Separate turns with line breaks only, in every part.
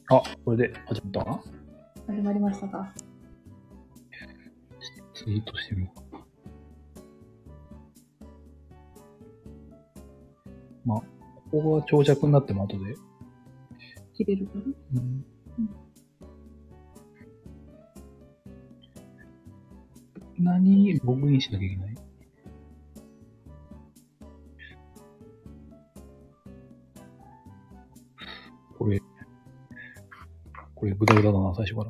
あ、これで始まったかな？
始まりましたか？
ツイートしてみようか。まあ、ここが長尺になっても後で。
切れるかな？
何ログインしなきゃいけない？これグダグダだな、最初から。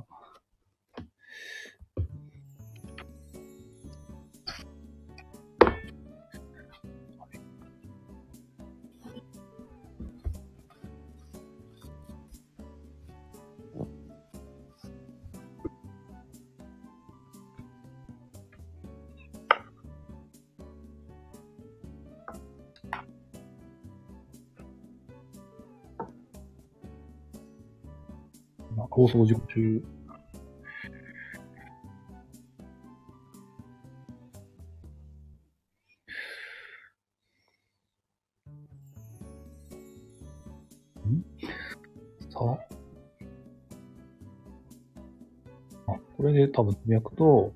放送事故中。さあ。これで多分つぶやくと、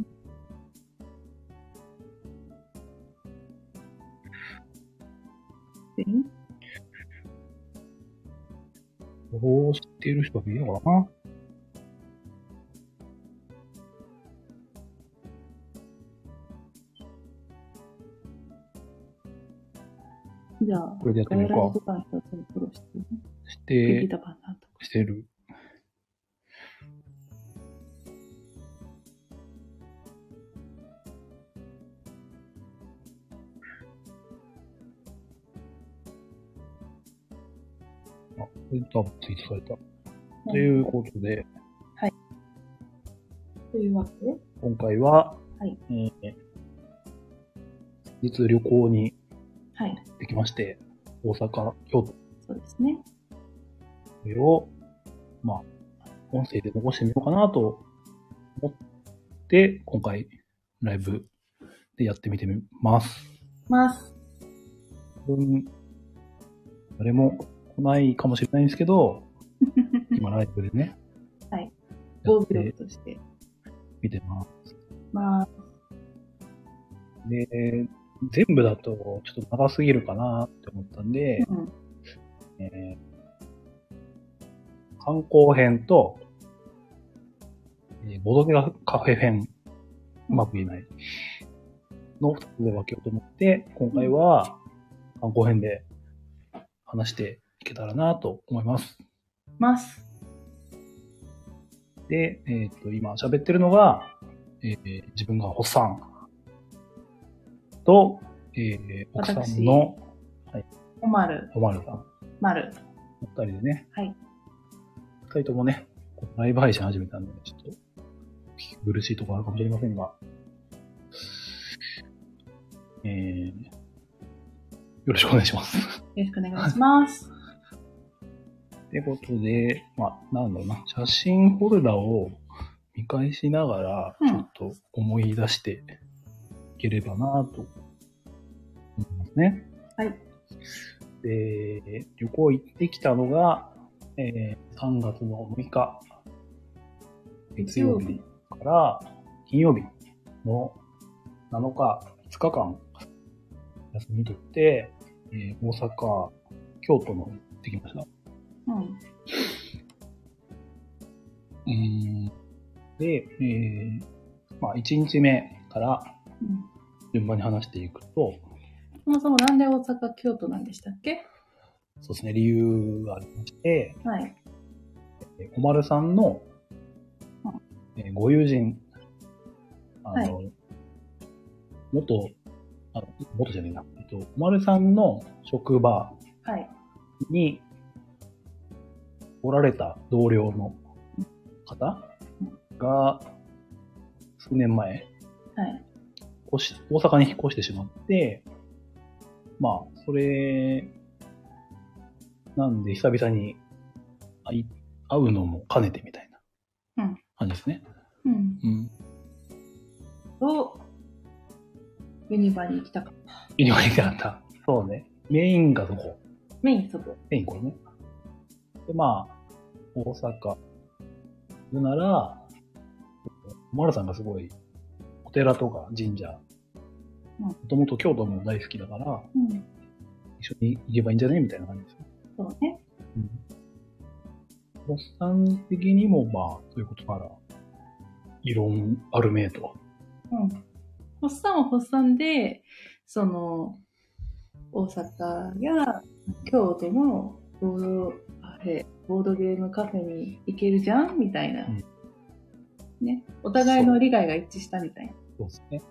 どうしている人が見えるのかな？
じゃあ、
これでやってみようか。
ガイライズ版一つにフォローしてるね。ビビタパンさんとか。
してる。あ、これ多分ツイートされた。ということで。
はい。というわけで、
今回は、
はい。
実旅行に
はい。
できまして、大阪、京都。
そうですね。
それを、まあ、音声で残してみようかなと思って、今回、ライブでやってみてみます。誰も来ないかもしれないんですけど、今ライブでね。
はい。大記録として
見てます。で、全部だとちょっと長すぎるかなって思ったんで、観光編と、ボドゲカフェ編、うまく言えない、の2つで分けようと思って、今回は観光編で話していけたらなと思います。で、今喋ってるのが、自分がホッサンと、奥さんの、はい、
おまる
さん。お二人でね。
はい。
二人ともね、ライブ配信始めたんで、ちょっと、聞き苦しいところあるかもしれませんが、よろしくお願いします。
よろしくお願いします。
ってことで、まあ、なんだろうな、写真フォルダを見返しながら、ちょっと思い出していければなと思いますね。
はい。
で、旅行行ってきたのが、3月の6日、月曜日から金曜日の7日、5日間、休み取って、大阪、京都の行ってきました。で、まあ、1日目から順番に話していくと、
そもそもなんで大阪、京都なんでしたっけ？
そうですね、理由がありまして、
はい。
おまるさんの、ご友人、
はい、
元じゃねえな、おまるさんの職場におられた同僚の方が数年前、大阪に引っ越してしまって、まあ、それ、なんで久々に会うのも兼ねてみたいな感じですね。
ユニバに行きたかった。
ユニバに行きたかった。そうね。メインがどこ？
メインそこ。
メインこれね。で、まあ、 大阪行くなら、マルさんがすごい、お寺とか神社、もともと京都も大好きだから、一緒に行けばいいんじゃねみたいな感じですね。
そうね。
おっさん的にも、まあ、そういうことなら、異論あるめえと。
ホッサンはホッサンで、その、大阪や京都のボードゲームカフェに行けるじゃんみたいな。ね。お互いの利害が一致したみたいな。
そうですね。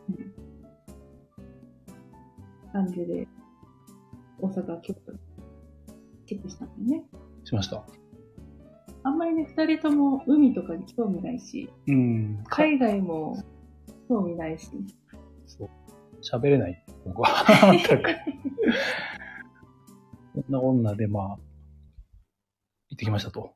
感じで、大阪、京都に決定したんだよね。
しました。
あんまりね、二人とも海とかに興味ないし、海外も興味ないし。
そう。喋れない、僕は。全く。そんな女で、まあ、行ってきましたと。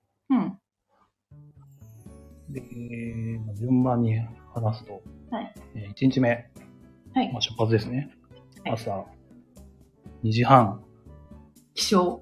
で、順番に話すと、1日目、まあ、出発ですね。朝2時半。
起床。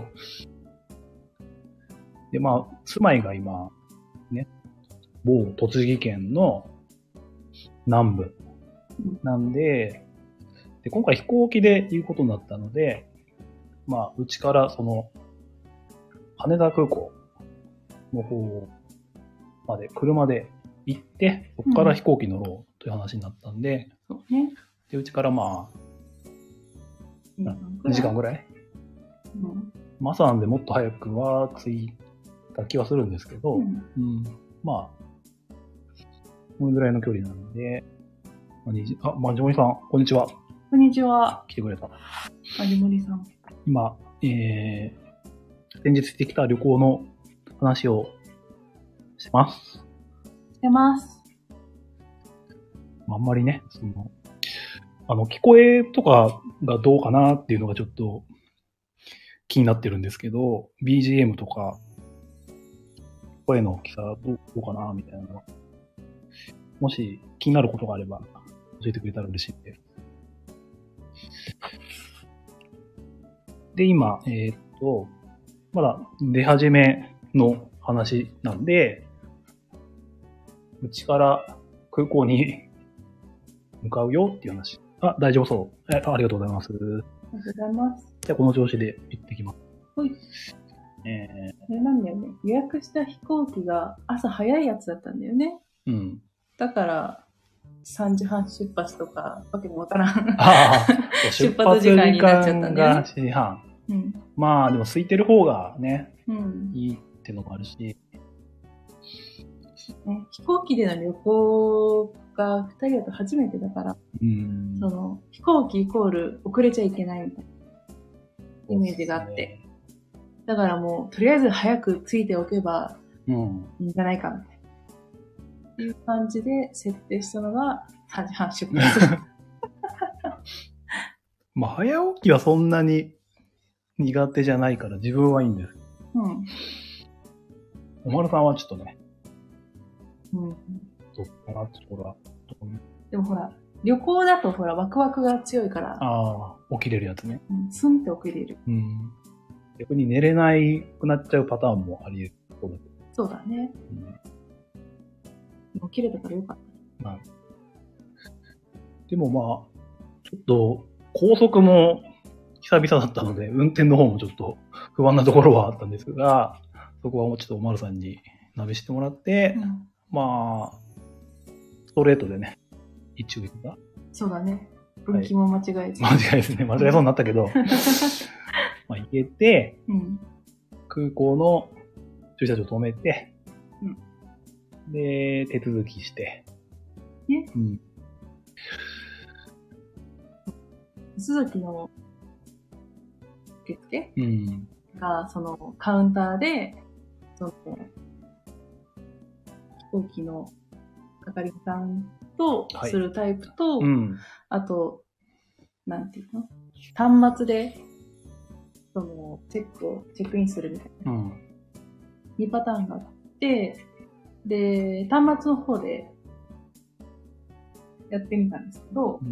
で、まあ、住まいが今、ね、某栃木県の南部なんで、今回飛行機で行くことになったので、まあ、うちからその、羽田空港の方まで、車で行って、そこから飛行機乗ろうという話になったんで、で、うちからまあ、2時間ぐらい、朝なんでもっと早くは着いた気はするんですけど、まあ、このぐらいの距離なので、マジモリさん、こんにちは。
こんにちは。
来てくれた。
マジモリさん。
今、先日してきた旅行の話をしてます。あんまりね、聞こえとかがどうかなっていうのがちょっと気になってるんですけど、BGM とか、声の大きさどうかなみたいなのは、もし気になることがあれば教えてくれたら嬉しいです。で、今、まだ出始めの話なんで、うちから空港に向かうよっていう話。大丈夫そう。ありがとうございます。
ありがとうございます。
じゃあこの調子で行ってきます。
はい。なんだよね。予約した飛行機が朝早いやつだったんだよね。だから、3時半出発とか、わけもわからん。出発時間になっちゃったんだよね。
7時半。まあ、でも空いてる方がね、いいってのもあるし。
飛行機での旅行が2人だと初めてだから、飛行機イコール遅れちゃいけないみたいなイメージがあって。だからもう、とりあえず早く着いておけばいいんじゃないかみたいな。いう感じで設定したのが3時半出発。
まあ、早起きはそんなに苦手じゃないから自分はいいんです。おまるさんはちょっとね。どうかなってところは。
でもほら、旅行だとほら、ワクワクが強いから。
起きれるやつね。
スンって起きれる。
逆に寝れないくなっちゃうパターンもあり得る。
そうだね。起きれたからよかった。
でもまあ、ちょっと、高速も久々だったので、運転の方もちょっと不安なところはあったんですが、そこはもうちょっとおまるさんにナビしてもらって、まあ、ストレートでね、一応行くか。
そうだね。分岐も間違えず。
間違いですね。間違えそうになったけど、まあ行けて、空港の駐車場止めて、で、手続きして。
手続きの受付が、そのカウンターで、その飛行機の係さんとするタイプと、あと、なんていうの？端末で、その、チェックインするみたいな。2パターンがあって、で、端末の方でやってみたんですけど、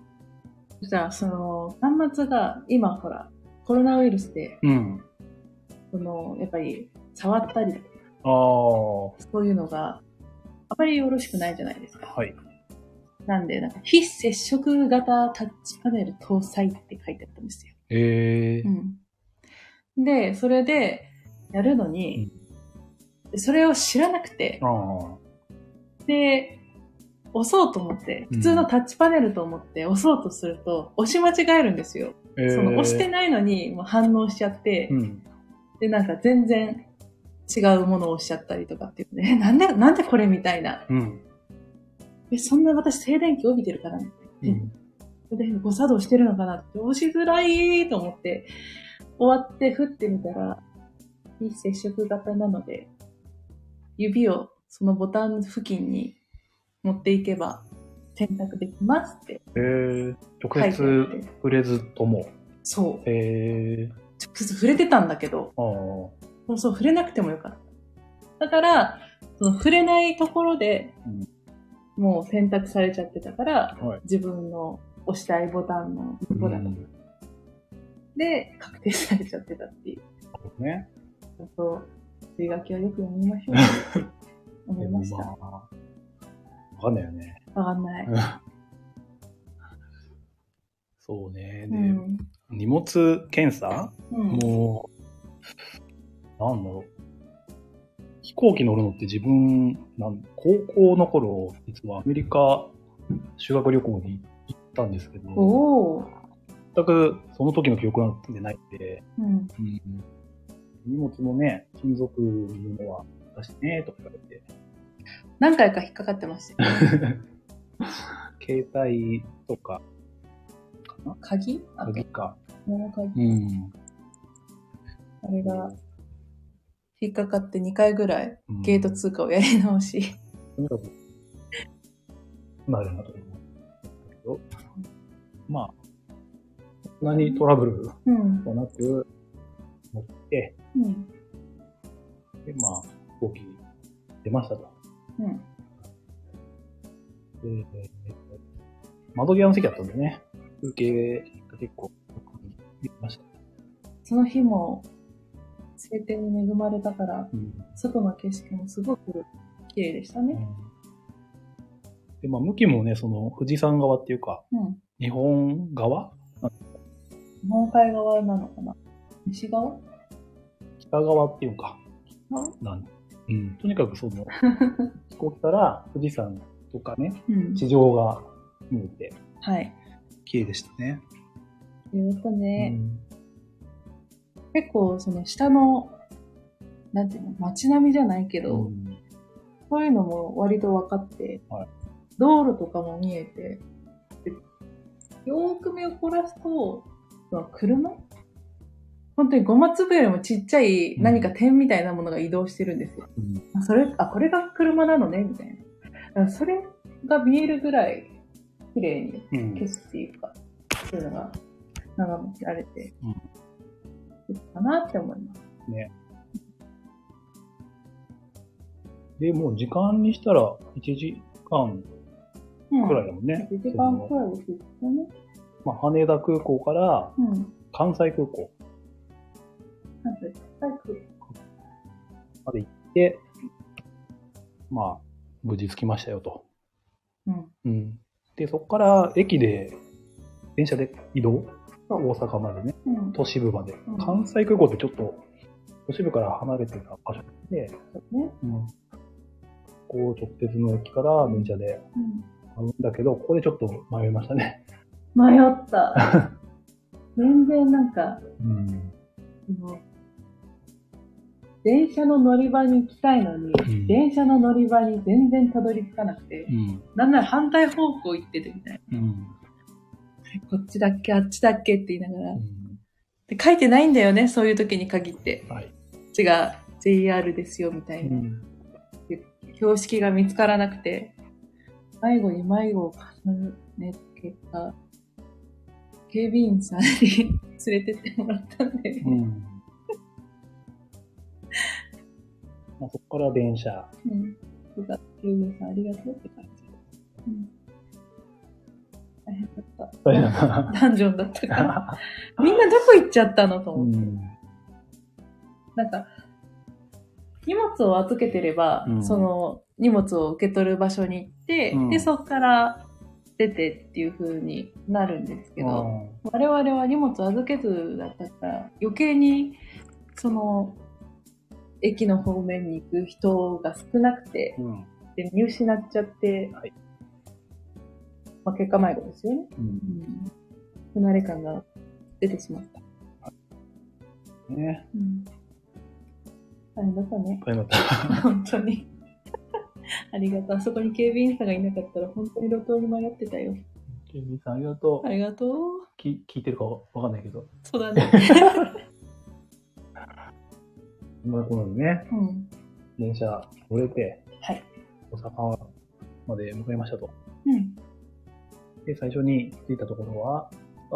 そしたら、その、端末が今ほら、コロナウイルスで、 やっぱり触ったり、そういうのがあまりよろしくないじゃないですか。
はい。
なんで、非接触型タッチパネル搭載って書いてあったんですよ。で、それでやるのに、それを知らなくて、で、押そうと思って、普通のタッチパネルと思って押そうとすると、押し間違えるんですよ。押してないのにもう反応しちゃって、で、全然違うものを押しちゃったりとかっていうね、なんでこれみたいな。そんな私静電気帯びてるからね。で、誤作動してるのかなって押しづらいと思って、終わって振ってみたら、非接触型なので、指をそのボタン付近に持っていけば選択できますって。
直接触れずとも。
そう。直接触れてたんだけど、そう触れなくてもよかった。だから、その触れないところで、もう選択されちゃってたから、自分の押したいボタンのところで確定されちゃってたっていう。
ね。
そう注意書きはよく読みましょうって思いました。
わかんないよね。
わかんない。
そうね。で、荷物検査、もう、なんだろう。飛行機乗るのって自分、高校の頃、実はアメリカ修学旅行に行ったんですけど、全くその時の記憶なんてないんで、荷物のね、金属のものは出してね、とか言われて。
何回か引っかかってましたよ。
携帯とか、
鍵
か。
あれが、引っかかって2回ぐらいゲート通過をやり直し。
とにかく、なるなと思うけど、まあ、そんなにトラブルはなく、乗って、で、まあ、飛行機出ましたと。で、窓際の席だったんでね、風景が結構、見ました。
その日も、晴天に恵まれたから、外の景色もすごく綺麗でしたね。
で、まあ、向きもね、その、富士山側っていうか、日本側
日本海側なのかな、西側
北側っていうか、とにかくその、飛行機から富士山とかね、地上が見えて、綺麗でしたね。
綺麗だったね。結構、その下の、なんていうの、街並みじゃないけど、そういうのも割と分かって、道路とかも見えて、よーく目を凝らすと、車本当にゴマ粒よりもちっちゃい何か点みたいなものが移動してるんですよ。これが車なのねみたいな。だからそれが見えるぐらい綺麗に景色っていうか、そういうのが眺められて、いいかなって思います。
ね。で、もう時間にしたら1時間くらいだもんね。
1時間くらいですよね。
まあ、羽田空港から、関西空港まで行って、まあ、無事着きましたよと。で、そこから駅で、電車で移動、大阪までね、都市部まで。関西空港ってちょっと、都市部から離れてた場所で、こう直鉄の駅から電車で会うんだけど、ここでちょっと迷いましたね。
迷った。全然電車の乗り場に行きたいのに、電車の乗り場に全然たどり着かなくて、なんなら反対方向行っててみたいな。こっちだっけあっちだっけって言いながら、で書いてないんだよね、そういう時に限って。こっちが JR ですよみたいな。標識が見つからなくて、迷子に迷子を重ねた結果、警備員さんに連れてってもらったんで、
まあ、そこから電車。
よかった。警備員さんありがとうって感じ。大変だった。ダンジョンだったから。みんなどこ行っちゃったのと思って。 なんか、荷物を預けてれば、その荷物を受け取る場所に行って、で、そこから出てっていう風になるんですけど、我々は荷物預けずだったから、余計に、その、駅の方面に行く人が少なくて、で見失っちゃって、はい、まあ、結果迷子ですよね。不慣れ感が出てしまった。
ね。
大変だったね。
大変だった。
本当に。ありがとう。あそこに警備員さんがいなかったら本当に路頭に迷ってたよ。
警備員さんありがとう。
ありがとう。
聞いてるかわかんないけど。
そうだね。
まあ、このね、電車乗れて、
はい、
大阪まで向かいましたと。で、最初に着いたところは、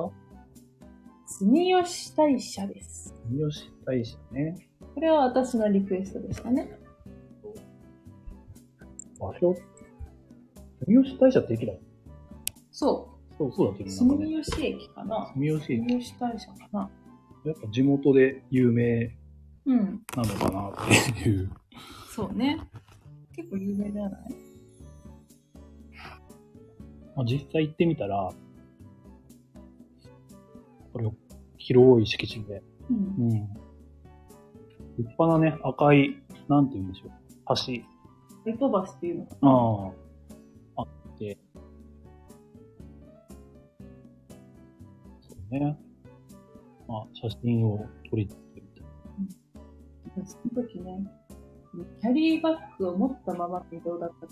住吉大社です。
住吉大社ね。
これは私のリクエストでしたね。
場所、住吉大社って駅だ。
そう
だって、ね、
住吉駅かな。
住吉
大社かな。
やっぱ地元で有名なのかなっていう。
そうね。結構有名じゃない？
まあ、実際行ってみたら、これ広い敷地で、立派なね、赤い、なんて言うんでしょう、橋。
江戸橋っていうのか
な？あって、そうね。まあ、写真を撮りつつみたい
な。その時ね、キャリーバッグを持ったままの移動だったから、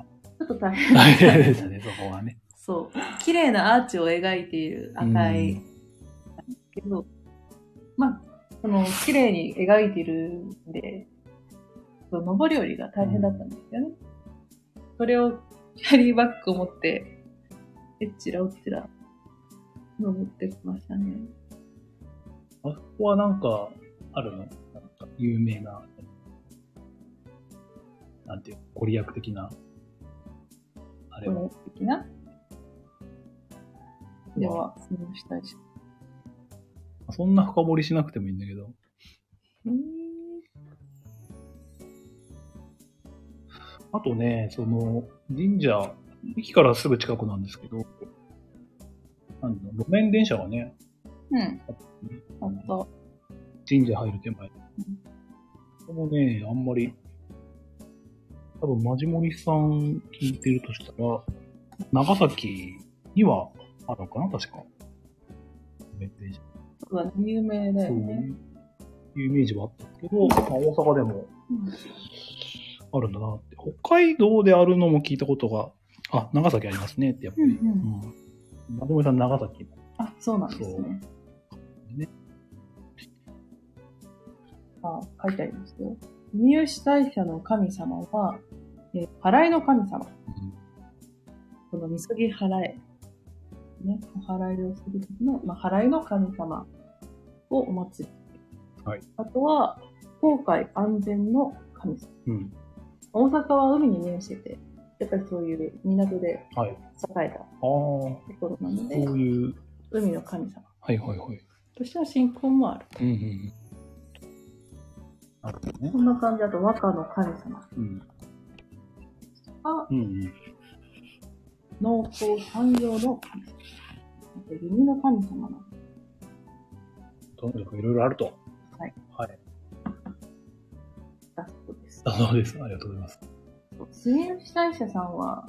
ちょっと大変
大変でしたね、そこはね。
そう。綺麗なアーチを描いている赤い、なんですけど、まあ、その、綺麗に描いているんで、上り下りが大変だったんですよね。それをキャリーバッグを持って、えっちらおっちら、登ってきましたね。
あそこはなんか、あるの？なんか、有名な、なんていう、ご利益的な、あれは。
ご利益的な？では、住吉大社。
そんな深掘りしなくてもいいんだけど。あとね、その、神社、駅からすぐ近くなんですけど、路面電車がね、
あった。
神社入る手前。これもね、あんまり、多分、マジモリさん聞いてるとしたら、長崎にはあるのかな、確か。路面電車。
そうだね、有名だよね。
そういうイメージはあったけど、まあ、大阪でもあるんだなって。北海道であるのも聞いたことが、長崎ありますねって、やっぱり。マジモリさん、長崎。
そうなんですね。書いてありますよ。住吉大社の神様は、払いの神様。このみそぎ払え。ね、お払いをするときの、払いの神様をお祭り。あとは、航海安全の神様。大阪は海に面してて、やっぱりそういう港で栄えたところなので、
そういう
海の神様。としての信仰もある。こんな感じだと和歌の神様。農耕産業の神様。弓の神様なの。
とにかくいろいろあると。
だそうです。
そうです。ありがとうございます。
住吉大社さんは、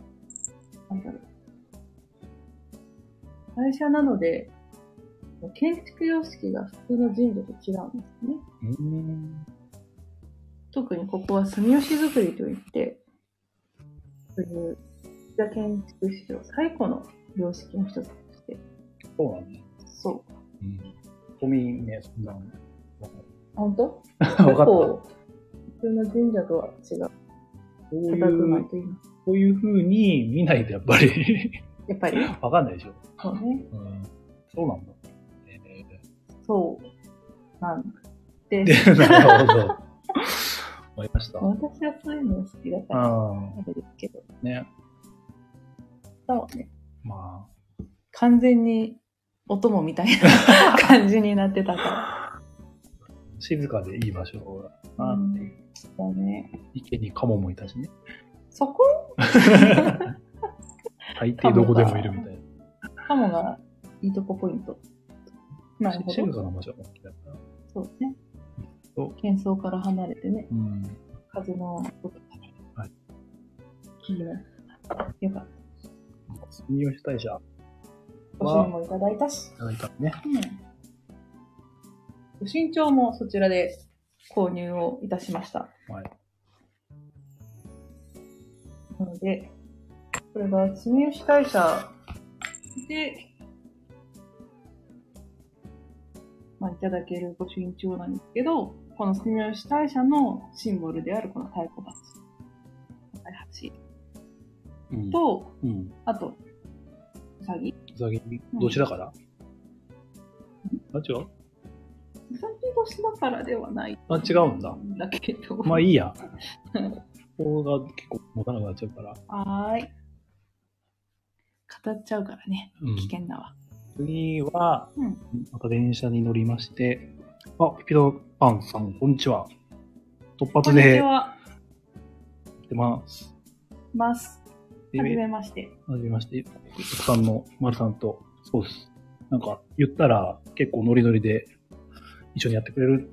大社なので、建築様式が普通の神社と違うんですね。特にここは住吉造りといって、そういう建築史上最古の様式の一つとして。
そうなんだ。
そう。
都民ね、そんな。
本当？
分かった。
普通の神社とは違う。
こういう風に見ないとやっぱり
やっぱり
わかんないでしょ。
そうね。
そうなんだ。
そうなんで
なるほど。わかりました。
私はそういうの好きだから、あれですけど。
ね。
そうね。
まあ。
完全にお供みたいな感じになってたから。
静かでいい場所だなっていう。
だね。
池にカモもいたしね。
そこ
大抵どこでもいるみたいな。
カモがいいとこポイント。
なるほど。静かな場所が好きだから。
そうね。喧騒から離れてね。風の音とかね。はい。いいね。よかった。
住吉大社。
ご朱印もいただいたし。
いただいたね。
ご身長もそちらで購入をいたしました。はい。なので、これが住吉大社で、いただけるご朱印帳なんですけど、この住吉大社のシンボルであるこの太鼓鉢。と、あと、うさぎ。
うさぎ、年だから、あ、違う？
うさぎ年だからではない。
あ、違うんだ。
だけど。
まあいいや。ここが結構持たなくなっちゃうから。
はーい。語っちゃうからね。危険だわ。
次は、また電車に乗りまして、ピピタパンさん、こんにちは。突発で、来てます。
はじめまして。
はじめまして。奥さんの丸さんと、そうです。なんか、言ったら結構ノリノリで一緒にやってくれる。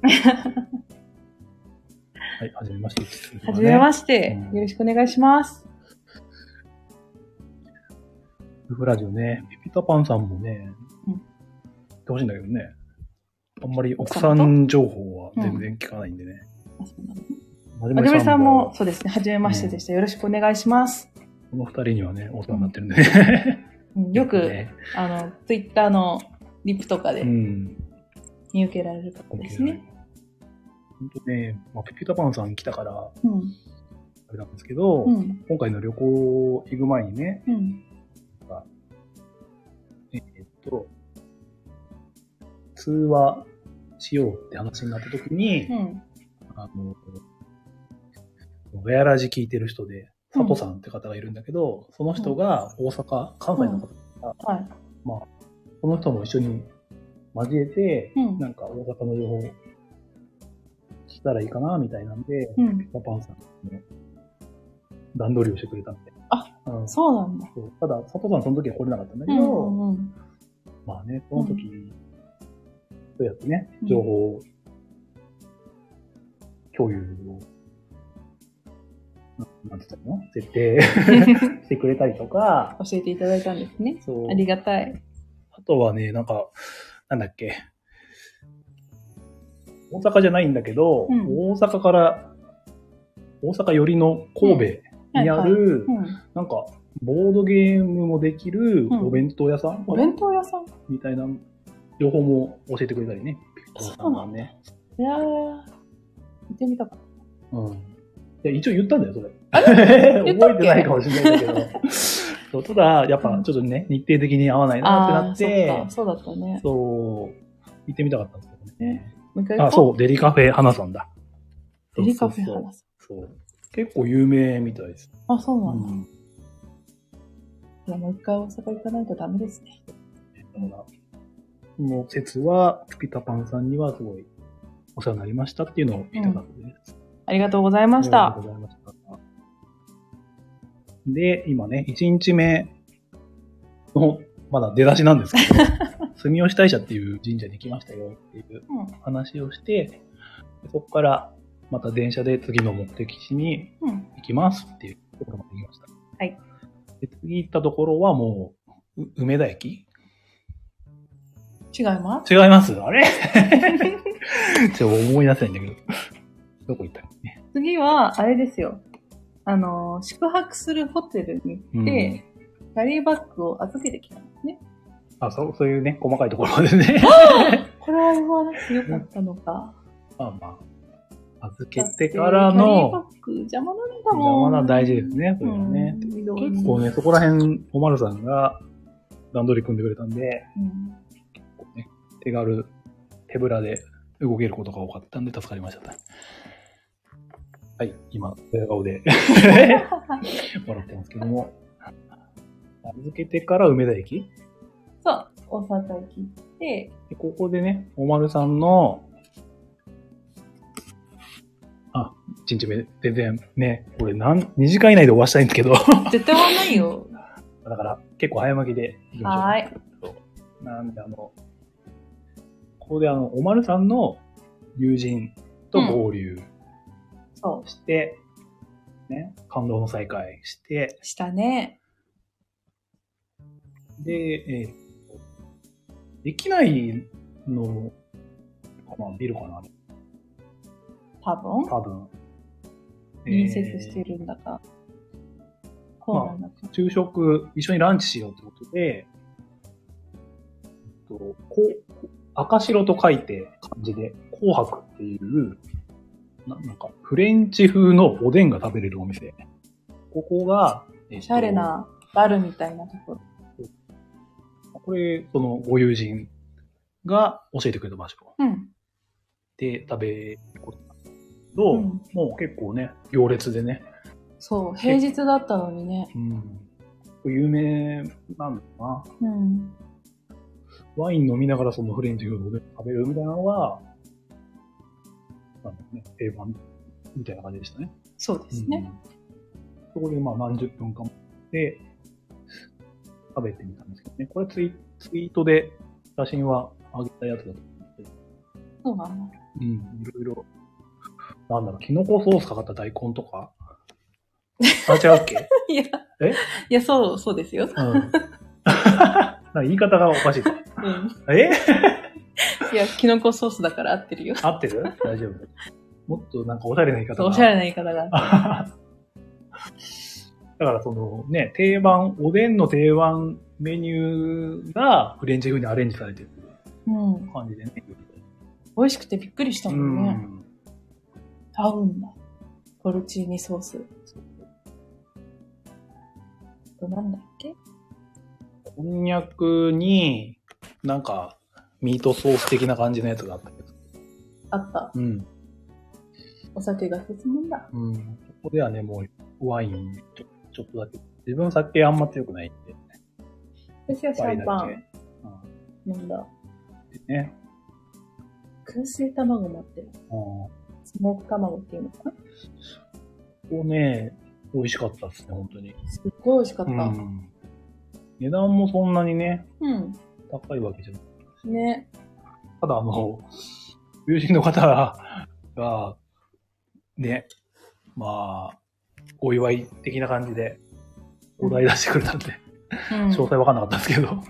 はい、はじめまして。
はじめまして。よろしくお願いします。
夫婦ラジオね、ピピタパンさんもね、言ってほしいんだけどね。あんまり奥さん情報は全然聞かないんでね。
はじめさんも、そうですね、はじめましてでした。よろしくお願いします。
この二人にはね、お世話になってるんでね。
よく、ツイッターのリプとかで見受けられる方ですね。
本当ね、ピピタパンさん来たから、あれなんですけど、今回の旅行行く前にね、通話しようって話になった時に、ウェアラジ聞いてる人で、佐藤さんって方がいるんだけど、その人が大阪、関西の方だから、その人も一緒に交えて、なんか大阪の情報したらいいかなみたいなんで、パパンさんの段取りをしてくれたんで。
そうなんだ。
ただ、佐藤さんその時は来れなかったんだけど、まあね、その時、そうやってね、情報共有を、なんて言ったの？設定してくれたりとか。
教えていただいたんですね。ありがたい。
あとはね、なんだっけ。大阪じゃないんだけど、大阪寄りの神戸にある、なんか、ボードゲームもできるお弁当屋さん、
お弁当屋さん
みたいな情報も教えてくれたりね。
そうなんね。いやー、行ってみたかった。
いや、一応言ったんだよ、それ。覚えてないかもしれないんだけど。ただ、やっぱちょっとね、日程的に合わないなってなって、
そうだったね。
行ってみたかったんですけどね。
そう、
デリカフェ花さんだ。
デリカフェ花さん。
そう。結構有名みたいです。
そうなんだ。いや、もう一回大阪行かないとダメですね。
この説は、ピピタパンさんにはすごいお世話になりましたっていうのを言いたかったです。
ありがとうございました。
ありがとうございました。で、今ね、1日目の、まだ出だしなんですけど、住吉大社っていう神社に来ましたよっていう話をして、そこからまた電車で次の目的地に行きますっていうところまで行きました。
はい。
で次行ったところはもう、梅田駅？
違います？
違いますあれちょっと思い出せないんだけど。どこ行ったのね。
次は、あれですよ。宿泊するホテルに行って、キャリーバッグを預けてきたんですね。
そういうね、細かいところまでね。
これは言わなくてよかったのか。
預けてからの。キャリー
バッグ邪魔なんだもん。
邪魔な大事ですね、それはね。結構ね、そこら辺、おまるさんが段取り組んでくれたんで、結構ね、手ぶらで動けることが多かったんで助かりました。はい、今、笑顔で笑ってますけども。預けてから梅田駅？
そう、大阪駅行って、
ここでね、おまるさんの 1日目、全然ね、俺2時間以内で終わしたいんですけど。
絶対終わんないよ。
だから、結構早巻きで行きましょう。
はい。
なんでここでおまるさんの友人と合流して、ね、感動の再会して。
したね。
で、駅内の、ビルかな
多分。隣接してるんだか。
昼食、一緒にランチしようってことで、赤白と書いて漢字で、紅白っていう、なんか、フレンチ風のおでんが食べれるお店。ここが、
おしゃれなバルみたいなところ。
これ、そのご友人が教えてくれた場所。で、食べることなんですけど、もう結構ね、行列でね。
そう、平日だったのにね。
有名なんだな。ワイン飲みながらそのフレンチ風のおでん食べるみたいなのが、定番みたいな感じでしたね。
そうですね。
そこで何十分かで食べてみたんですけどね。これツイートで写真は上げたやつだと思うんですけど。
そうなんだ。
いろいろ。なんだろう、キノコソースかかった大根とかあ、違うっけ
いや、そうですよ。
言い方がおかしい。
いや、キノコソースだから合ってるよ。
合ってる？大丈夫。もっとなんかおしゃれな言い方が。
おしゃれな言い方があってる。
だからそのね、おでんの定番メニューがフレンチ風にアレンジされてる感じでね。
美味しくてびっくりしたもんね。合うんだ。ポルチーニソース。なんだっけ？
こんにゃくに、なんか、ミートソース的な感じのやつがあったけど。
あった。お酒が進むんだ。
ここではね、もうワインちょっとだけ。自分酒あんま強くないんで。
私はシャンパン飲んだ。
でね。
燻製卵持ってる。スモーク卵っていうのかな？こ
こね、美味しかったですね、本当に。
すっごい美味しかった。
値段もそんなにね、高いわけじゃない。
ね。
ただ友人の方が、ね、お祝い的な感じで、お題出してくれたんで、詳細わかんなかったんですけど。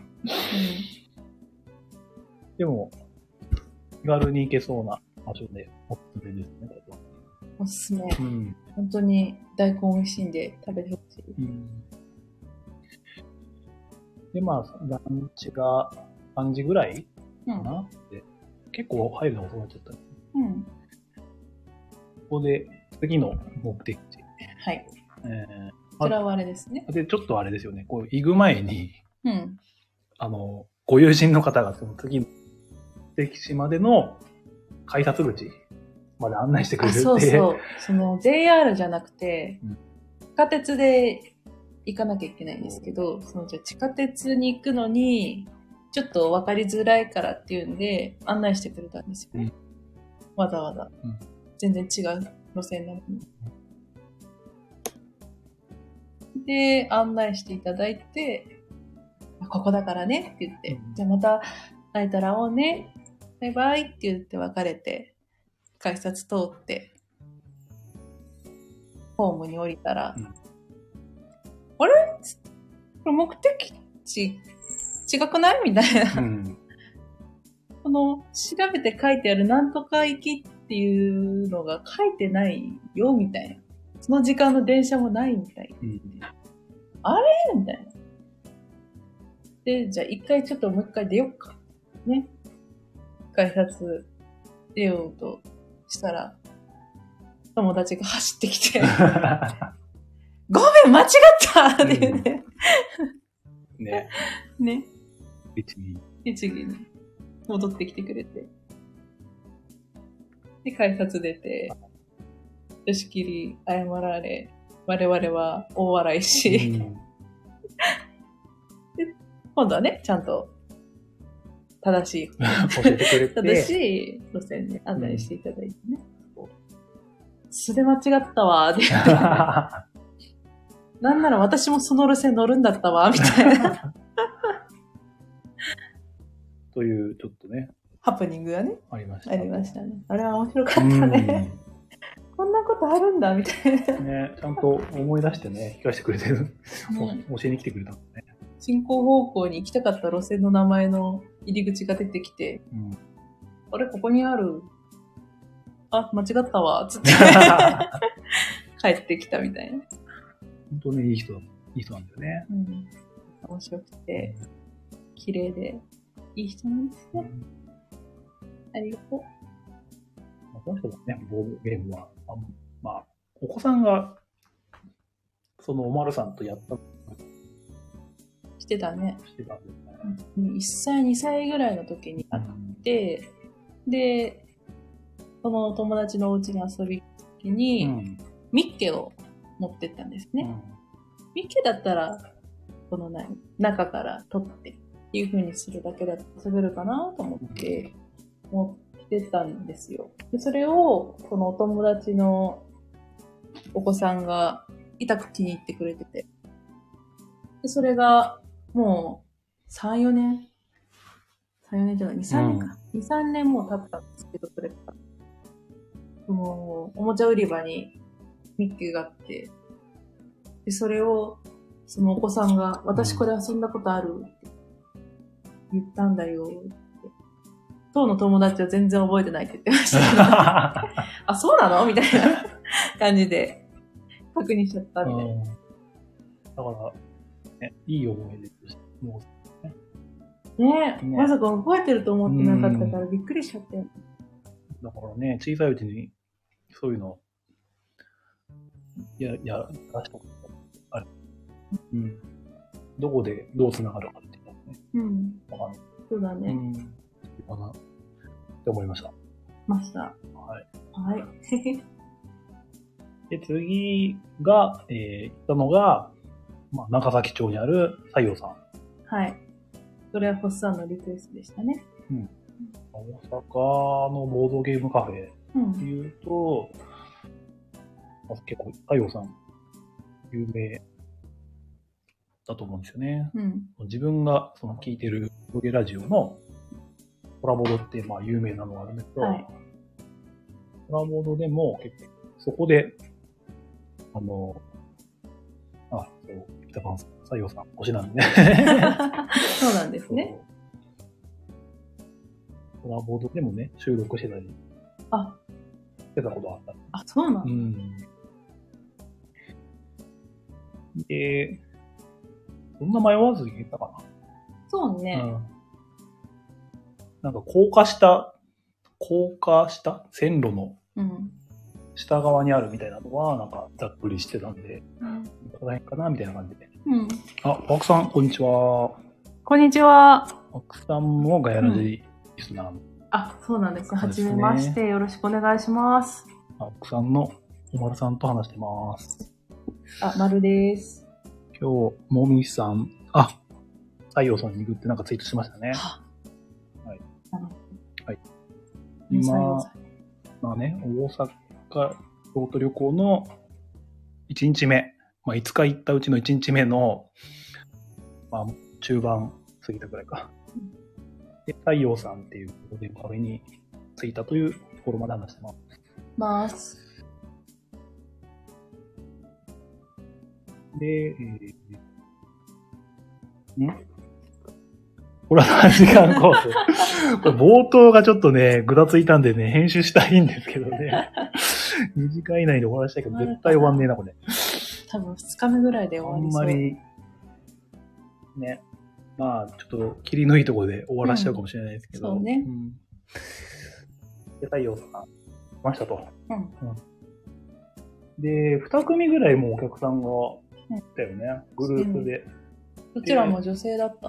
でも、気軽に行けそうな場所でおすすめですね、これは。
おすすめ。本当に大根美味しいんで食べてほしい。
で、ランチが3時ぐらいかな、で結構入るの遅くなっちゃった。ここで次の目的地。
はい。こちらはあれですね。
で、ちょっとあれですよね。行く前に、ご友人の方がその次の目的地までの改札口まで案内してくれるって。
その JR じゃなくて、地下鉄で行かなきゃいけないんですけど、じゃ地下鉄に行くのに、ちょっと分かりづらいからっていうんで、案内してくれたんですよね。わざわざ。全然違う路線なのに。で、案内していただいて、ここだからねって言って、じゃあまた会えたら会おうね、バイバイって言って別れて、改札通って、ホームに降りたら、あれ？これ目的地違くない？みたいな。調べて書いてあるなんとか行きっていうのが書いてないよ、みたいな。その時間の電車もないみたい。あれ？みたいな。で、じゃあ一回ちょっともう一回出よっか。ね。改札出ようとしたら、友達が走ってきて、ごめん、間違ったって言うね。ね。律儀に戻ってきてくれて。で、改札出て、よしきり謝られ、我々は大笑いし、で今度はね、ちゃんと正しい
教えてくれて
正しい路線で案内していただいてね。 素で間違ったわ、って。なんなら私もその路線乗るんだったわ、みたいな。
という、ちょっとね。
ハプニングがね。
ありました。
ありましたね。あれは面白かったね。こんなことあるんだ、みたいな。
ね、ちゃんと思い出してね、聞かせてくれてる。教えに来てくれたのね。
進行方向に行きたかった路線の名前の入り口が出てきて、あれ、ここにある。あ、間違ったわ、つって。帰ってきたみたいな。
本当にいい人なんだよね。
面白くて、綺麗で、いい人なんですね。ありがとう。
この人もね、ボードゲームは、まあ、お子さんが、そのおまるさんとやった
してたね。
してたんです
ね。1歳、2歳ぐらいの時に会って、で、その友達のお家に遊びに行った時に、ミッケを持ってったんですね。ミッケだったら、この中から取ってっていう風にするだけだと滑るかなと思って持ってったんですよ。でそれを、そのお友達のお子さんが痛く気に入ってくれてて。でそれが、もう、3、4年じゃない、2、3年か。2、3年もう経ったんですけど、それから。その、おもちゃ売り場にミッケがあって、で、それを、そのお子さんが、私これ遊んだことあるって言ったんだよって。当の友達は全然覚えてないって言ってましたけど。あ、そうなのみたいな感じで確認しちゃったみたいな。だ
から、ね、いい思い出でした。も
うね、まさか覚えてると思ってなかったからびっくりしちゃったよ。
だからね、小さいうちにそういうの出したことある。どこでどう繋がるかっていうのね。わかんない。
そうだね。
かなって思いました。
はい。
で、次が、行ったのが、長崎町にある西洋さん。
はい。それはホッサンのリクエストでしたね。
大阪のボードゲームカフェっていうと、結構西洋さん有名だと思うんですよね。自分がその聞いてるボードゲラジオのコラボードって有名なのがあるんですけど、コラボードでも結構そこで北川さん、西洋さん推しなんでね。
そうなんですね。
コラボードでもね、収録してたりしてたことがあった。
あ、そうなの？
で、そんな迷わずに言ったかな。
そうね。
なんか高架下線路の下側にあるみたいなのは、なんかざっくりしてたんで、この辺かなみたいな感じで。あ、パクさん、こんにちは。
こんにちは。
パクさんもガヤラジリスナーの。
あ、そうなんですね。はじめまして。よろしくお願いします。
パクさんのおまるさんと話してます。
あ、まるです。
今日、もみさん、太陽さんに行くってなんかツイートしましたね。はい。今、大阪、京都旅行の1日目、5日行ったうちの1日目の、中盤過ぎたくらいか。で、太陽さんっていうボードゲームカフェに着いたというところまで話してます。で、これは何時間コースこれ冒頭がちょっとね、ぐだついたんでね、編集したいんですけどね。2時間以内で終わらせたいけど、絶対終わんねえな、これ。
多分2日目ぐらいで終わりそう。
あんまり、ね。ちょっと、切りのいいところで終わらしちゃうかもしれないですけど。
そうね。
で、太陽さん、来ましたと。で、2組ぐらいもうお客さんがいたよね。グループで。
どちらも女性だった。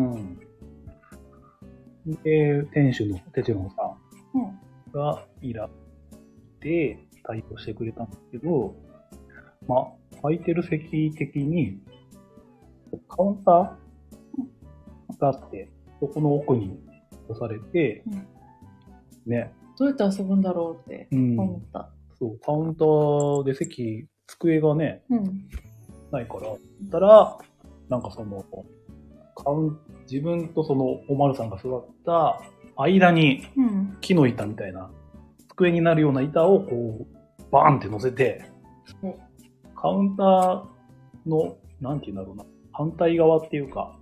で、店主のテチロンさんがいらって対応してくれたんですけど、空いてる席的にカウンターがあって、そこの奥に押されて、ね。
どうやって遊ぶんだろうって思った。
そう、カウンターで机がね、ないから、たら、なんか自分とそのおまるさんが座った間に、木の板みたいな、机になるような板をこう、バーンって乗せて、カウンターの、なんていうんだろうな、反対側っていうか、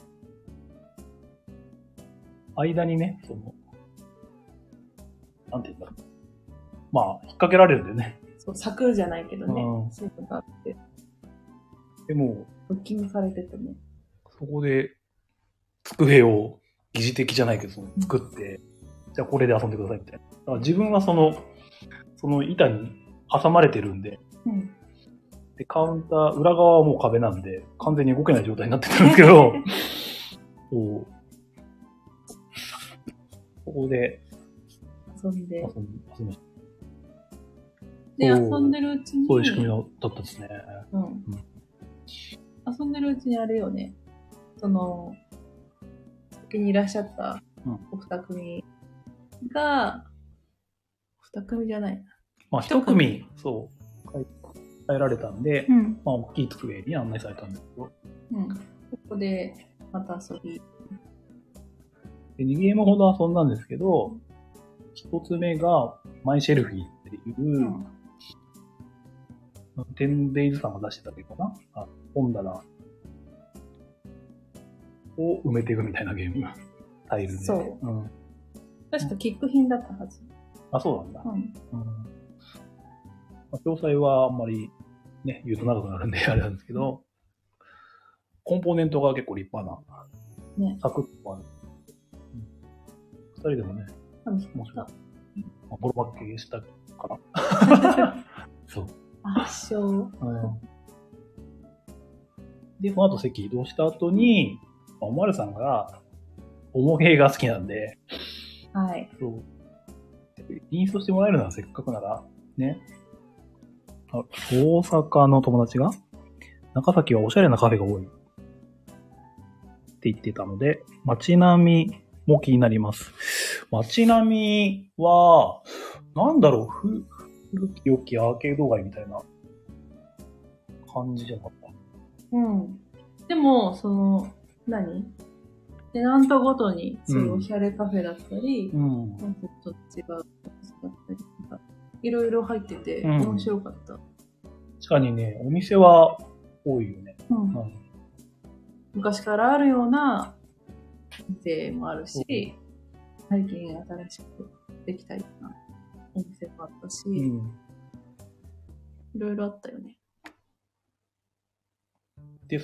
間にね、なんていうんだろう。まあ、引っ掛けられるんだよね。
そう、柵じゃないけどね。そういうのがあって。
でも、
ドッキングされててね。
そこで、机を疑似的じゃないけど、作って、じゃあこれで遊んでくださいみたいな。だから自分はその板に挟まれてるんで、で、カウンター、裏側はもう壁なんで、完全に動けない状態になってたんですけど、そこで、
遊んで。
遊びました。
で、遊んでるうちに。
そういう仕組みだったですね。
遊んでるうちにあれよね。先にいらっしゃったお二組が、二組じゃないな。
まあ一組、そう、変えられたんで、まあ大きい机に案内されたんですけど。
ここでまた遊び。
で2ゲームほど遊んだんですけど、一つ目がマイシェルフィーっていう、10days さんが出してたけどな、本棚を埋めていくみたいなゲーム、タイルで。
そう。確かキック品だったはず。
あ、そうなんだ。詳細はあんまりね、言うと長くなるんであれなんですけど、コンポーネントが結構立派な、サクッとある。二人でもね、面白い。ボロバッケしたから。そう。
圧勝。
で、その後席移動した後に、おまるさんが、重ゲーが好きなんで、
はい。
そう。インストしてもらえるならせっかくなら、ね。大阪の友達が、中崎はおしゃれなカフェが多い。って言ってたので、街並みも気になります。街並みは、なんだろう、古き良きアーケード街みたいな感じじゃなかった。
でも、テナントごとに、そういうおしゃれカフェだったり、コンセプトと違うだったりとか、いろいろ入ってて、面白かった。
確かにね、お店は多いよね。
昔からあるような店もあるし、最近新しくできたようなお店もあったし、いろいろあったよね。
で、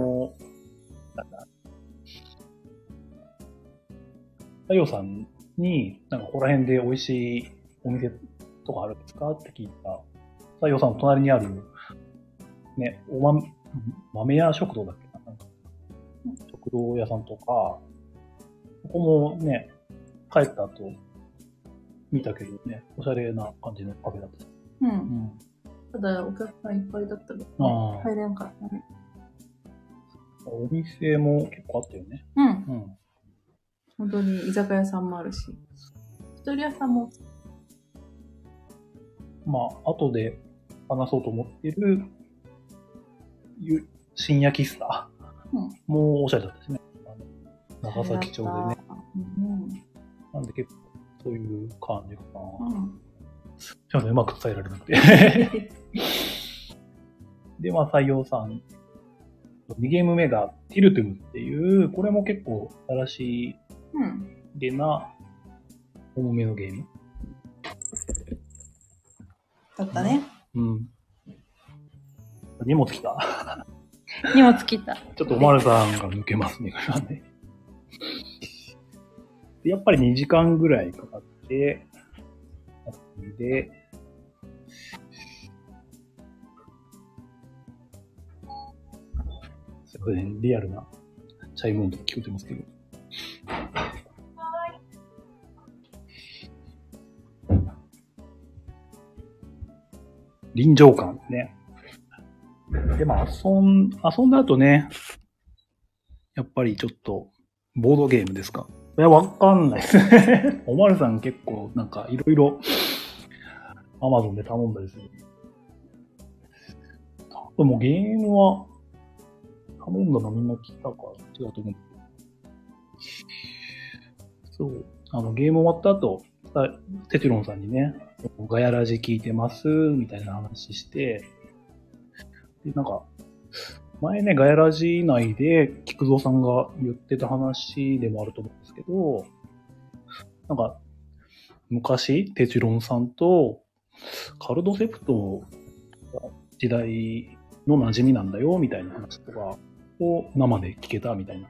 太陽さんに、なんかここら辺で美味しいお店とかあるんですかって聞いた。太陽さんの隣にある、ね、豆屋食堂だっけな、なんか食堂屋さんとか、ここもね、帰った後、見たけどね、おしゃれな感じのカフェだった。
ただ、お客さんいっぱいだったけど、入れんかったね。
お店も結構あったよね。
本当に居酒屋さんもあるし、一人屋さんも。
まあ、後で話そうと思ってる、深夜喫茶もうおしゃれだったしね。長崎町でね。なんで結構そういう感じかな。すいません、うまく伝えられなくて。で、まあ、採用さん。2ゲーム目がティルトゥムっていう、これも結構新しいげな重めのゲーム。
だったね。
荷物来た。
荷物来た。
ちょっとおまるさんが抜けますね、これはね。やっぱり2時間ぐらいかかって、で、すごいね、リアルなチャイム音とか聞こえてますけど。臨場感ね。で、まあ遊んだ後ね、やっぱりちょっと、ボードゲームですか？いや、わかんないですね。おまるさん結構なんかいろいろ Amazon で頼んだりする。多分もうゲームは、頼んだのみんな来たから違うと思う。そう。ゲーム終わった後、テチロンさんにね、ガヤラジ聞いてます、みたいな話して、で、なんか、前ね、ガヤラジ内で、菊蔵さんが言ってた話でもあると思うんですけど、なんか、昔、テチロンさんと、カルドセプトが時代の馴染みなんだよ、みたいな話とかを生で聞けたみたいな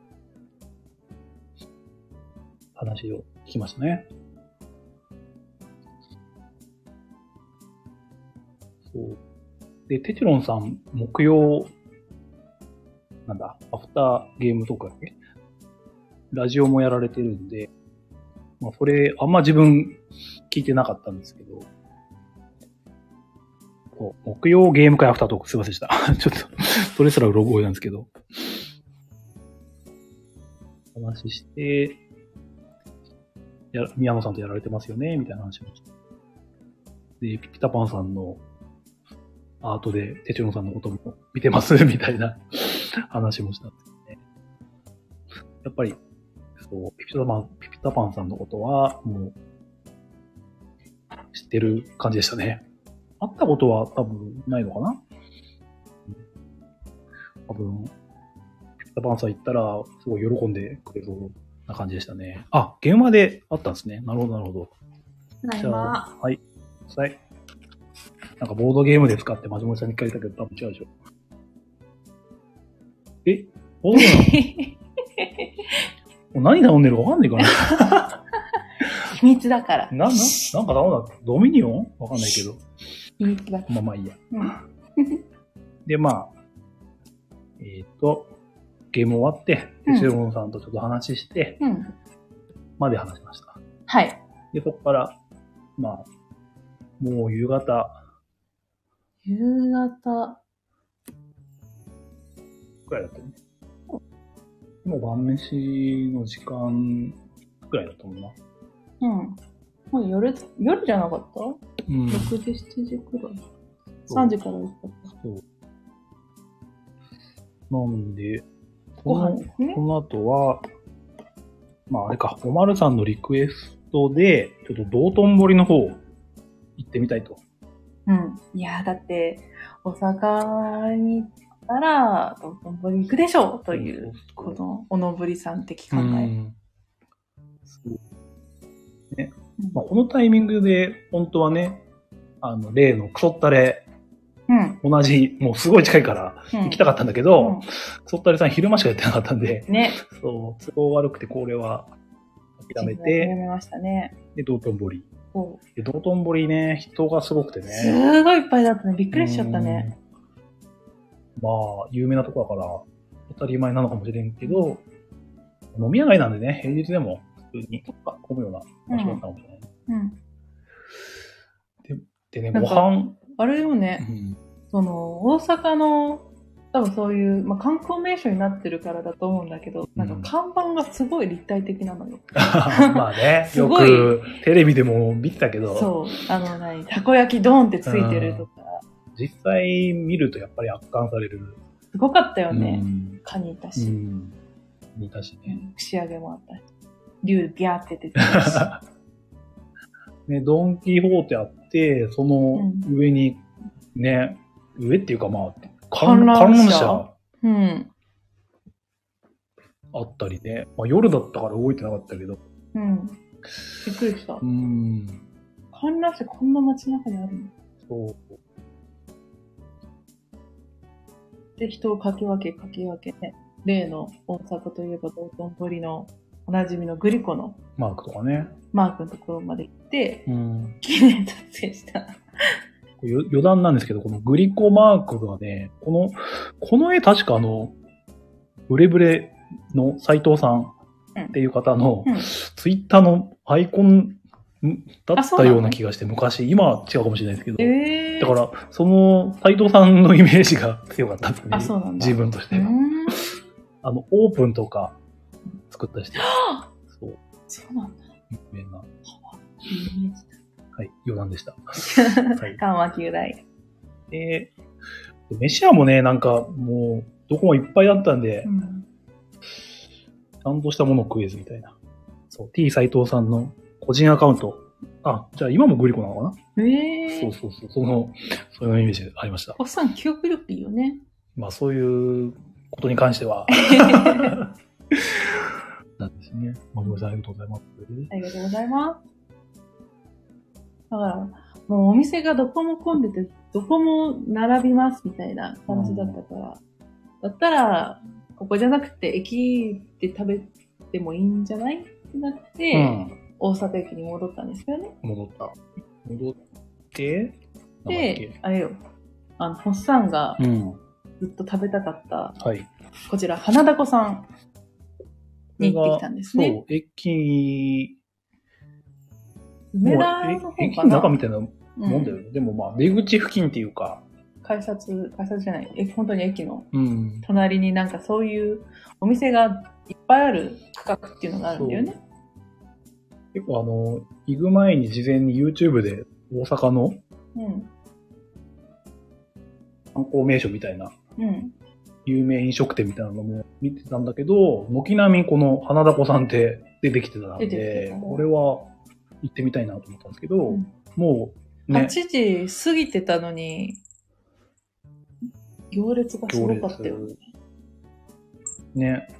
話を聞きましたね。そう。で、テチロンさん、木曜、アフターゲームトークだっけ？ラジオもやられてるんで、まあ、それ、あんま自分聞いてなかったんですけど、木曜ゲーム会アフタートーク、すいませんでした。ちょっと、それすらうろ覚えなんですけど、話して、宮野さんとやられてますよね、みたいな話もして。で、ピピタパンさんのアートでテチロンさんのことも見てます、みたいな話もしたんですよね。やっぱり、そう、ピピタパンさんのことは、もう、知ってる感じでしたね。会ったことは多分ないのかな？多分、ピピタパンさん行ったら、すごい喜んでくれそうな感じでしたね。あ、現場で会ったんですね。なるほど、なるほど。
じゃあ、
はい。はい。なんかボードゲームですかってマジモリさんに聞かれたけど、多分違うでしょ。ボードゲーム何頼んでるかわかんないかな。
秘密だから。
なんか頼んだドミニオンわかんないけど。
秘密だから。
まあいいや。で、まあ、ゲーム終わって、テチロンさんとちょっと話して、まで話しました。
はい。
で、そこから、まあ、もう夕方くらいだったね。もう晩飯の時間くらいだったもんな。
もう夜じゃなかった？ 6 時、7時くらい。3時から行った。そう。
なんで、この後は、まああれか、おまるさんのリクエストで、ちょっと道頓堀の方行ってみたいと。
いやだって、大阪に行ったら、道頓堀行くでしょうという、このおのぶりさん的考え。
そうね。まあ、このタイミングで、本当はね、例のクソッタレ、同じ、もうすごい近いから行きたかったんだけど、クソッタレさん昼間しかやってなかったんで、そう、都合悪くてこれは諦めて、
やめましたね。
で、道頓堀。で、道頓堀ね、人がすごくてね。
すごいいっぱいだったね。びっくりしちゃったね。
まあ、有名なとこだから、当たり前なのかもしれんけど、飲み屋街なんでね、平日でも普通に混むような場所だったかもしれない。でね、ご飯。
あれよね、大阪の、多分そういう、まあ、観光名所になってるからだと思うんだけど、なんか看板がすごい立体的なのよ。
まあね、よくテレビでも見てたけど。
そう、たこ焼きドーンってついてるとか。
実際見るとやっぱり圧巻される。
すごかったよね。カニいたし。
いたしね。
串揚げもあったし。竜ビャーって出てたし。
ね、ドンキホーテあって、その上に、ね、上っていうかまあ、観覧車あったりね。まあ、夜だったから動いてなかったけど。
びっくりした。観覧車こんな街中にあるの？
そう。
で、人をかき分けね。例の大阪といえば道頓堀のおなじみのグリコの
マークとかね。
マークのところまで行って、記念撮影した。
余談なんですけど、このグリコマークがね、この絵確かブレブレの斉藤さんっていう方の、ツイッターのアイコンだったような気がして、昔、今は違うかもしれないですけど、だから、その斉藤さんのイメージが強かったんですね。自分としては。オープンとか作ったりして。
そうなんだ。
有名な。
イメージだ。
はい、余談でした。は
い。緩和球大。
飯屋もね、なんかもう、どこもいっぱいあったんで、ちゃんとしたものを食えずみたいな。そう、T 斎藤さんの個人アカウント。あ、じゃあ今もグリコなのかな？そうそうそう。そういうイメージありました。
おっさん記憶力いいよね。
まあそういうことに関しては。なんですね。ごめんなさい、ありがとうございます。
ありがとうございます。だから、もうお店がどこも混んでて、どこも並びますみたいな感じだったから、だったら、ここじゃなくて駅で食べてもいいんじゃないってなって、大阪駅に戻ったんですよね。
戻って、
で、あれよ、ホッサンがずっと食べたかった、こちら、花だこさんに行ってきたんですね。
そう、駅、
梅田の方かな。
駅の中みたいなもんだよね。でもまあ、出口付近っていうか。
改札じゃない。本当に駅の隣になんかそういうお店がいっぱいある区画っていうのがあるんだよね。
結構行く前に事前に YouTube で大阪の観光名所みたいな、有名飲食店みたいなのも見てたんだけど、軒並みこの花だこさんって出てきてたので、これは行ってみたいなと思ったんですけど、もうね。
8時過ぎてたのに、行列がすごかったよ
ね。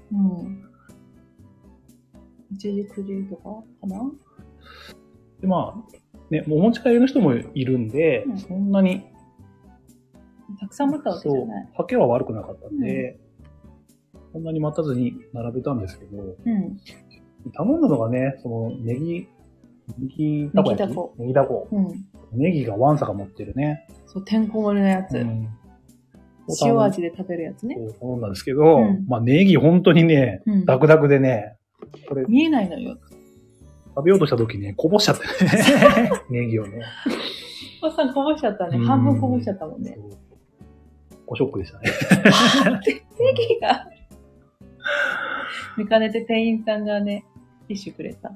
8時、9時とかかな？
で、まあ、ね、もうお持ち帰りの人もいるんで、そんなに。
たくさん待ったわけじゃない。
そう、はけは悪くなかったんで、そんなに待たずに並べたんですけど、頼んだのがね、そのネギだこ。ネギがワンサが持ってるね。
そう、てんこ盛りのやつ。塩味で食べるやつね。
そう頼んだんですけど、まあネギ本当にね、ダクダクでね、
これ見えないのよ。
食べようとした時にこぼしちゃってね。ネギをね。
おっさんこぼしちゃったね。半分こぼしちゃったもんね。
ショックでしたね。
ネギが。見かねて店員さんがね、ティッシュくれた。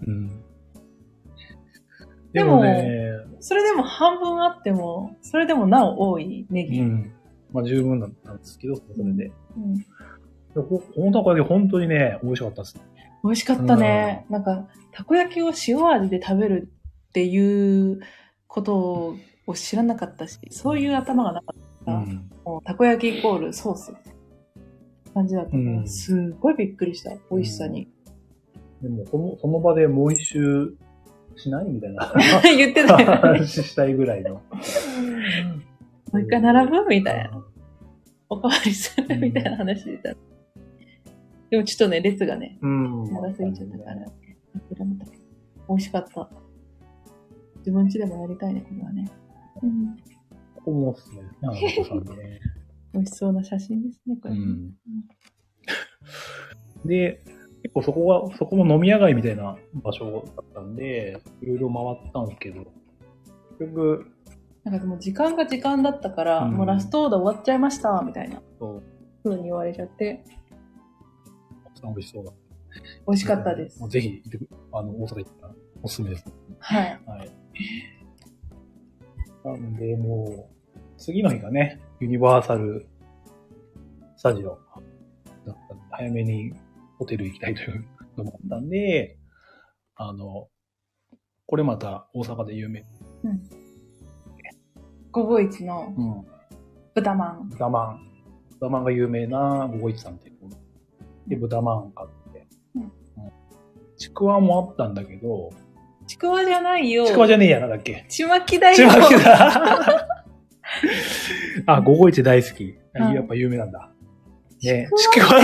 でもね、それでも半分あっても、それでもなお多いネギ。
まあ十分なんですけど、それで。このたこ焼き本当にね、美味しかったです。
美味しかったね。なんか、たこ焼きを塩味で食べるっていうことを知らなかったし、そういう頭がなかった。もうたこ焼きイコールソース感じだったから、すっごいびっくりした。美味しさに。
でも、その場でもう一周しないみたいな。
言ってたよね。
話したいぐらいの。
もう一回並ぶみたいな。おかわりするみたいな話でた。でもちょっとね、列がね、長すぎちゃったから、諦めたけど。美味しかった。自分家でもやりたいね、これはね。
ここもおすすめですね、あの子さんで。
美味しそうな写真ですね、これ。
で、結構そこも飲み屋街みたいな場所だったんで、いろいろ回ったんですけど、結局、
なんかでも時間が時間だったから、もうラストオーダー終わっちゃいました、みたいな。風に言われちゃって。
美味しそうだ。
美味しかったです。
ぜひ、大阪行ったらおすすめです。
はい。
なんで、もう、次の日がね、ユニバーサルスタジオだったんで、早めにホテル行きたいというのもあったんで、これまた大阪で有名。
551の豚まん。
豚まんが有名な551さんっていう。で、豚まん買って。ちくわもあったんだけど。
ちくわじゃないよ。
ちくわじゃねえやな、だっけ。
ちまきだよ。
ちまきだ。あ、551大好き。やっぱ有名なんだ。ね、ちくわって、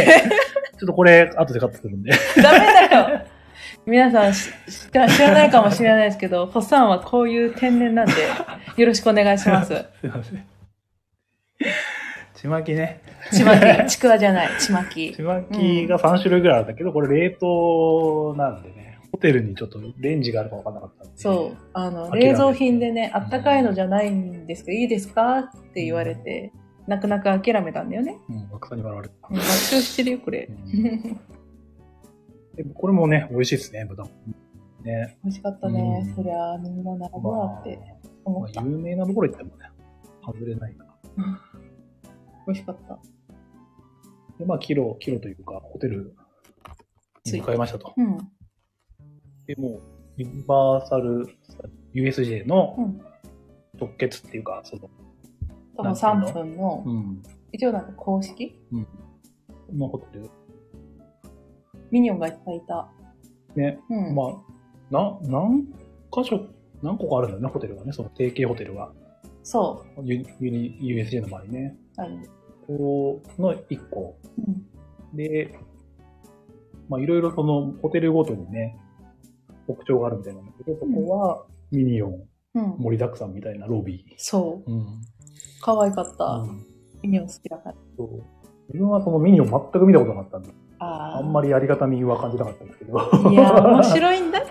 ちょっとこれ、後でカットするんで。
ダメだよ。皆さん知らないかもしれないですけど、ホッサンはこういう天然なんで、よろしくお願いします。
すいません。ちまきね。
ちまき。ちくわじゃない。ちまき。
ちまきが3種類ぐらいあるんだけど、これ冷凍なんでね、ホテルにちょっとレンジがあるか分かんなかったんで。
そう。冷蔵品でね、あったかいのじゃないんですか、いいですかって言われて、泣く泣く諦めたんだよね。
若さに笑われた。
爆笑してるよ、これ。
これもね、美味しいですね、豚も。 ね。
美味しかったね。そりゃ、みんな並ぶわって思った。
有名なところ行ってもね、外れないから。
美味しかった。
で、まあ、キロというか、ホテルに向かいましたと。で、もう、ユニバーサル USJ の直結っていうか、そ
の3分の、一応なんか公式
のホテル。
ミニオンがいっぱいいた。
ね。まあ、何個かあるんだよね、ホテルがね、その提携ホテルが。
そう。
USJ の場合ね。ここの1個。で、まあ、いろいろそのホテルごとにね、特徴があるみたいなんだけど、そこはミニオン、盛りだくさんみたいなロビー。
そう。可愛かった。ミニオン好きだから。
そう。自分はそのミニオン全く見たことなかったんで、あんまりありがたみは感じなかったんですけど。
いや、面白いんだって。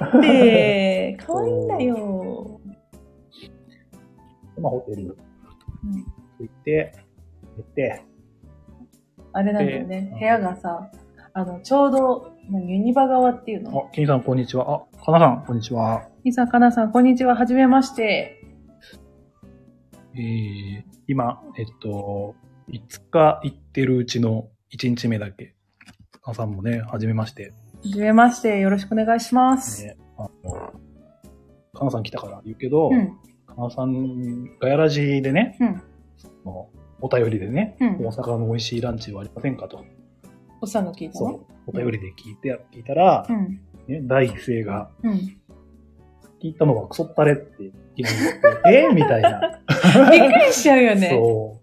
可愛いんだよ。
まあ、ホテル着いて、寝て。
あれなんだよね。部屋がさ、ちょうど、ユニバ側っていうの。
金さん、こんにちは。かなさん、こんにちは。
金さん、かなさん、こんにちは。はじめまして。
今、5日行ってるうちの1日目だけ。かなさんもね、はじめまして。
はじめまして。よろしくお願いします。ね、
かなさん来たから言うけど、かなさん、ガヤラジでね、お便りでね、大阪の美味しいランチはありませんかと。
おっさんが聞いたの？
そう。お便りで聞いたら、ね、第一声が、聞いたのはクソったれって言ってみたいな。
びっくりしちゃうよね。
そう。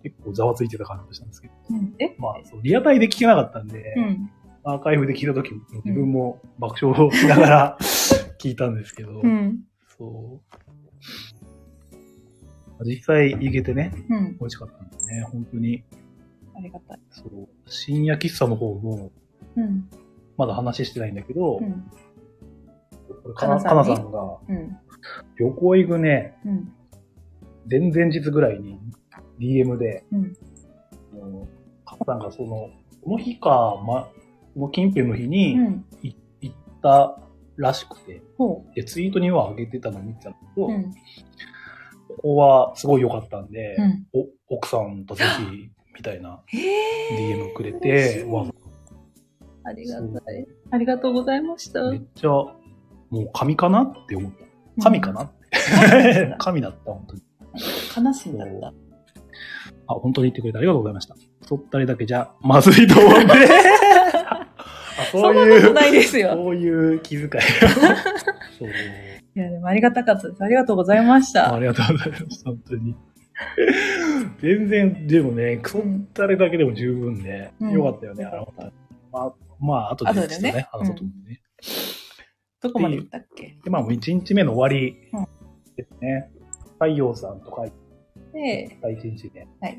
結構ざわついてた感じしたんですけど。まあ、リアタイで聞けなかったんで、アーカイブで聞いた時も自分も爆笑しながら聞いたんですけど、そう。実際行けてね、美味しかったんですね、本当に。
ありがたい。
そう。深夜喫茶の方も、まだ話してないんだけど、かなさんが、旅行行くね、前々日ぐらいに DM で、かなさんがこの日か、この近辺の日に行ったらしくて、でツイートには上げてたのを見てたんだけど、ここはすごい良かったんで、奥さんとぜひ、みたいな DM くれて、
ありがたい。ありがとうございました。
めっちゃ、もう神かなって思った。神かなって。神だった、本当に。
悲しいんだった。
本当に言ってくれてありがとうございました。そったりだけじゃまずいと思うんで。
そんなことないですよ。
そういう気遣い。そう。
いや、でもありがたかったです。ありがとうございました。
ありがとうございます。本当に。全然、でもね、クソったれだけでも十分で、よかったよね。まあ、後でちょっとね、話そうと思ってね。
どこまで行ったっけ？
で、まあ、1日目の終わりですね。太陽さんと書いて、1日目。
はい。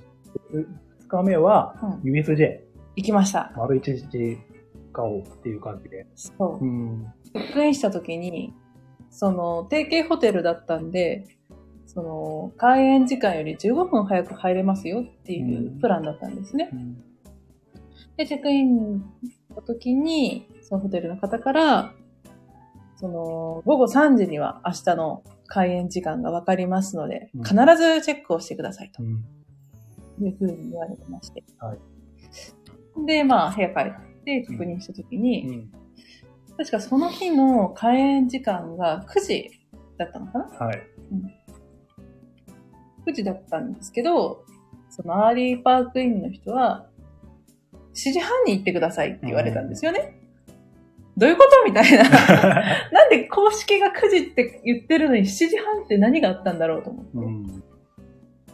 2日目は、USJ。
行きました。
丸1日買おうっていう感じで。
そう。チェックインした時に、提携ホテルだったんで、開園時間より15分早く入れますよっていうプランだったんですね。で、チェックインの時に、そのホテルの方から、午後3時には明日の開園時間がわかりますので、必ずチェックをしてくださいと。いうふうに言われてまして。で、まあ、部屋帰って確認した時に、確かその日の開園時間が9時だったのかな？はい。9時だったんですけど、アーリーパークインの人は、7時半に行ってくださいって言われたんですよね。どういうことみたいな。なんで公式が9時って言ってるのに7時半って何があったんだろうと思って。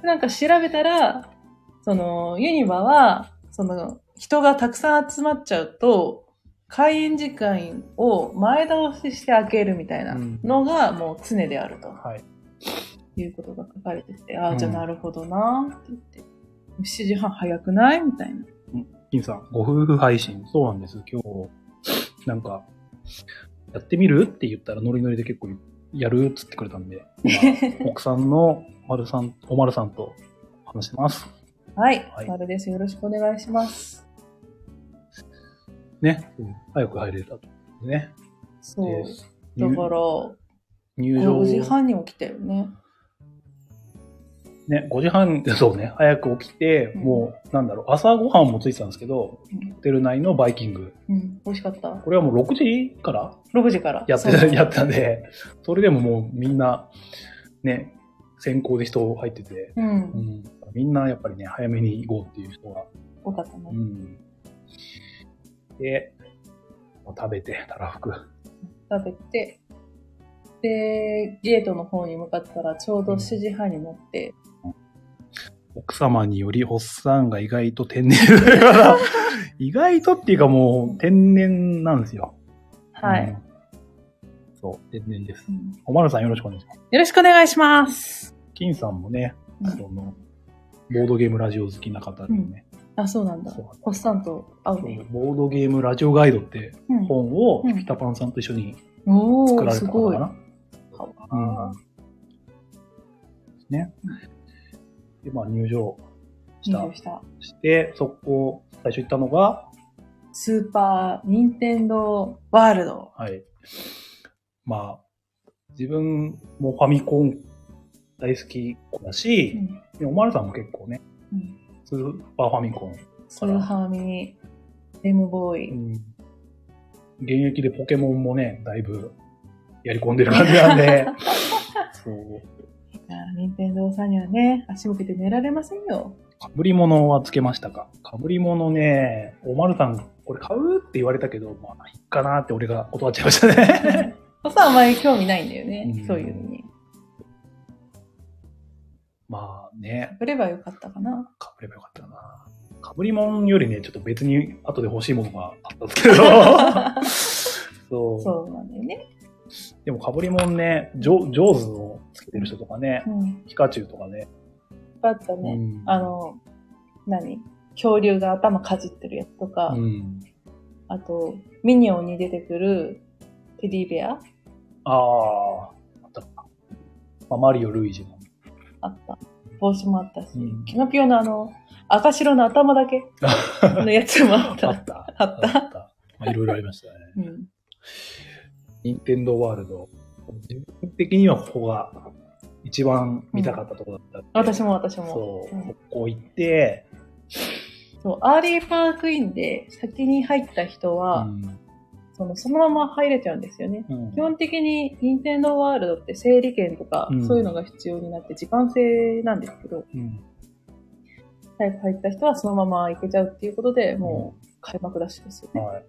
なんか調べたら、ユニバは、人がたくさん集まっちゃうと、開園時間を前倒しして開けるみたいなのがもう常であると。いうことが書かれてて、じゃあなるほどなって言って。7時半早くないみたいな。
金さん、ご夫婦配信。そうなんです。今日、なんか、やってみるって言ったらノリノリで結構やるっつってくれたんで、奥さんのおまるさんと話してます。
はい。丸です。よろしくお願いします。
ね。早く入れたと。ね。
そう。だから、入場5時半に起きたよね。
ね、5時半でそうね、早く起きて、もう、なんだろう、朝ごはんもついてたんですけど、ホテル内のバイキング。
美味しかった。
これはもう6時から
?6 時から
やってたんで、それでももうみんな、ね、先行で人入ってて、みんなやっぱりね、早めに行こうっていう人が。
多かったね。
で、食べて、たらふく。
食べて、で、ゲートの方に向かったらちょうど7時半になって、
奥様により、ホッサンが意外と天然だから、意外とっていうかもう天然なんですよ。
はい。
そう、天然です。おまるさんよろしくお願いします。
よろしくお願いします。
金さんもね、その、ボードゲームラジオ好きな方でね。
あ、そうなんだ。ホッサンと会うね。
ボードゲームラジオガイドって本をピタパンさんと一緒に作られた方かな。ね。で、まあ入場した。して、そこ、最初行ったのが、
スーパー・ニンテンドー・ワールド。
はい。まあ、自分もファミコン大好きだし、おまるさんも結構ね、スーパーファミコン。
スーファミ、ゲームボーイ。
現役でポケモンもね、だいぶやり込んでる感じなんで。そう。
ニンテンドーさんにはね、足向けて寝られませんよ。
かぶり物はつけましたか？かぶり物ね、おまるさん、これ買うって言われたけど、まあ、いいかなって俺が断っちゃいましたね。
おさんあんまり興味ないんだよね、そういうのに。
まあね。
かぶればよかったかな。
かぶればよかったかな。かぶり物よりね、ちょっと別に後で欲しいものがあったんですけど。
そうなんだよね。
でもかぶり物ね、ジョーズをつけてる人とかね、ピカチュウとかね。
あったね。恐竜が頭かじってるやつとか、あと、ミニオンに出てくるテディベア？
あった。まあ、マリオ・ルイージも。
あった。帽子もあったし、キノピオの赤白の頭だけのやつもあった。あった。
まあ、いろいろありましたね。任天堂ワールド。自分的にはここが一番見たかったところだった。
私も。
そう、ここ行って、
そう、アーリーパークインで先に入った人は、そのまま入れちゃうんですよね。基本的に任天堂ワールドって整理券とか、そういうのが必要になって時間制なんですけど、早く入った人はそのまま行けちゃうっていうことで、もう開幕ダッシュですよね。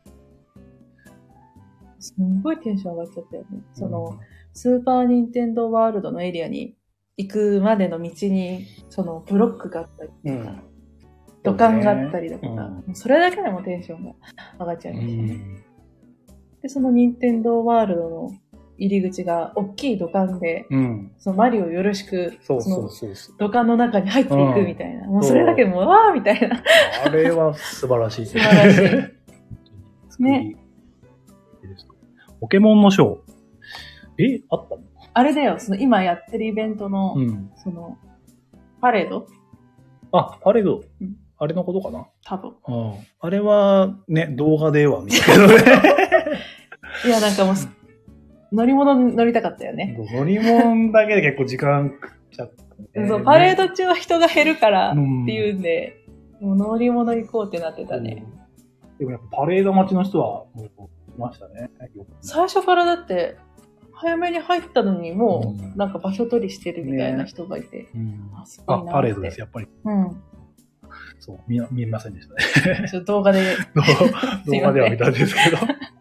すんごいテンション上がっちゃったよね。スーパーニンテンドーワールドのエリアに行くまでの道に、ブロックがあったりとか、土管があったりだとか、それだけでもテンションが上がっちゃいましたね。で、そのニンテンドーワールドの入り口が大きい土管で、そのマリオよろしく、土管の中に入っていくみたいな。もうそれだけでもわーみたいな。
あれは素晴らしい。
素晴らしい。ね。
ポケモンのショー。あったの？
あれだよ、今やってるイベントの、パレード？
あ、パレード。あれのことかな？
多分。
あれは、ね、動画では見たけどね。
いや、なんかもう、乗り物乗りたかったよね。
乗り物だけで結構時間食っちゃった、ね。
そう、パレード中は人が減るからっていうんで、もう乗り物行こうってなってたね。
でもやっぱパレード待ちの人は、もう、いましたね。
最初からだって、早めに入ったのにもう、なんか場所取りしてるみたいな人がいて。すごいなって。
パレードです、やっぱり。そう、見えませんでしたね。
ちょっと動画で。
動画では見たんですけど。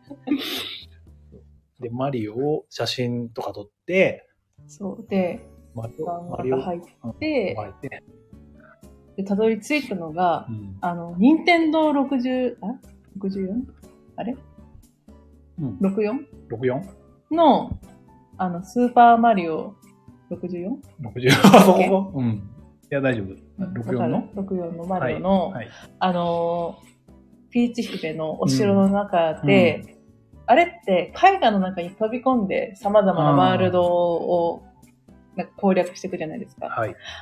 で、マリオを写真とか撮って、
そうで、マリオ入って、で、たどり着いたのが、任天堂64? あれ ?64? の、スーパーマリオ 64?64?
そこ？いや、大丈夫。64の
?64 のマリオの、ピーチ姫のお城の中で、あれって絵画の中に飛び込んで様々なワールドをなんか攻略していくじゃないですか。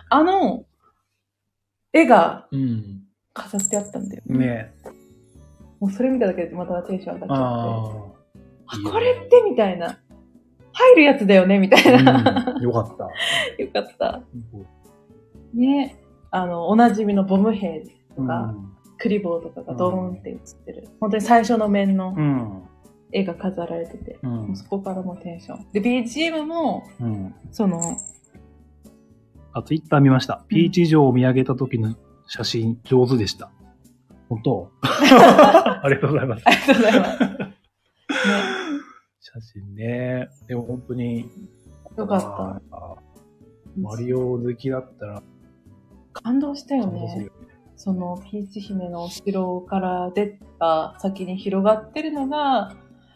絵が飾ってあったんだよ。
ね。
もうそれ見ただけでまたテンション上がっちゃって。 これってみたいな。入るやつだよねみたいな。
よかった。
よかった。ね。おなじみのボム兵とか、クリボーとかがドーンって映ってる。本当に最初の面の絵が飾られてて、もうそこからもテンション。で、BGM も、ツ
イッター見ました。ピーチ城を見上げた時の写真、上手でした。本当ありがとうございます。
ありがとうございます。ね、
写真ね。でも本当に。
よかった。
マリオ好きだったら。
感動したよね。そのピーチ姫のお城から出た先に広がってるのが、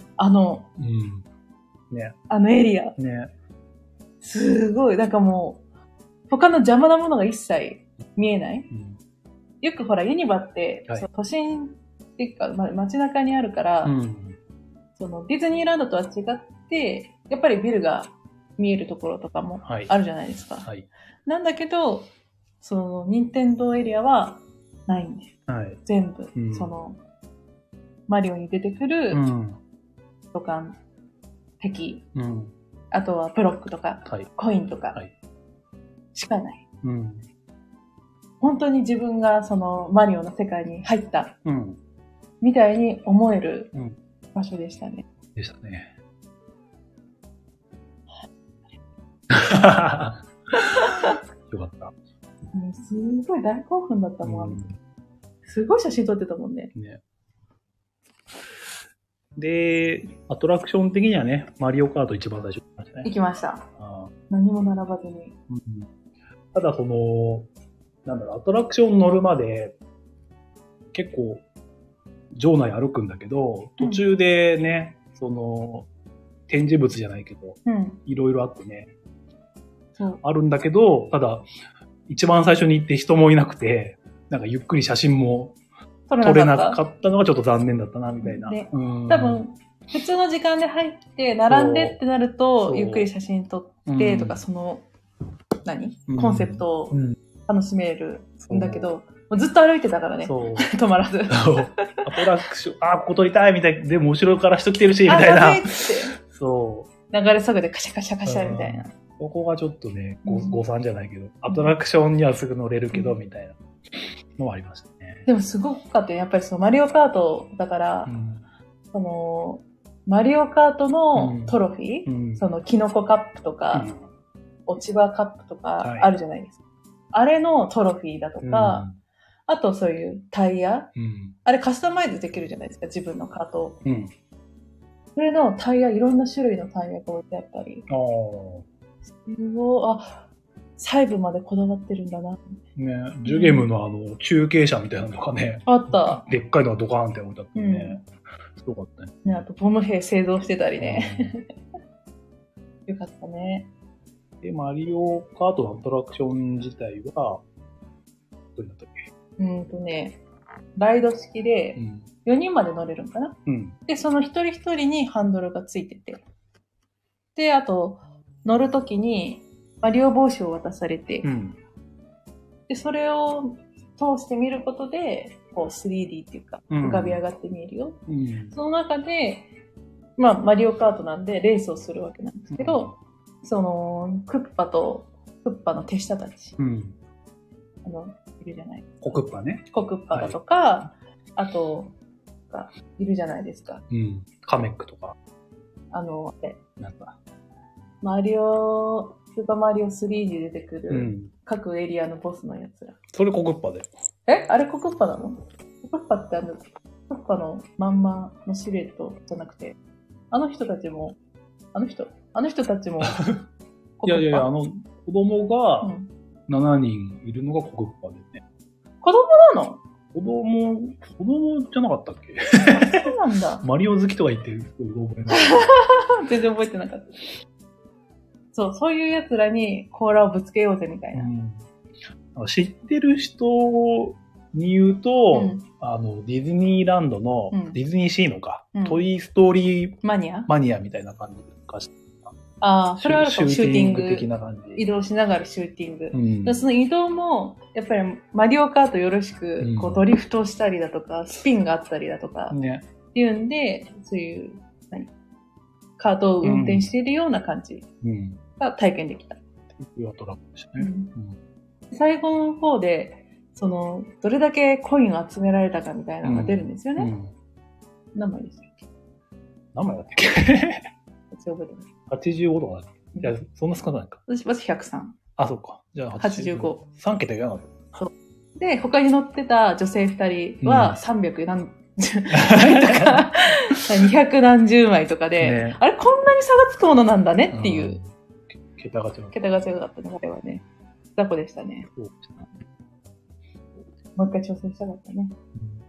ね、
エリア。
ね。
すごい。なんかもう、他の邪魔なものが一切見えない。よくほら、ユニバって、その都心っていうか、街中にあるから、そのディズニーランドとは違って、やっぱりビルが見えるところとかもあるじゃないですか。なんだけど、その、任天堂エリアはないんです。全部、その、マリオに出てくる、土管、敵、あとはブロックとか、コインとか、しかない。本当に自分がそのマリオの世界に入った、みたいに思える場所でしたね。
でしたね。よかった。
すごい大興奮だったもん。すごい写真撮ってたもんね。
で、アトラクション的にはね、マリオカート一番最初
行きました。何も並ばずに。
ただその、アトラクション乗るまで、結構、場内歩くんだけど、途中でね、その、展示物じゃないけど、いろいろあってね、あるんだけど、ただ、一番最初に行って人もいなくて、なんかゆっくり写真も撮れなかったのがちょっと残念だったな、みたいな。
多分、普通の時間で入って、並んでってなると、ゆっくり写真撮ってとか、その、コンセプトを楽しめるんだけど、もうずっと歩いてたからね。止まらず。ア
トラクション、ここ撮りたいみたいな。でも後ろから人来てるし、みたいな。そう。
流れ速でカシャカシャカシャみたいな。
ここがちょっとね、誤算じゃないけど、アトラクションにはすぐ乗れるけど、みたいなのはありましたね。
でもすごかったよ。やっぱりそのマリオカートだから、その、マリオカートのトロフィー、そのキノコカップとか、落ち葉カップとかあるじゃないですか。あれのトロフィーだとか、あとそういうタイヤ、あれカスタマイズできるじゃないですか、自分のカートを。それのタイヤ、いろんな種類のタイヤが置いてあったり。すごい、細部までこだわってるんだな。
ね、ジュゲムの中継車みたいなのがね、
あった。
でっかいのがドカーンって置いてあってね、すごかったね。
ね、あとボム兵製造してたりね。よかったね。
で、マリオカートのアトラクション自体は、どうだったっけ？
ライド式で、4人まで乗れるんかな、で、その一人一人にハンドルがついてて。で、あと、乗るときに、マリオ帽子を渡されて、で、それを通して見ることで、こう 3D っていうか、浮かび上がって見えるよ。その中で、マリオカートなんでレースをするわけなんですけど、その、クッパの手下たち。いるじゃない。
コクッパね。
コクッパだとか、あと、いるじゃないですか。
カメックとか。
なんか、スーパーマリオ3に出てくる、各エリアのボスのやつら。
それコクッパだよ。
あれコクッパなの？コクッパってコクッパのまんまのシルエットじゃなくて、あの人たちも、
いやいや、子供が7人いるのがコクッパでね。
子供なの？
子供じゃなかったっけ？
そうなんだ。
マリオ好きとか言ってる人覚えない。
全然覚えてなかった。そういう奴らに甲羅をぶつけようぜみたいな。
知ってる人に言うと、ディズニーランドの、ディズニーシーのか、トイストーリーマニアみたいな感じかし
それはあるかも。シューティング
的な感じ。
移動しながらシューティング。その移動も、やっぱりマリオカートよろしく、こうドリフトしたりだとか、スピンがあったりだとか、っていうんで、そういう、 カートを運転しているような感じが体験できた。
トラックでしたね。
最後の方で、どれだけコインを集められたかみたいなのが出るんですよね。何枚でしたっけ？
何枚だったっけ？
私覚えてます。
85とかだっけ？いや、そんな少ないか。
私まず103。
あ、そっか。じゃあ
85。
3桁いかなかった。
そう。で、他に乗ってた女性2人は300何十枚とか、200何十枚とかで、あれこんなに差がつくものなんだねっていう。
桁が違う。
桁が違かったね、あれはね。雑魚でしたね。もう一回挑戦したかったね。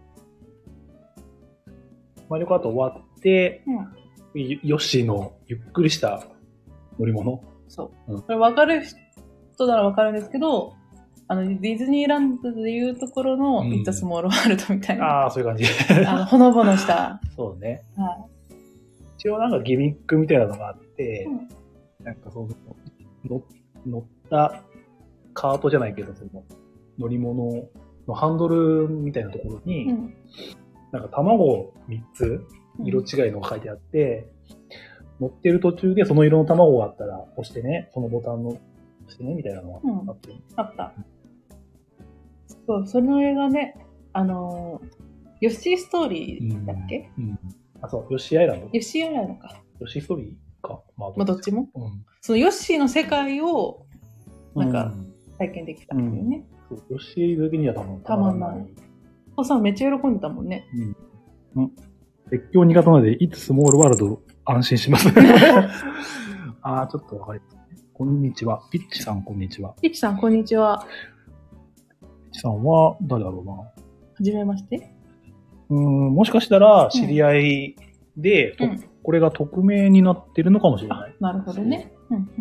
マリオカート終わって、ヨッシーのゆっくりした乗り物。
そう。これ分かる人なら分かるんですけど、ディズニーランドでいうところの、イッツ・スモール・ワールドみたいな。
ああ、そういう感じ。
ほのぼのした。
そうね。
はい。
一応なんかギミックみたいなのがあって、なんか乗ったカートじゃないけど、乗り物のハンドルみたいなところに、なんか卵3つ色違いのが書いてあって、乗ってる途中でその色の卵があったら押してね、そのボタンの押してね、みたいなのがあって。
あった。そう、その映画ね、ヨッシーストーリーだっけ？
あ、そう、ヨッシーアイランド。
ヨッシーアイランドか。
ヨッシーストーリーか。
まあ、どっちも。そのヨッシーの世界を、なんか、体験できたんだよね。
そう、ヨッシー好きにはたまんない。
お父さんめっちゃ喜んでたもんね。
絶叫苦手なので、いつスモールワールド安心します。ああ、ちょっとわかります。こんにちは。ピッチさん、こんにちは。
ピッチさん、こんにちは。
ピッチさんは、誰だろうな。は
じめまして。
もしかしたら、知り合いで、これが匿名になってるのかもしれない。
なるほどね。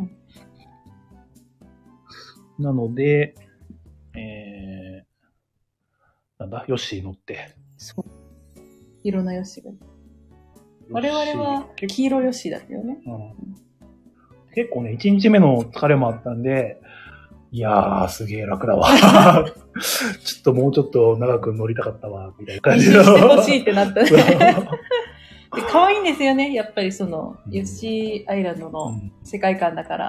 なので、なんだ、ヨッシー乗って。
そう。いろんなヨッシーが。我々は黄色ヨッシーだったよね。
結構ね、1日目の疲れもあったんで、いやー、すげー楽だわ。ちょっともうちょっと長く乗りたかったわ、みたいな感じの。
してほしいってなったね。で可愛いんですよね。やっぱりヨッシーアイランドの世界観だから。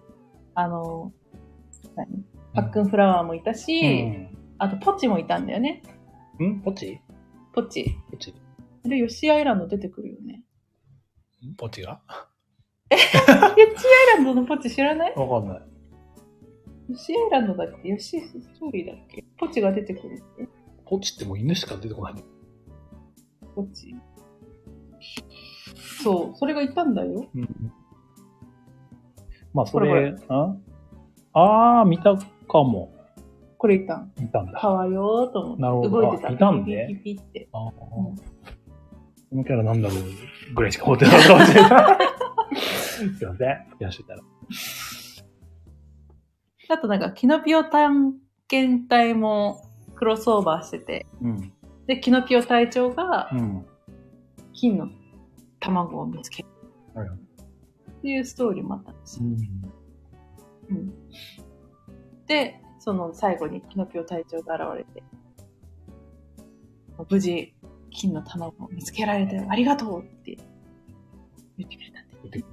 パックンフラワーもいたし、あとポチもいたんだよね。
ポチ。
で、ヨッシーアイランド出てくるよね。
ポチが
ヨッシーアイランドのポチ知らない？
わかんない。
ヨッシーアイランドだっけ？ヨッシーストーリーだっけ？ポチが出てくるって。
ポチってもう犬しか出てこない。
ポチ。そう、それがいたんだよ。
まあ、それ、見たかも。
これいたん
だ。
かわよーと思って。
なるほど。
動いてた。
いたんで。
ピピピって。
このキャラなんだろうぐらいしか思ってなかったかもしれない。すいません。やしてたら。
あとなんか、キノピオ探検隊もクロスオーバーしてて。で、キノピオ隊長が、金の卵を見つける。っていうストーリーもあったんですよ。で、最後にキノピオ隊長が現れて、無事、金の卵を見つけられてありがとうって言ってくれたんで。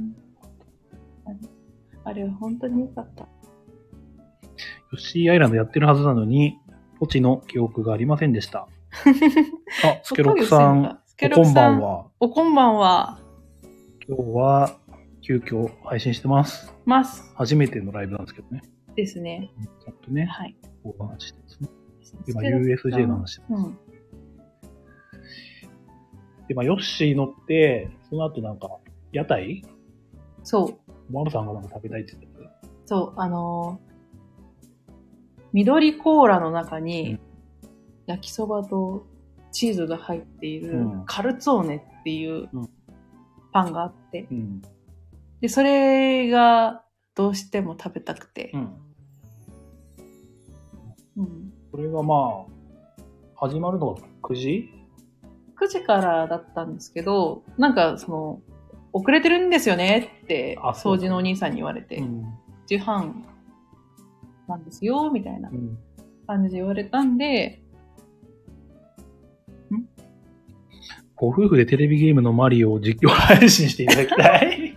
あれは本当に良かった。
ヨッシーアイランドやってるはずなのに、ポチの記憶がありませんでした。スケロクさん、おこんばんは。
おこんばんは。
今日は、急遽配信してます。初めてのライブなんですけどね。
ですね。
ちゃんとね、
はい。
こう話してますね。今、USJ の話してます。で、ヨッシー乗って、その後なんか、屋台？
そう。
マルさんがなんか食べたいって言ってた。
そう、緑コーラの中に、焼きそばとチーズが入っている、カルツォーネっていうパンがあって、で、それがどうしても食べたくて。
それがまあ、始まるのが9時
?9 時からだったんですけど、なんか遅れてるんですよねって、掃除のお兄さんに言われて、9時半なんですよ、みたいな感じで言われたんで、
ご夫婦でテレビゲームのマリオを実況配信していただきたい。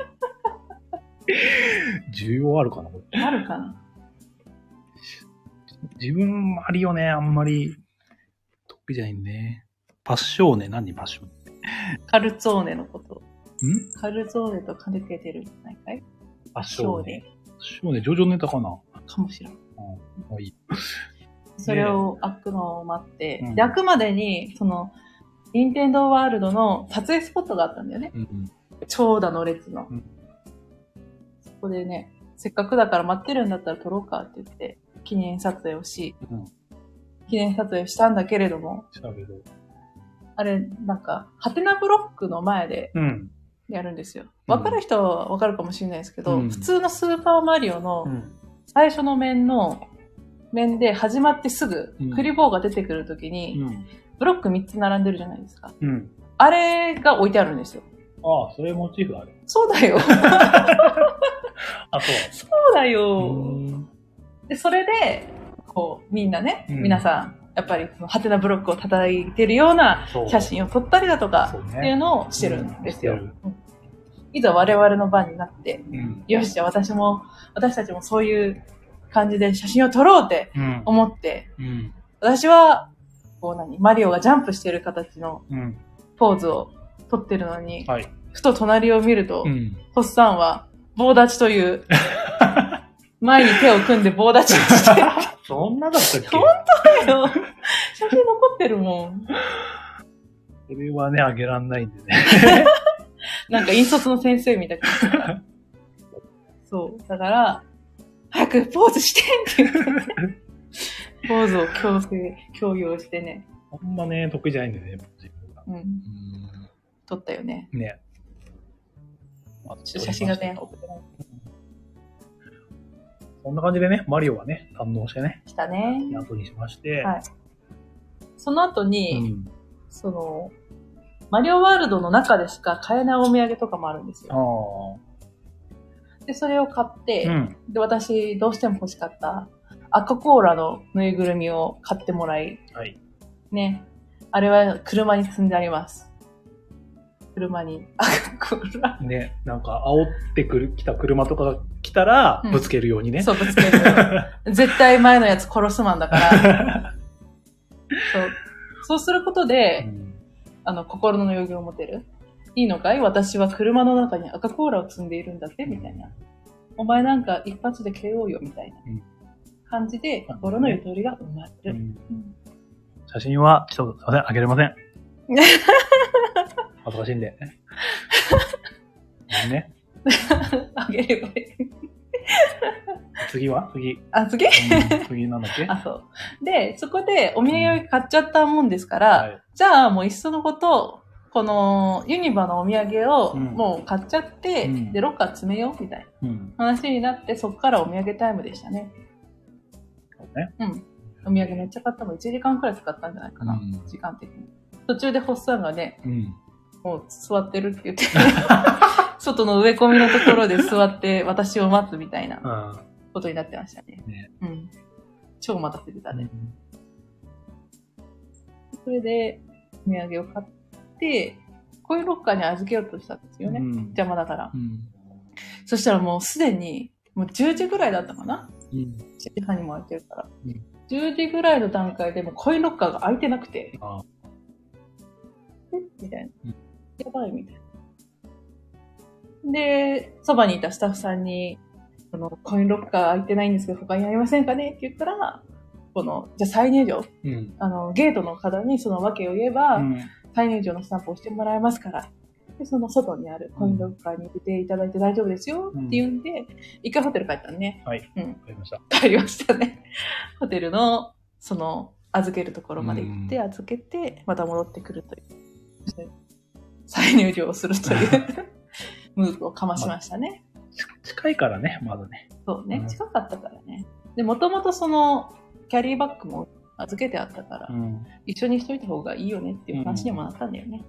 需要あるかなこれ。
あるかな。
自分マリオね、あんまり得意じゃないんでね。パッショーネ、何パッショーネ。
カルツォーネのこと。カルツォーネとかけてるんじゃないかい？
パッショーネ。パッショーネ、ジョジョネタかな？
かもしれん。
いい。
それを開くのを待って、で、開くまでに、任天堂ワールドの撮影スポットがあったんだよね。長蛇の列の。そこでね、せっかくだから待ってるんだったら撮ろうかって言って、記念撮影をし、記念撮影したんだけれども、あれ、なんか、ハテナブロックの前でやるんですよ。わかる人はわかるかもしれないですけど、普通のスーパーマリオの最初の面で始まってすぐ、クリボーが出てくるときに、ブロック3つ並んでるじゃないですか。あれが置いてあるんですよ。
ああ、それモチーフある。
そうだよ。
あ、そう。
そうだよ。で、それで、みんなね、皆さん、やっぱり、ハテナブロックを叩いてるような写真を撮ったりだとか、っていうのをしてるんですよ。いざ我々の番になって、よし、じゃあ私たちもそういう感じで写真を撮ろうって思って、私は、マリオがジャンプしてる形のポーズを撮ってるのに、ふと隣を見ると、ホッサンは棒立ちという、前に手を組んで棒立ちしてる。
そんなだったっけ？
本当だよ。写真残ってるもん。
それはね、あげらんないんでね。
なんか引率の先生みたいな。そう。だから、早くポーズしてって言って、ポーズを強要してね。
ほんまね、得意じゃないんだよね、自分が。
撮ったよね。
ね。
写真がね、送ってない。
こんな感じでね、マリオはね、堪能してね。
したね。
後にしまして。
はい。その後に、マリオワールドの中でしか買えないお土産とかもあるんですよ。で、それを買って、で、私、どうしても欲しかった赤コーラのぬいぐるみを買ってもらい、ね。あれは車に積んであります。車に赤コーラ。
ね、なんか煽ってきた車とかが来たら、ぶつけるようにね。
そう、ぶつけるように。絶対前のやつ殺すマンだから。そうすることで、心の余裕を持てる。いいのかい？私は車の中に赤コーラを積んでいるんだって、みたいな。お前なんか一発で KO よ、みたいな感じで、心のゆとりが生まれる。
写真は、ちょっとすいません、あげれません。恥ずかしいんで。ね。
あげればいい。
次は次。次なんだっけ？
そう。で、そこでお土産買っちゃったもんですから、じゃあもういっそのこと、このユニバのお土産をもう買っちゃって、で、ロッカー詰めようみたいな話になって、そこからお土産タイムでしたね。
そうね。
お土産めっちゃ買ったもん1時間くらい使ったんじゃないかな、時間的に。途中でホッサンがね、もう座ってるって言って、外の植え込みのところで座って私を待つみたいなことになってましたね。超待たせてたね。それで、お土産を買って、コインロッカーに預けようとしたんですよね。邪魔だから。そしたらもうすでに、もう10時ぐらいだったかな。7時半にも空いてるから。10時ぐらいの段階でもコインロッカーが空いてなくて。みたいな。やばいみたいな。で、そばにいたスタッフさんに、コインロッカー空いてないんですけど、他にありませんかねって言ったら、じゃあ再入場、ゲートの方にその訳を言えば、再入場のスタンプを押してもらえますから。で、その外にあるコインロッカーに入れていただいて大丈夫ですよって言うんで、一回ホテル帰ったのね。
帰りました。
帰りましたね。ホテルの、預けるところまで行って預けて、また戻ってくるという。再入場をするというムーブをかましましたね。
近いからね、まだね。
そうね、近かったからね。で、もともとキャリーバッグも預けてあったから、一緒にしといた方がいいよねっていう話にもなったんだよね。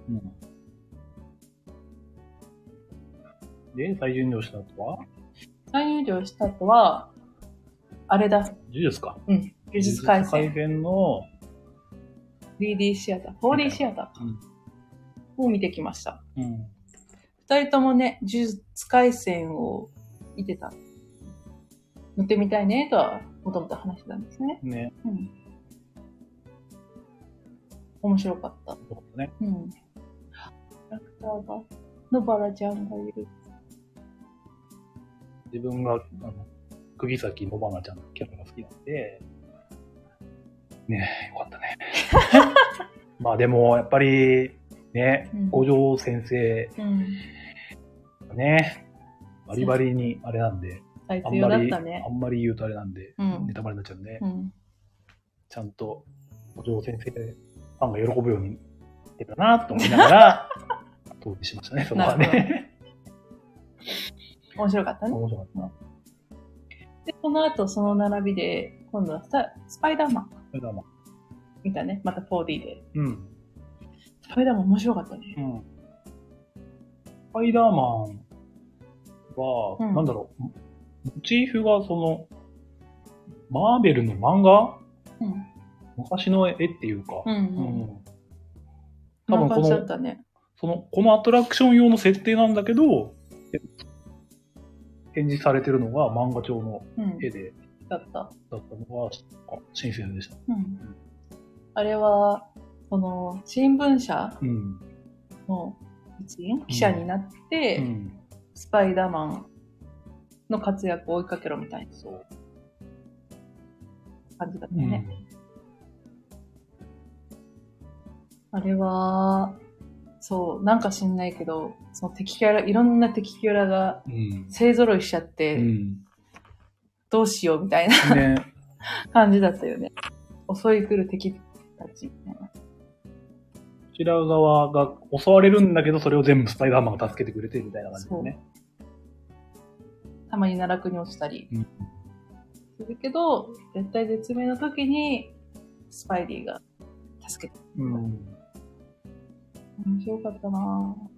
で、再入場した後は？
再入場した後は、あれだ。
呪術か。
呪術廻戦。
廻戦の
3D シアター、4D シアターか。 を見てきました。二人ともね、呪術廻戦を見てた。乗ってみたいねとは、もともと話してたんですね。
ね。
面白かった。
そうね。
キャラクターが、野原ちゃんがいる。
自分が、釘崎野花ちゃんのキャラが好きなんで、ねえ、よかったね。まあでも、やっぱり、ね、五条先生、ね、バリバリにあれなんで、あんまり言うとあれなんで、ネタバレになっちゃうんで、ちゃんと五条先生、ファンが喜ぶように出たなと思いながら、投資しましたね、そこはね。
面白かったね。
面白かった。
で、この後その並びで、今度はスパイダーマン。見たね。また 4D で。スパイダーマン面白かったね。
スパイダーマンは、なんだろう、モチーフがマーベルの漫画、昔の絵っていうか、
多分こ
のアトラクション用の設定なんだけど、展示されてるのが漫画調の絵で、
だった
のが新鮮でした。
あれは、新聞社の記者になって、スパイダーマンの活躍を追いかけろみたいな感じだったね。あれは、そう、なんか知んないけど、そのいろんな敵キャラが勢揃いしちゃって、どうしようみたいな、感じだったよね。襲い来る敵たちみたいな。こ
ちら側が襲われるんだけど、それを全部スパイダーマンが助けてくれてみたいな感じですね。
たまに奈落に落ちたりするけど、絶対絶命の時にスパイリーが助けてくれる。面白かったなぁ。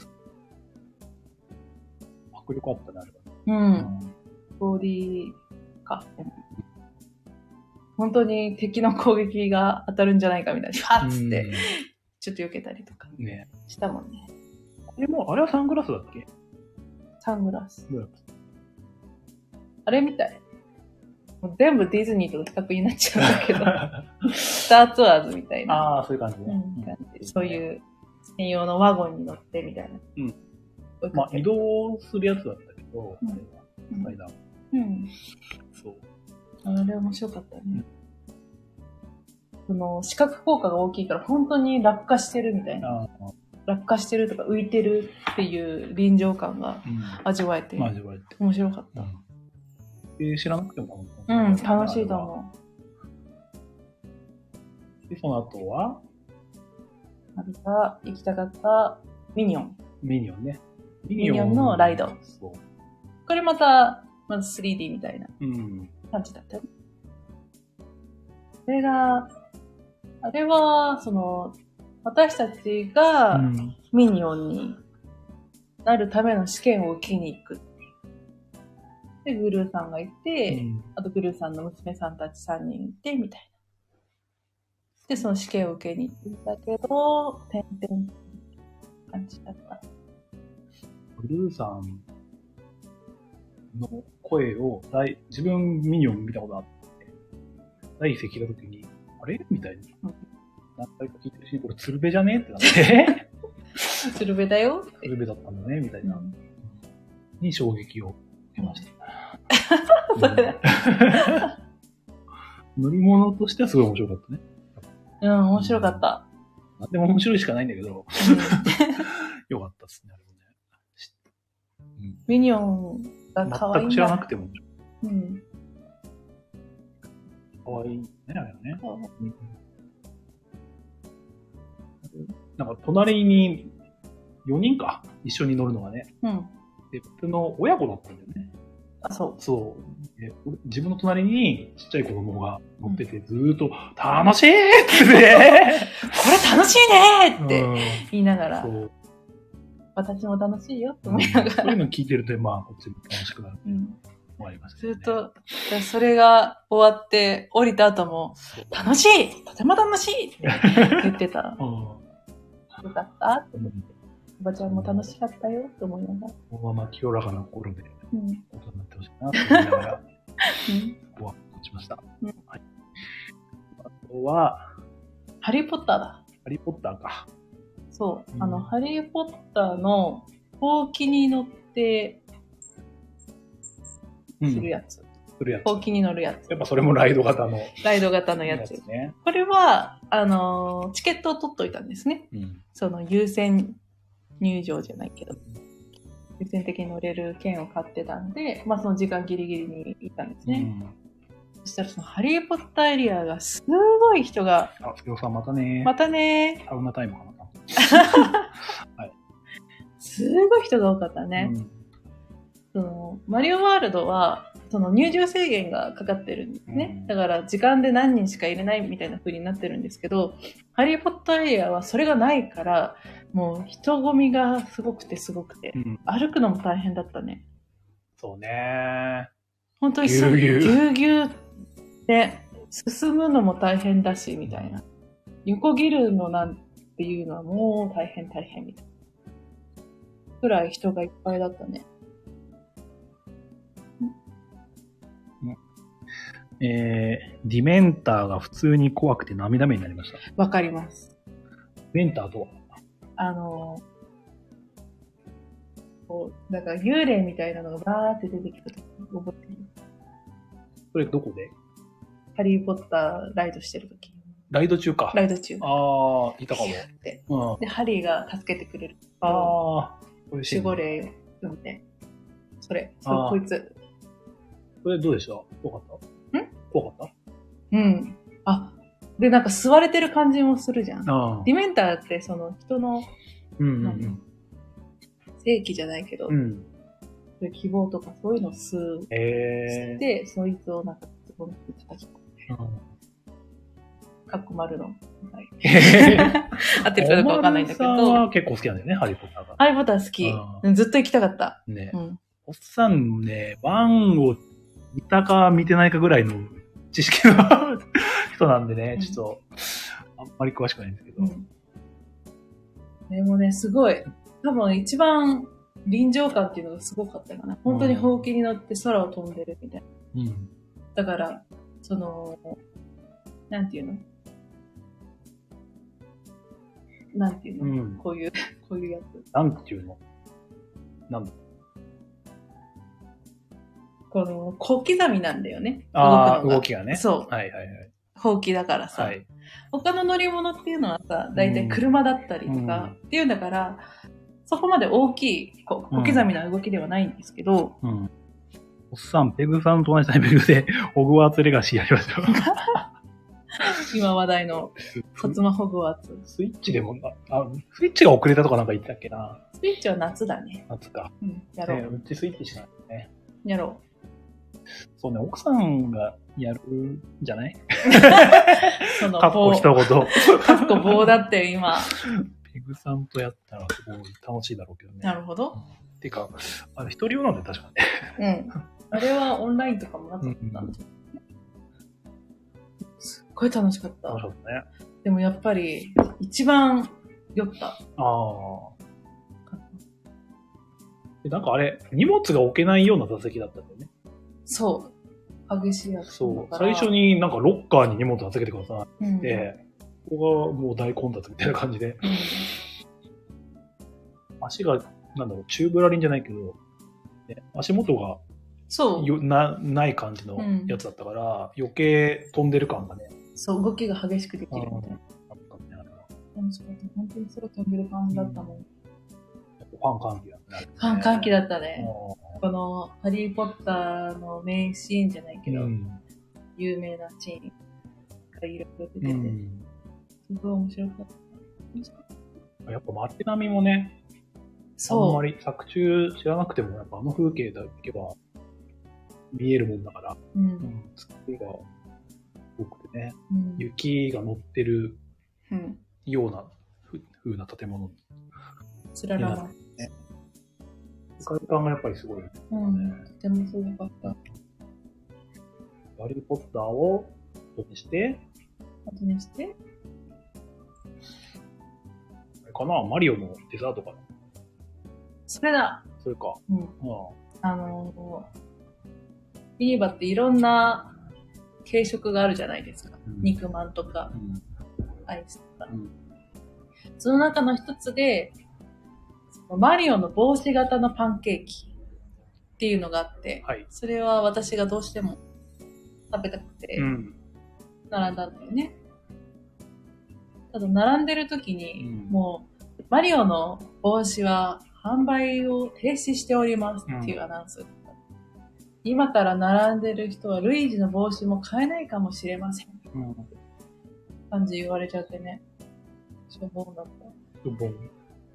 迫力あったね、あれは。
4D か。本当に敵の攻撃が当たるんじゃないかみたいな、ファッつって、ちょっと避けたりとかしたもんね。
あれはサングラスだっけ？
サングラス。あれみたい。もう全部ディズニーとの比較になっちゃうんだけど、スターツアーズみたいな。
ああ、そういう感じね。
そういう専用のワゴンに乗ってみたいな。
まあ移動するやつだったけど、あれはスパイダーマン。そう。
あれ面白かったね。視覚効果が大きいから本当に落下してるみたいな。落下してるとか浮いてるっていう臨場感が味わえて、面白かった。
知らなくても
楽しいと思
う。で、その後は
あれが行きたかったミニオン。
ミニオンね。
ミニオンのライド。これまた 3D みたいな感じだったよね。あれは、私たちがミニオンになるための試験を受けに行く。で、グルーさんがいて、あとグルーさんの娘さんたち3人いて、みたいな。で、その試験を受けに行ったけど、感じだった。
グルーさんの声を、自分ミニオン見たことあって、第一声聞いたときに、あれみたいな。何回か聞いてるし、これ鶴瓶じゃねってなって。
鶴瓶だよ
鶴瓶だったんだね、みたいな。に衝撃を受けました。乗り物としてはすごい面白かったね。
面白かった。
でも面白いしかないんだけど。よかったっすね、あれ
もね。ミニオンが可愛い。
全く知らなくても。可愛いね、あれはね。なんか隣に4人か、一緒に乗るのがね。で、普通の親子だったんだよね。そう。自分の隣にちっちゃい子供が乗ってて、ずーっと、楽しいってね。
これ楽しいねって言いながら、私も楽しいよって思いながら。
そういうの聞いてると、まあ、こっちも楽しくなる。思いますね。
ずっと、それが終わって、降りた後も、楽しいとても楽しいって言ってた。 よかったって思って、おばちゃんも楽しかったよと思いながら。
このまま清らかな心で大人になってほしいなと思いながら、ここは持ちました。はい。あとは、
ハリーポッターだ。
ハリーポッターか。
そう。ハリーポッターのほうきに乗ってするやつ。ほうきに乗るやつ。
やっぱそれもライド型の。
ライド型のやつ。ね、これは、チケットを取っといたんですね。その優先入場じゃないけど、優先的に乗れる券を買ってたんで、まあその時間ギリギリに行ったんですね。そしたらそのハリーポッターエリアがすごい人が。
あ、スケオさんまたね。
またね。
サウナタイムかな。
はい。すごい人が多かったね。そのマリオワールドは、その入場制限がかかってるんですね。だから時間で何人しか入れないみたいな風になってるんですけど、ハリーポッターエリアはそれがないから、もう人混みがすごくて、歩くのも大変だったね。
そうね。
本当にぎゅうぎゅうで、進むのも大変だし、みたいな。横切るのなんていうのはもう大変みたいな。くらい人がいっぱいだったね。
ディメンターが普通に怖くて涙目になりました。
わかります。
ディメンターとは
だから幽霊みたいなのがバーって出てきたとき覚えてる？
それどこで？
ハリーポッターライドしてるとき。
ライド中か。
ライド中。
ああ、いたか
も。で、ハリーが助けてくれる。
ああ、
守護霊を読んで。こいつ。
これどうでした？怖かった？怖かった？
うん。で、なんか吸われてる感じもするじゃん。ディメンターってその人の、正気じゃないけど、そういう希望とかそういうのを吸って、そいつをなんか、この人たちかっこ丸の。合ってるかどうかわかんないんだけど。
おまるさんは結構好きなんだよね、ハリーポッターが。
ハリーポッター好き。ずっと行きたかった。
ね。おっさんね、1を見たか見てないかぐらいの知識の人なんでね、ちょっと、あんまり詳しくないんですけど。
でもね、すごい。多分一番臨場感っていうのがすごかったかな。本当にほうきに乗って空を飛んでるみたいな。だから、その、なんていうの？こういうやつ。
なんていうの？なんだ？
この、小刻みなんだよね。
動きがね。
そう。
はいはいはい。
ほうきだからさ。他の乗り物っていうのはさ、だいたい車だったりとか、っていうんだから、そこまで大きい、小刻みな動きではないんですけど。
おっさん、ペグさんと同じタイミングで、ホグワーツレガシーやりましょう。
今話題の、薩摩ホグワーツ。
スイッチでも、スイッチが遅れたとかなんか言ってたっけな。
スイッチは夏だね。
夏か。
やろう。
うちスイッチしないね。
やろう。
そうね、奥さんがやるんじゃない？
その
かっこ一言。
かっこ棒だって今。
ペグさんとやったらすごい楽しいだろうけどね。
なるほど。
てか、一人用なんで確か
ね。あれはオンラインとかもなかった。すっごい楽しかった。
楽しかったね。
でもやっぱり、一番酔った。
なんかあれ、荷物が置けないような座席だったんだよね。
そう。激しいやつ。
そう。最初になんかロッカーに荷物預けてくださいって、ここがもう大混雑みたいな感じで。足が、チューブラリンじゃないけど、足元がない感じのやつだったから、余計飛んでる感がね。
そう、動きが激しくできるみたいな。楽しかった。本当に空飛んでる感じだったもん。
ファン歓喜だったね。
ファン歓喜だったね。このハリーポッターの名シーンじゃないけど、有名なシーンがいろいろ出てて、すごい面白かった。
やっぱ街並みもね、あんまり作中知らなくても、やっぱ風景だけは見えるもんだから、作りが多くてね、雪が乗ってるような風な建物。
つららら。
世界観がやっぱりすごいよね。
とてもすごかった。
ハリーポッターを後にして、
後にして、
かな、マリオのデザートかな。
それだ。
それか。
うん。ユニバっていろんな軽食があるじゃないですか。肉まんとか、アイスとか。その中の一つで、マリオの帽子型のパンケーキっていうのがあって、それは私がどうしても食べたくて、並んだんだよね。ただ並んでる時に、もう、マリオの帽子は販売を停止しておりますっていうアナウンス。今から並んでる人はルイージの帽子も買えないかもしれません。感じ言われちゃってね。しょぼんだった。しょぼん。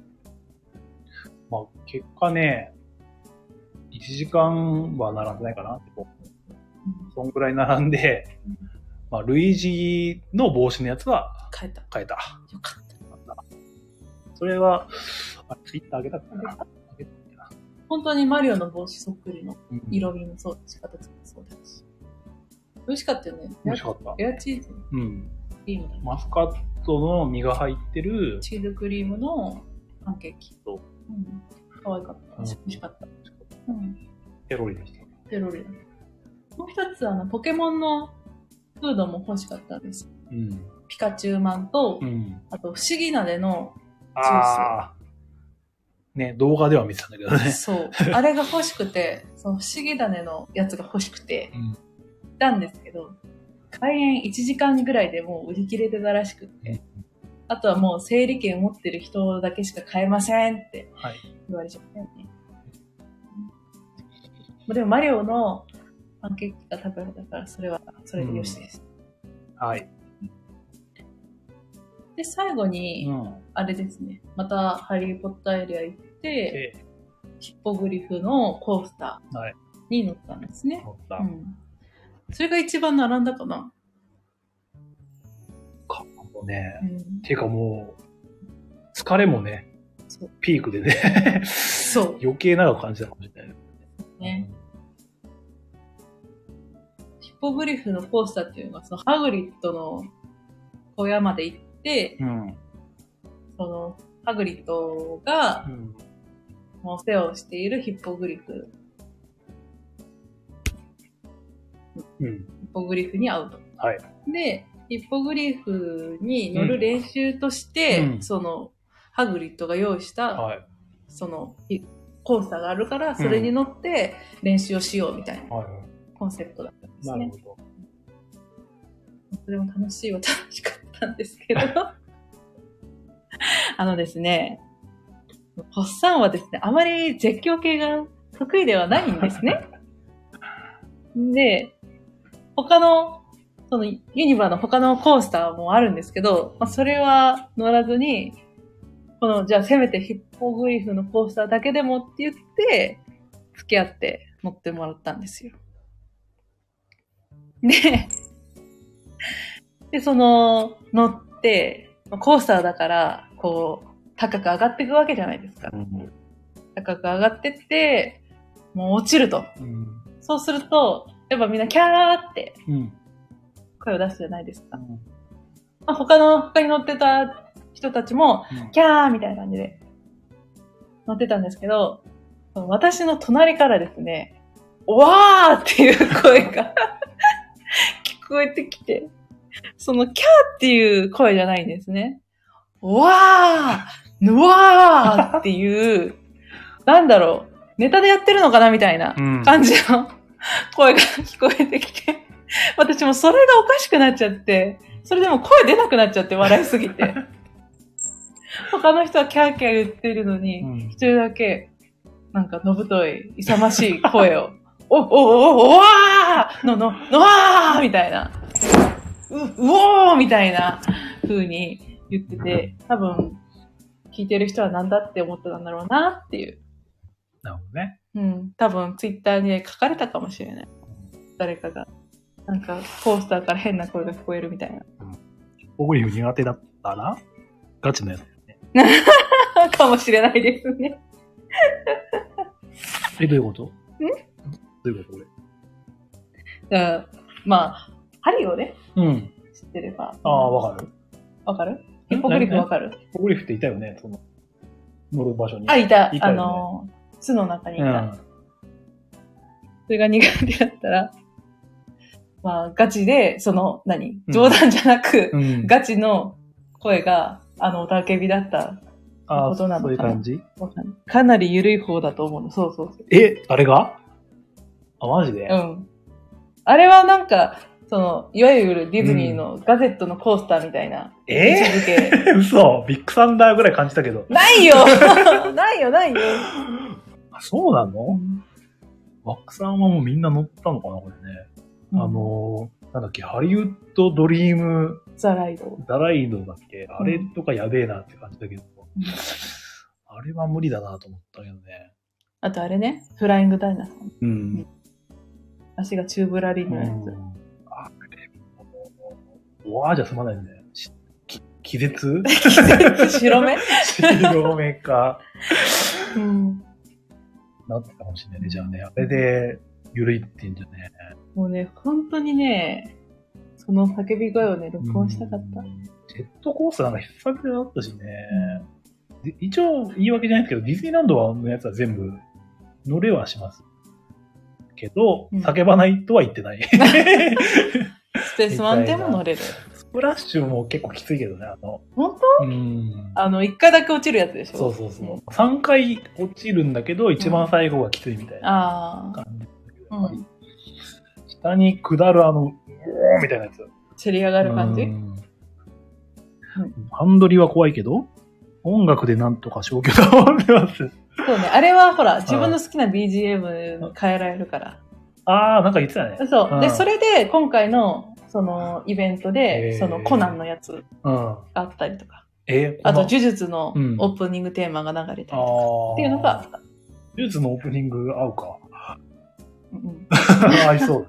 まあ、結果ね、1時間は並んでないかなって、そんぐらい並んで、まあ、ルイージの帽子のやつは
買えた。
よか
った。
それは、ツイッター上げたかな。
本当にマリオの帽子そっくりの色味もそうだし、形もそうだし。美味しかったよね。
美味しかった。
エアチーズ。クリームだね。
マスカットの実が入ってる
チーズクリームのパンケーキ。可愛かった。美味しかった。
ペロリでした。
ペロリだね。もう一つポケモンのフードも欲しかったんです。ピカチュウマンと、あと不思議鍋のジュース。
ね、動画では見てたんだけどね。
そう。あれが欲しくて、その不思議種のやつが欲しくて、行ったんですけど、開園1時間ぐらいでもう売り切れてたらしくって、あとはもう整理券持ってる人だけしか買えませんって言われちゃったよね。でもマリオのパンケーキが食べられたから、それでよしです。
はい。
で、最後に、あれですね、またハリーポッターエリア行って、ヒッポグリフのコースターに乗ったんですね。それが一番並んだかな。
かもね。ていうかもう、疲れもね、ピークでね、余計長く感じたかもしれない
ね。ヒッポグリフのコースターっていうのが、そのハグリッドの小屋まで行って、そのハグリッドが、お世話をしているヒッポグリフ。ヒッポグリフに会うと。で、ヒッポグリフに乗る練習として、その、ハグリッドが用意した、その、コースターがあるから、それに乗って練習をしようみたいなコンセプトだったんですね。なるほど。それも楽しかったんですけど、ですね、ホッサンはですね、あまり絶叫系が得意ではないんですね。で、他の、そのユニバの他のコースターもあるんですけど、それは乗らずに、じゃあせめてヒッポグリフのコースターだけでもって言って、付き合って乗ってもらったんですよ。で、乗って、コースターだから、こう、高く上がっていくわけじゃないですか。高く上がってって、もう落ちると。そうすると、やっぱみんなキャーって声を出すじゃないですか。他に乗ってた人たちも、キャーみたいな感じで乗ってたんですけど、私の隣からですね、わーっていう声が聞こえてきて、そのキャーっていう声じゃないんですね。わーわーっていう、なんだろう、ネタでやってるのかなみたいな感じの声が聞こえてきて、私もそれがおかしくなっちゃって、それでも声出なくなっちゃって笑いすぎて。他の人はキャーキャー言ってるのに、一人だけ、なんかのぶとい、勇ましい声を、おわーのわーみたいな、うおーみたいな風に言ってて、多分、聞いてる人はなんだって思ってたんだろうなっていう。
なるほどね。
多分ツイッターに書かれたかもしれない。誰かが。なんか、コースターから変な声が聞こえるみたいな。
ヒッポグリフ苦手だったらガチのやつですね。
かもしれないですね。
どういうこと？どういうことこれ？
まあ、ハリーをね、知ってれば。
わかる？
わかる？ ヒポグリフわかる？
ヒポグリフっていたよね、その、乗る場所に。
あ、いた。ね、巣の中にいた。それが苦手だったら、まあ、ガチで、冗談じゃなく、ガチの声が、おたけびだったことなのかな。そういう感じ？かなり緩い方だと思うの。そう。
あれが？あ、マジで？
うん。あれはなんか、いわゆるディズニーのガゼットのコースターみたいな。
嘘。ビッグサンダーぐらい感じたけど。
ないよないよ。
あ、そうなの？バックさんはもうみんな乗ったのかな、これね。なんだっけ、ハリウッドドリーム
ザライド
だっけ、あれとかやべえなって感じだけど、あれは無理だなと思ったけどね。
あとあれね、フライングダイナソー。足がチューブラリンのやつ。
あれ、わーじゃ済まないんだよ。気絶
白目
白目か。なってたかもしれないね。じゃあね、あれで緩いってんじゃね。
もうね、本当にね、その叫び声をね、録音したかった。
ジェットコースターなんか必殺だったしね。一応言い訳じゃないですけど、ディズニーランドのやつは全部乗れはします。けど、叫ばないとは言ってない。ス
ペースマウンテンも乗れる。
スプラッシュも結構きついけどね、
本当？一回だけ落ちるやつでしょ？
そう。3回落ちるんだけど、一番最後がきついみたいな感じだけど、下に下るみたいなやつ。
せり上がる感じ？
ハンドリは怖いけど、音楽でなんとか消去だ思ってます。
そうね、あれはほら、自分の好きな BGM 変えられるから。
なんか言ってたね。
そう。で、それで今回の、イベントで、コナンのやつがあったりとか。あと、呪術のオープニングテーマが流れたりとか。っていうのがあった。
呪術のオープニング合うか。合いそう。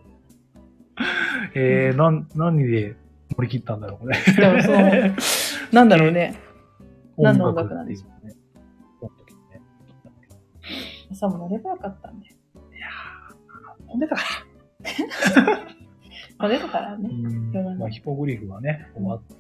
何で盛り切ったんだろう、これ。
なんだろうね。何の音楽なんでしょうね。朝も乗ればよかったんで。いや
ー、飛んでたから。
飛んでたからね。
ヒポグリフはね、終わって、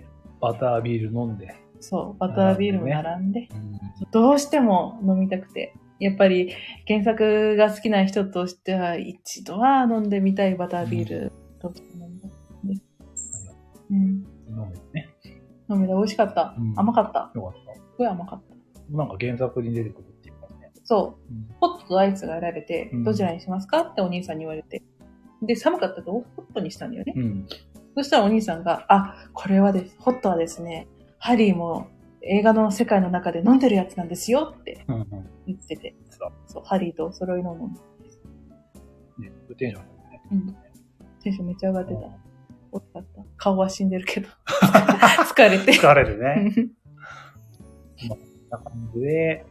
バタービール飲んで。
そう、バタービールも並んで。どうしても飲みたくて。やっぱり原作が好きな人としては一度は飲んでみたいバタービールとして飲んだんです。
飲めたね。
飲めた。美味しかった。甘かった。
よかった。
すごい甘かった。
なんか原作に出てくるっていうかね。
そう。ホットとアイスが選べて、どちらにしますかってお兄さんに言われて。で、寒かったとホットにしたんだよね。そしたらお兄さんが、これはホットはですね、ハリーも映画の世界の中で飲んでるやつなんですよって言ってて。そう、ハリーとお揃いの飲んでです。
ね、テンション上がるね。
テンションめっちゃ上がってた。美味しかった。顔は死んでるけど。疲れて。
疲れるね。こんな感じで、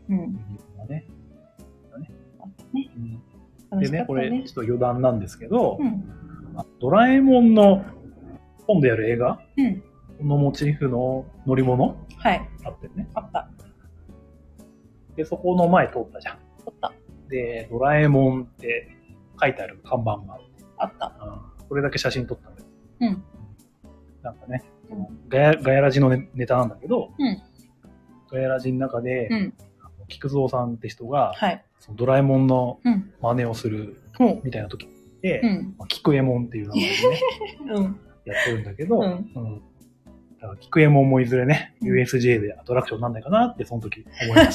でね、これ、ちょっと余談なんですけど、ドラえもんの今度やる映画のモチーフの乗り物あってね。
あった。
で、そこの前通ったじゃん。
通った。
で、ドラえもんって書いてある看板が
あった。
これだけ写真撮ったんだよ。なんかね、ガヤラジのネタなんだけど、ガヤラジの中で、菊蔵さんって人が、そのドラえもんの真似をするみたいな時で、菊右衛門っていう名前でね、やってるんだけど、だから菊右衛門もいずれね、USJ でアトラクションなんないかなってその時思いました。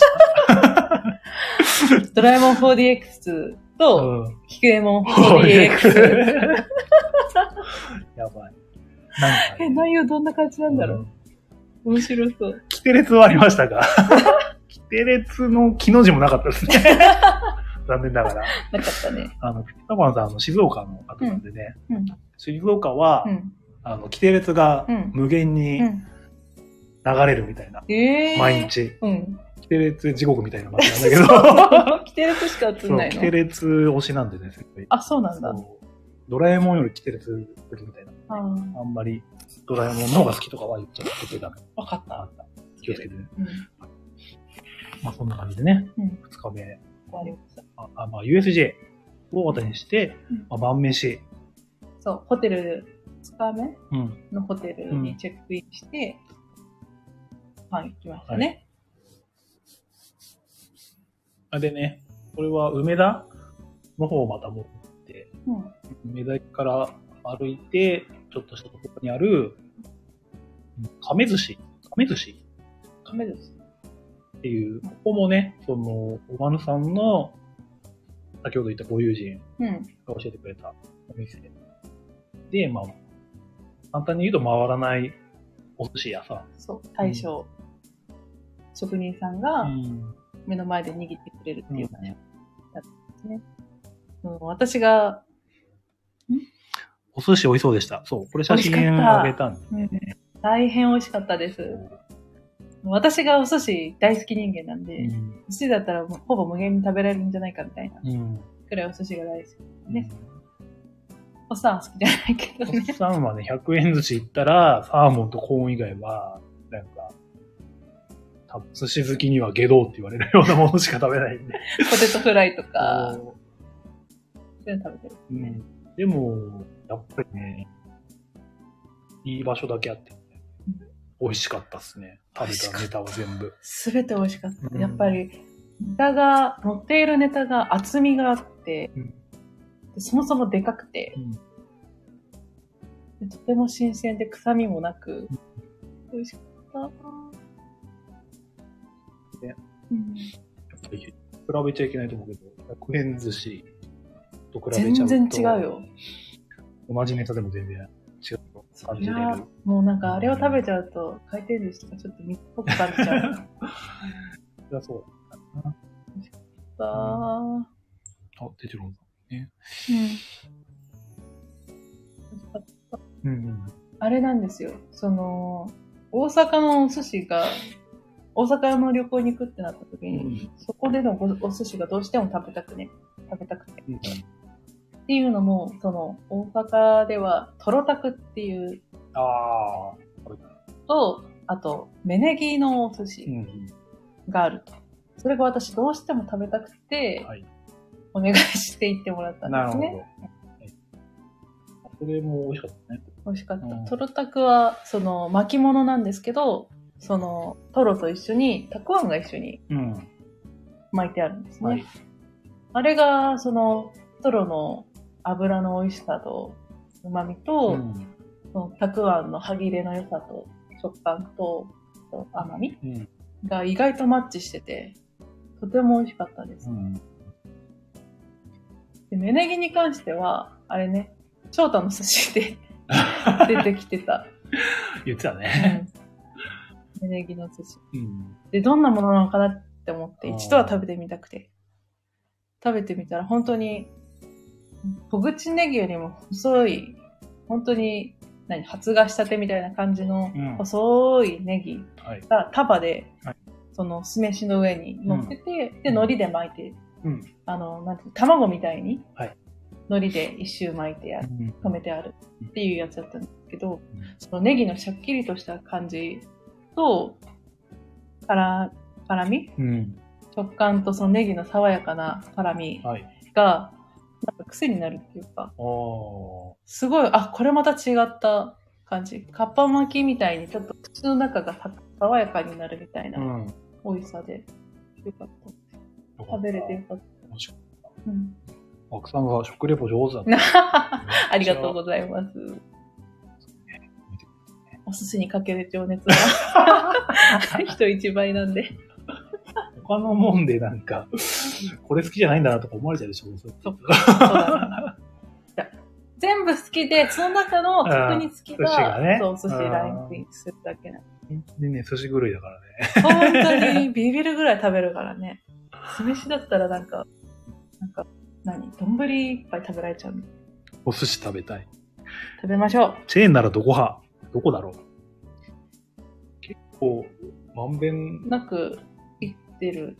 ドラえもん 4DX と、菊右衛門 4DX。
やばい。
内容どんな感じなんだろう。面白そう。
キテレツはありましたか？キテレツの木の字もなかったですね。残念ながら。
なかったね。
ピピタパンさん静岡の方なんでね、静岡は、キテレツが無限に流れるみたいな。毎日。キテレツ地獄みたいな街なんだけど。
キテレツしか映んないの？
キテレツ推しなんでね、すごい。
そうなんだ。
ドラえもんよりキテレツ好きみたいな。あんまりドラえもんの方が好きとかは言っちゃってダメ。
わかった。
気をつけてね。そんな感じでね、2日目。
終わりました。
USJ を大型にして、晩飯。
そう、ホテル、2日目のホテルにチェックインして、 パン行きましたね。
はい、でね、これは梅田の方をまた持って、梅田駅から歩いて、ちょっとしたところにある、亀寿司っていう、ここもね、その、おまぬさんの、先ほど言ったご友人が教えてくれたお店で、まあ、簡単に言うと回らないお寿司屋さん。
そう、大将、職人さんが目の前で握ってくれるっていう感じだったんですね。私が、
お寿司美味しそうでした。そう、これ写真あげたんですね。
大変美味しかったです。私がお寿司大好き人間なんで、寿司だったらほぼ無限に食べられるんじゃないかみたいなくらいお寿司が大好きですね。おっさんは好きじゃないけどね。
おっさんはね、100円寿司行ったら、サーモンとコーン以外は、なんか、多分寿司好きには下道って言われるようなものしか食べないんで。
ポテトフライとか、そういうの食べてる、ね。
でも、やっぱりね、いい場所だけあって、美味しかったっすね。食べたネタは全部。
すべて美味しかった。やっぱり、乗っているネタが厚みがあって、でそもそもでかくて、でとても新鮮で臭みもなく、美味しかった。
でやっぱり比べちゃいけないと思うけど、100円寿司と比べちゃうと
全然違うよ。
同じネタでも全然違う感じれる。
もうなんかあれを食べちゃうと回転寿司とかちょっと密っぽく感じちゃう。
そりゃそうだな。
美味しかった。
テチロンさんね。
美味しかった。あれなんですよ。大阪のお寿司が、大阪の旅行に行くってなった時に、そこでのお寿司がどうしても食べたくて。っていうのも、大阪では、トロタクっていう、と、あと、芽ネギのお寿司があると。それが私どうしても食べたくて、お願いして行ってもらったんですね。なる
ほど。それも美味しかったね。
美味しかった。トロタクは、巻物なんですけど、トロと一緒に、たくあんが一緒に巻いてあるんですね。あれが、トロの油の美味しさと旨味と、たくあんの歯切れの良さと食感と甘みが意外とマッチしてて、とても美味しかったです。で、芽ネギに関しては、あれね、翔太の寿司で出てきてた。
言ってたね。
芽ネギの寿司。で、どんなものなのかなって思って、一度は食べてみたくて。食べてみたら本当に、小口ネギよりも細い、本当に、発芽したてみたいな感じの細いネギが束で、酢飯の上に乗ってて、で、海苔で巻いて、卵みたいに、海苔で一周巻いて止めてあるっていうやつだったんですけど、そのネギのシャッキリとした感じと、辛み、食感とそのネギの爽やかな辛みが、なんか癖になるっていうか、すごい、これまた違った感じ。かっぱ巻きみたいにちょっと口の中が爽やかになるみたいな美味しさで、よかった。食べれてよかった。
奥さんが食レポ上手だった。
ありがとうございます。お寿司にかける情熱は人一倍なんで。
他のもんでなんか、これ好きじゃないんだなとか思われちゃうでしょ。そう
だね。全部好きで、その中の特に好きが、お寿司ラインクインするだけなの。
本当にね、寿司狂いだから
ね。本当にビビるぐらい食べるからね。酢飯だったら丼いっぱい食べられちゃう。
お寿司食べたい。
食べましょう。
チェーンならどこだろう。結構、まんべん
なく行ってる。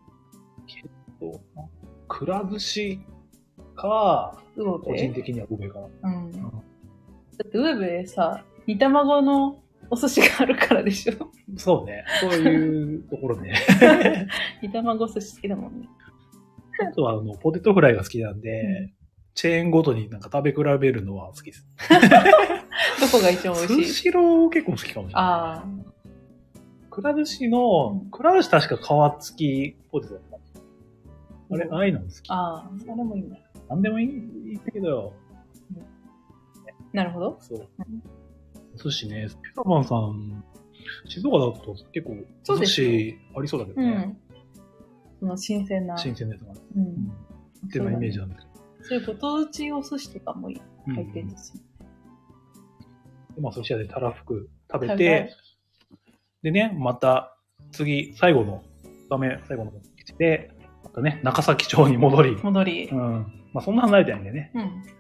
くら寿司か、個人的には上かな。
だって上部さ、煮卵のお寿司があるからでしょ。
そうね。そういうところね。
煮卵寿司好きだもんね。
あとはポテトフライが好きなんで、チェーンごとになんか食べ比べるのは好きです。
どこが一番美味しい？
スシロー結構好きかもしれない。 くら寿司の、くら寿司確か皮付きポテトだった。あれ、ああいうの好き。
ああ、あれもいいんだ。
なんでもいいんだけど。
なるほど。
そう。寿司ね、ピザマンさん、静岡だと結構、寿司ありそうだけどね。
その新鮮な。
新鮮ですがね。っていうイメージなんですけど。
そういうご当地お寿司とかも入ってるんですよ。
で、まあ、寿司屋でたらふく食べて、でね、また、次、最後の目的で、またね、中崎町に戻り。まあ、そんな離れてないんだよね。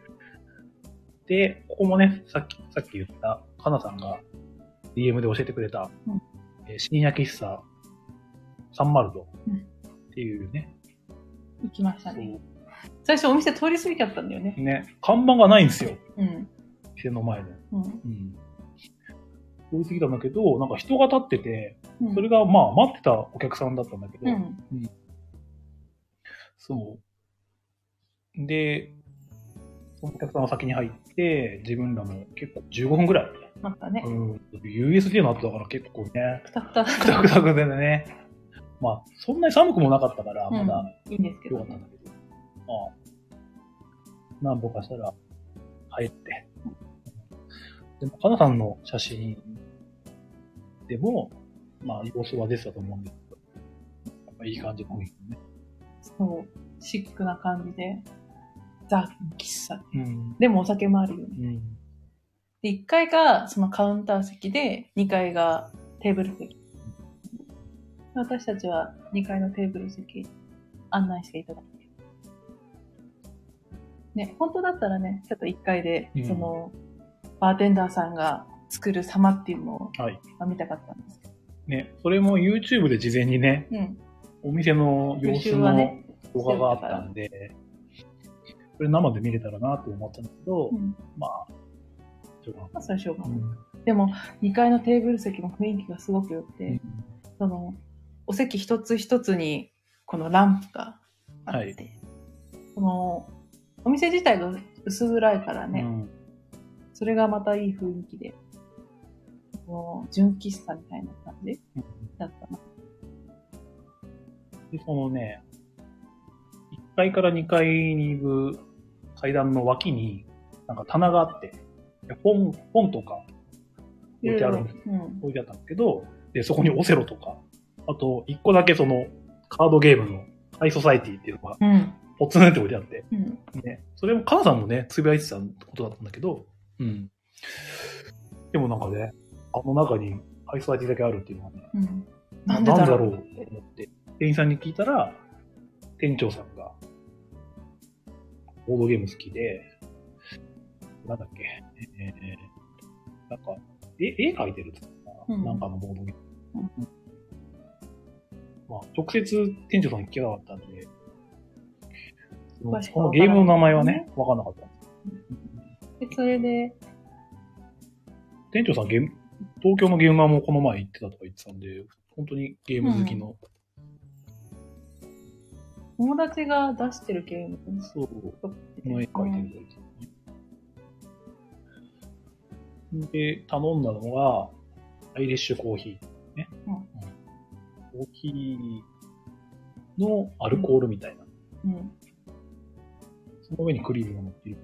で、ここもね、さっき言った、かなさんが DM で教えてくれた、新焼喫茶サンマルドっていうね。
行きましたね。最初お店通り過ぎちゃったんだよね。
ね、看板がないんですよ。店の前で。通り過ぎたんだけど、なんか人が立ってて、それがまあ待ってたお客さんだったんだけど、そう。で、そのお客さんが先に入って、自分らも結構15分ぐらい。
待ったね。
USJ の後だから結構ね。
くたくた。
くたくたでね。まあ、そんなに寒くもなかったから、まだ。
いいんですけど。
よかったんだけど。まあ、何歩かしたら、入って。でも、かなさんの写真でも、まあ、様子は出てたと思うんですけど、やっぱいい感じの雰囲気ね。
そう、シックな感じで、ザ・喫茶。でもお酒もあるよね。で、1階がそのカウンター席で、2階がテーブル席。私たちは2階のテーブル席案内していただいて。ね、本当だったらね、ちょっと1階で、その、バーテンダーさんが作る様っていうのを見たかったんですけど。
ね、それも YouTube で事前にね、お店の様子の動画があったんで、それ生で見れたらなと思ったんだけど、まあ、
それしょうがない。でも、2階のテーブル席も雰囲気がすごく良くて、その、お席一つ一つに、このランプがあって、その、お店自体が薄暗いからね、それがまたいい雰囲気で、純喫茶みたいな感じだったな。
で、そのね、1階から2階に行く階段の脇に、なんか棚があって、本とか置いてあるんです、置いてあったんですけど、で、そこにオセロとか、あと、1個だけその、カードゲームのハイソサイティっていうのが、ポツンって置いてあって、ね、それも、カナさんもね、つぶやいてたことだったんだけど、でもなんかね、あの中にハイソサイティだけあるっていうのはね、なんだろうと思って、店員さんに聞いたら、店長さんが、ボードゲーム好きで、なんだっけ、なんか、絵描いてるって言ったかな、なんかのボードゲーム。まあ、直接店長さんに聞けなかったんで、このゲームの名前はね、わかんなかったんです。
それで、
店長さん東京のゲームマもこの前行ってたとか言ってたんで、本当にゲーム好きの。
友達が出してるゲーム
そう。の絵描いてるで、頼んだのが、アイリッシュコーヒー。ね。コーヒーのアルコールみたいな。その上にクリームが乗っている。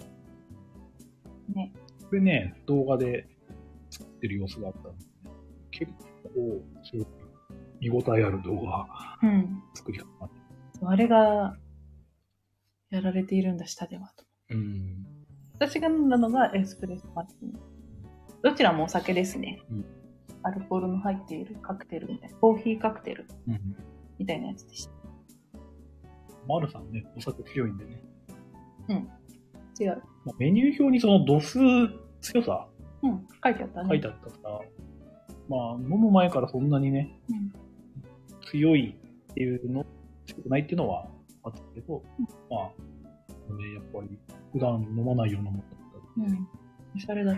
ね。
これね、動画で作ってる様子があったんで、結構、すごく見応えある動画、作り方があって。
あれが、やられているんだ、下ではと。私が飲んだのがエスプレッソマティーニ。どちらもお酒ですね。アルコールの入っているカクテルみたいな。コーヒーカクテルみたいなやつでした。
マルさんね、お酒強いんでね。
違う。
メニュー表にその度数強さ、
書いてあったね。
書いてあったから、まあ、飲む前からそんなにね、強いっていうの、強くないっていうのはあったけど、まあ、やっぱり普段飲まないようなものだったんで。
おしゃれだった。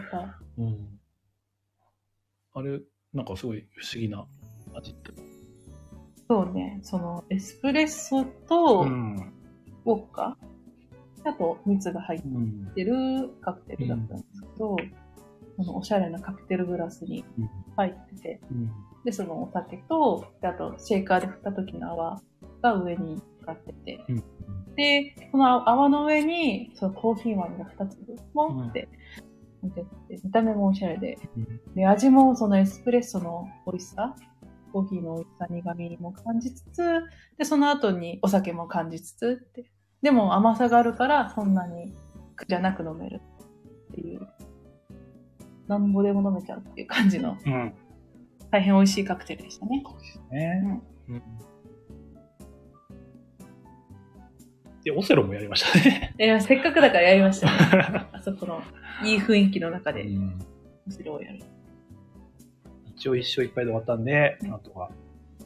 あれ、なんかすごい不思議な味って。
そうね、そのエスプレッソとウォッカ、あと蜜が入ってるカクテルだったんですけど、このおしゃれなカクテルグラスに入ってて、 で、そのお酒と、であとシェイカーで振った時の泡が上にかかってて、で、この泡の上に、そのコーヒー豆が2粒もって、見た目もおしゃれで、で、味もそのエスプレッソの美味しさ、コーヒーの美味しさ、苦味も感じつつ、で、その後にお酒も感じつつって、でも甘さがあるからそんなに苦じゃなく飲めるっていう、なんぼでも飲めちゃうっていう感じの、大変美味しいカクテルでしたね。
そうですね。で、オセロもやりましたね。
せっかくだからやりましたね。あそこのいい雰囲気の中で、オセロをやる。
一応一勝一敗で終わったんで、なんとか。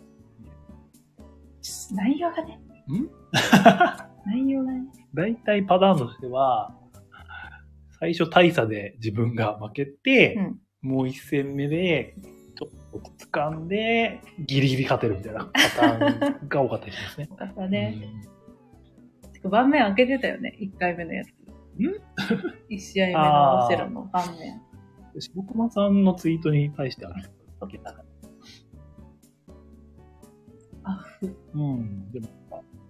内容がね。内容がね。
大体パターンとしては、最初大差で自分が負けて、もう一戦目で、ちょっと掴んで、ギリギリ勝てるみたいなパターンが多かったりしますね。
多かったね。盤面開けてたよね、1回目のやつ。1試合目のオセロの盤面。
白熊さんのツイートに対して開けたから。でも、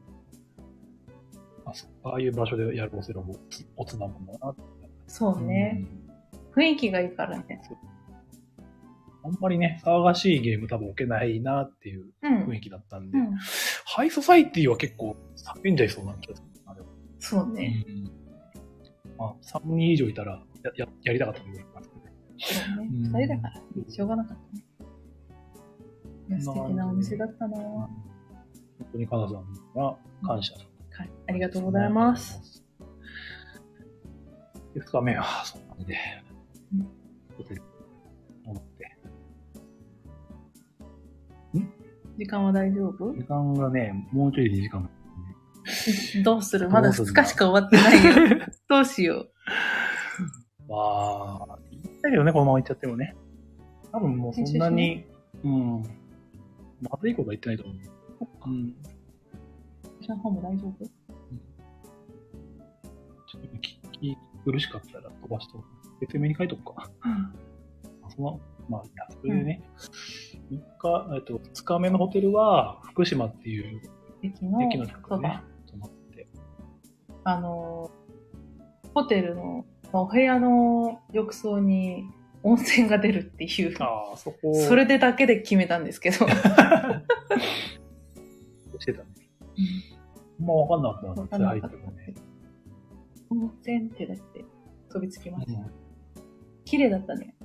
ああいう場所でやるオセロもおつなもんだなって。
そうね。雰囲気がいいからね。
あんまりね、騒がしいゲーム多分置けないなっていう雰囲気だったんで、ハイソサイティは結構叫んじゃいそうな気がする。
そうね。
3人以上いたらやりたかったと思いますけどね。
そうね。2人だからしょうがなかったね。いや、素敵なお店だったなぁ。
本当にかなさんが感謝。
はい。ありがとうございます。
2日目はそんな感じで、思って。
時間は大丈夫？
時間がね、もうちょいで時間。
どうする？まだ2日しか終わってないよ。どうしよう。
言ったけどね、このままいっちゃってもね。多分もうそんなに、まずいことは言ってないと思う。
私の方も大丈夫？
ちょっと聞き苦しかったら飛ばしとく。説明に書いとくか。それでね、2日目のホテルは、福島っていう駅の近くでね、泊まって。
ホテルのお部屋の浴槽に温泉が出るっていう。それでだけで決めたんですけど。教
えたね。あんま分かんなかったな、入ってもね。
温泉ってだって飛びつきました。綺麗だったね。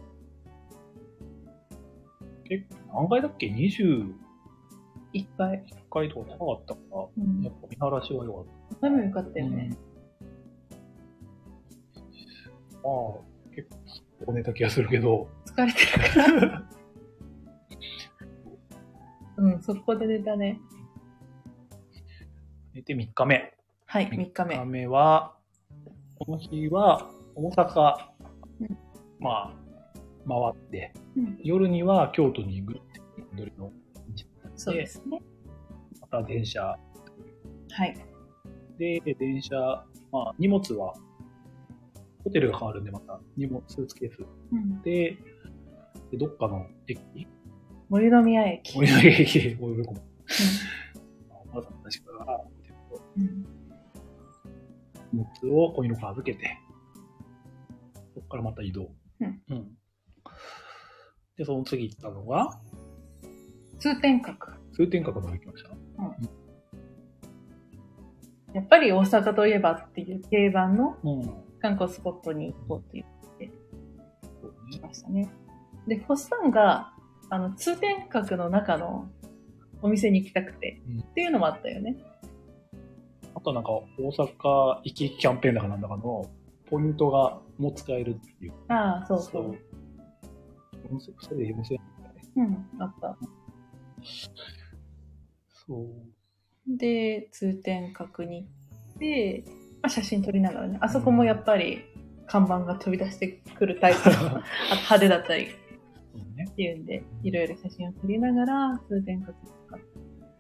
何階だっけ ?21
階。
1階とか高かったから、やっぱ見晴らしは良かった。
多分良かったよね。
結構寝た気がするけど。
疲れてるから。そこで寝たね。
寝て3日目。
はい、3日目。
3日目は、この日は大阪、回って、夜には京都にぐるって戻りの道
そうですね。
また電車。
はい。
で、電車、荷物は、ホテルが変わるんで、また荷物、スーツケース。で、どっかの駅
森の宮駅。
森の宮駅、お呼び込む。お母さんたちから、荷物をコインロッカー預けて、そこからまた移動。で、その次行ったのが
通天閣。
通天閣まで行きました。
やっぱり大阪といえばっていう定番の観光スポットに行こうって言って来ましたね。で、ホッサンが通天閣の中のお店に行きたくて、っていうのもあったよね。
あとなんか大阪行きキャンペーンだかなんだかのポイントがも使えるっていう。
そうそう。
それで4000円
だね。あった。
そう。
で、通天閣に行って、写真撮りながらね、あそこもやっぱり看板が飛び出してくるタイプの、あと派手だったりっていうんで、いろいろ写真を撮りながら通天閣に使って。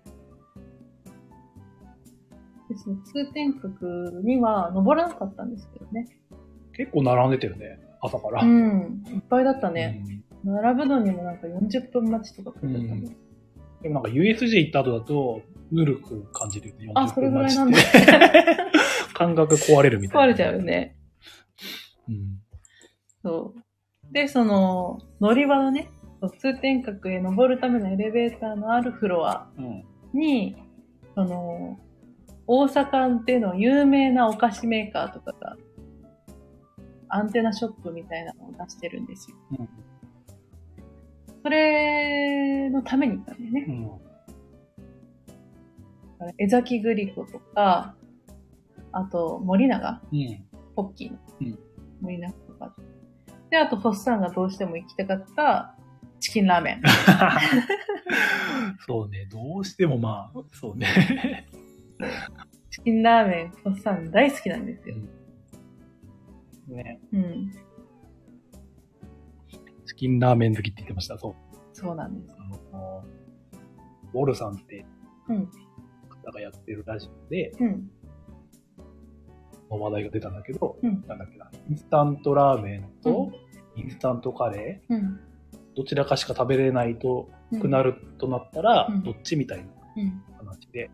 で、その通天閣には登らなかったんですけどね。
結構並んでたよね、朝から。
いっぱいだったね。 並ぶのにもなんか40分待ちとか書いてあったもん。
でもなんか USJ 行った後だと、ぬるく感じるよね。
あ、それぐらいなんだ。
感覚壊れるみたいな。
壊れちゃうよね。うん。そう。で、乗り場のね、通天閣へ登るためのエレベーターのあるフロアに、大阪っていうのは有名なお菓子メーカーとかが、アンテナショップみたいなのを出してるんですよ。うん、それのために行ったんだよね。うん、江崎グリコとか、あと森永、うん、ポッキーの、うん、森永とか。で、あとホッサンがどうしても行きたかったチキンラーメン。
そうね、どうしてもまあ、そうね。
チキンラーメン、ホッサン大好きなんですよ。
ね。うん。チキンラーメン好きって言ってました。そう。
そうなんです。
ウォルさんって、方がやってるラジオで、の話題が出たんだけど、なんだっけな、インスタントラーメンとインスタントカレー、どちらかしか食べれないとくなるとなったら、どっちみたいな話で、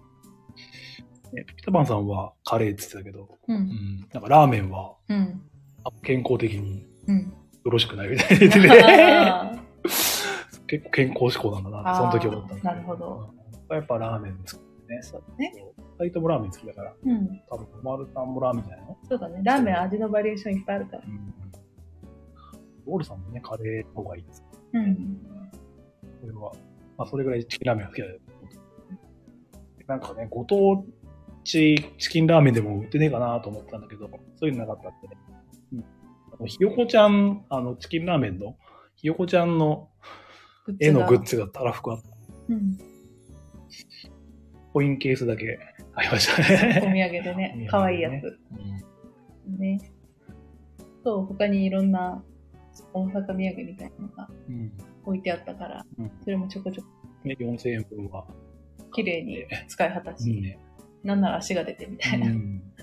ピタパンさんはカレーって言ってたけど、なんかラーメンは、健康的によろしくないみたいな言ってて、結構健康志向なんだなって、その時思ったんです。
なるほど。
やっぱラーメン好きね。
そうだね。
二人ともラーメン好きだから、多分、丸さんもラーメンじゃないの？
そうだね。ラーメン味のバリエーションいっぱいあるから。
ウォルさんもね、カレーの方がいいです。これは、まあ、それぐらいチキンラーメンが好きだよ。なんかね、ご当地チキンラーメンでも売ってねえかなと思ったんだけど、そういうのなかったってね。ひよこちゃん、チキンラーメンの、ひよこちゃんの絵のグッズがたらふくあった。コインケースだけありましたね。
お土産でね、かわいいやつ。ね。そう、他にいろんな大阪土産みたいなのが置いてあったから、それもちょこちょこ。
ね、4000円分は。
綺麗に使い果たし、なんなら足が出てみたいな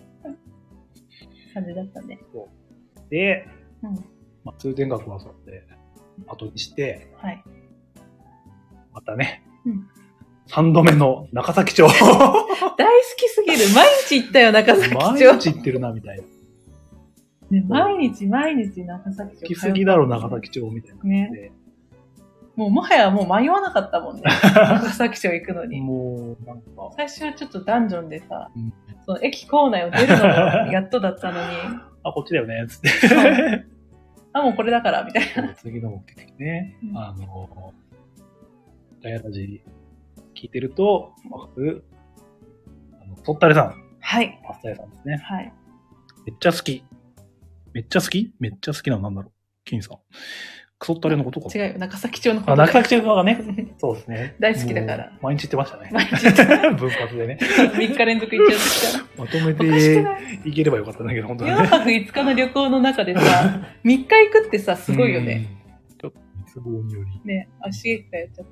感じだったね。そう
で、まあ、通天閣はそうやって後にして、またね、3度目の中崎町。大好
きすぎる。毎日行ったよ、中崎町。
毎日行ってるな、みたいな。
ね、毎日長崎町。
来すぎだろ、長崎町みたいな。ね。
もはや迷わなかったもんね。長崎町行くのに。
もう、なんか。
最初はちょっとダンジョンでさ、その駅構内を出るのがやっとだったのに。
あ、こっちだよね、つって。
あ、もうこれだから、みたいな。
次の目的ね。ガヤラジ聞いてると、わかる、とったれさん。
はい。
パスタ屋さんですね。
はい。
めっちゃ好き。めっちゃ好きなのなんだろう。金さん。クソったれのことか。
違うよ。中崎町の方。
あ、中崎町の方がね。そうですね。
大好きだから。
毎日行ってましたね。
毎日行ってた。
分割でね。
3日連続行っちゃったから。
まとめて行ければよかったんだけど、本当に、ね。
4泊5日の旅行の中でさ、3日行くってさ、すごいよね。
ちょっと都合により。
ね、足げくかやっちゃった。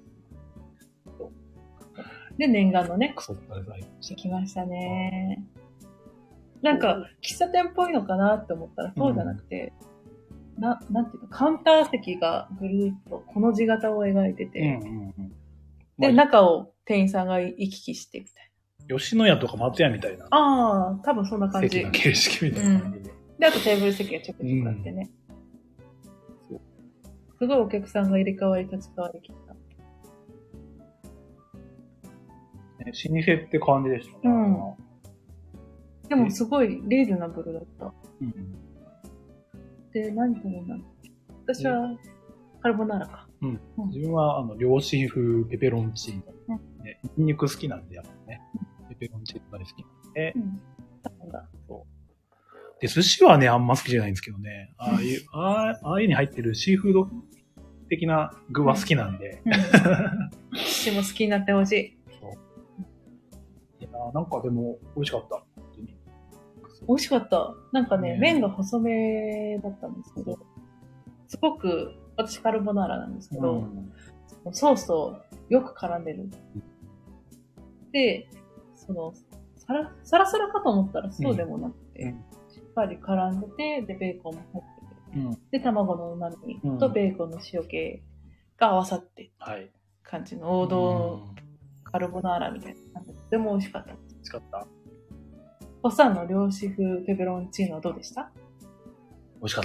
で、念願のね。
クソったれさん
行きましたね。なんか、喫茶店っぽいのかなって思ったら、そうじゃなくて、なんていうの、カウンター席がぐるーっとこの字型を描いてて、で、中を店員さんが行き来してみたい
な。吉野家とか松屋みたいな。
ああ、多分そんな感じ。
席の形式みたいな感じで。
で、あとテーブル席がちょこちょこあってね。すごいお客さんが入れ替わり立ち替わりきた。
老舗って感じでしたね。
でもすごいリーズナブルだった。で、何食べるんだろう。私はカルボナーラか。
自分は漁師風ペペロンチーノ。ニンニク好きなんで、やっぱね。ペペロンチーノ大好きなんで。で、寿司はね、あんま好きじゃないんですけどね。ああいうに入ってるシーフード的な具は好きなんで。
でも好きになってほしい。
いやなんかでも美味しかった。
美味しかった。なんかね、麺が細めだったんですけど、すごく、私カルボナーラなんですけど、ソースとよく絡んでる。で、サラサラかと思ったらそうでもなくて、しっかり絡んでて、で、ベーコンも入ってて、 で、卵の旨味とベーコンの塩気が合わさって、感じの王道カルボナーラみたいな感じで、とても美味しかった。美
味しかった。
おっさんの漁師風ペペロンチーノはどうでした？
美味しかった。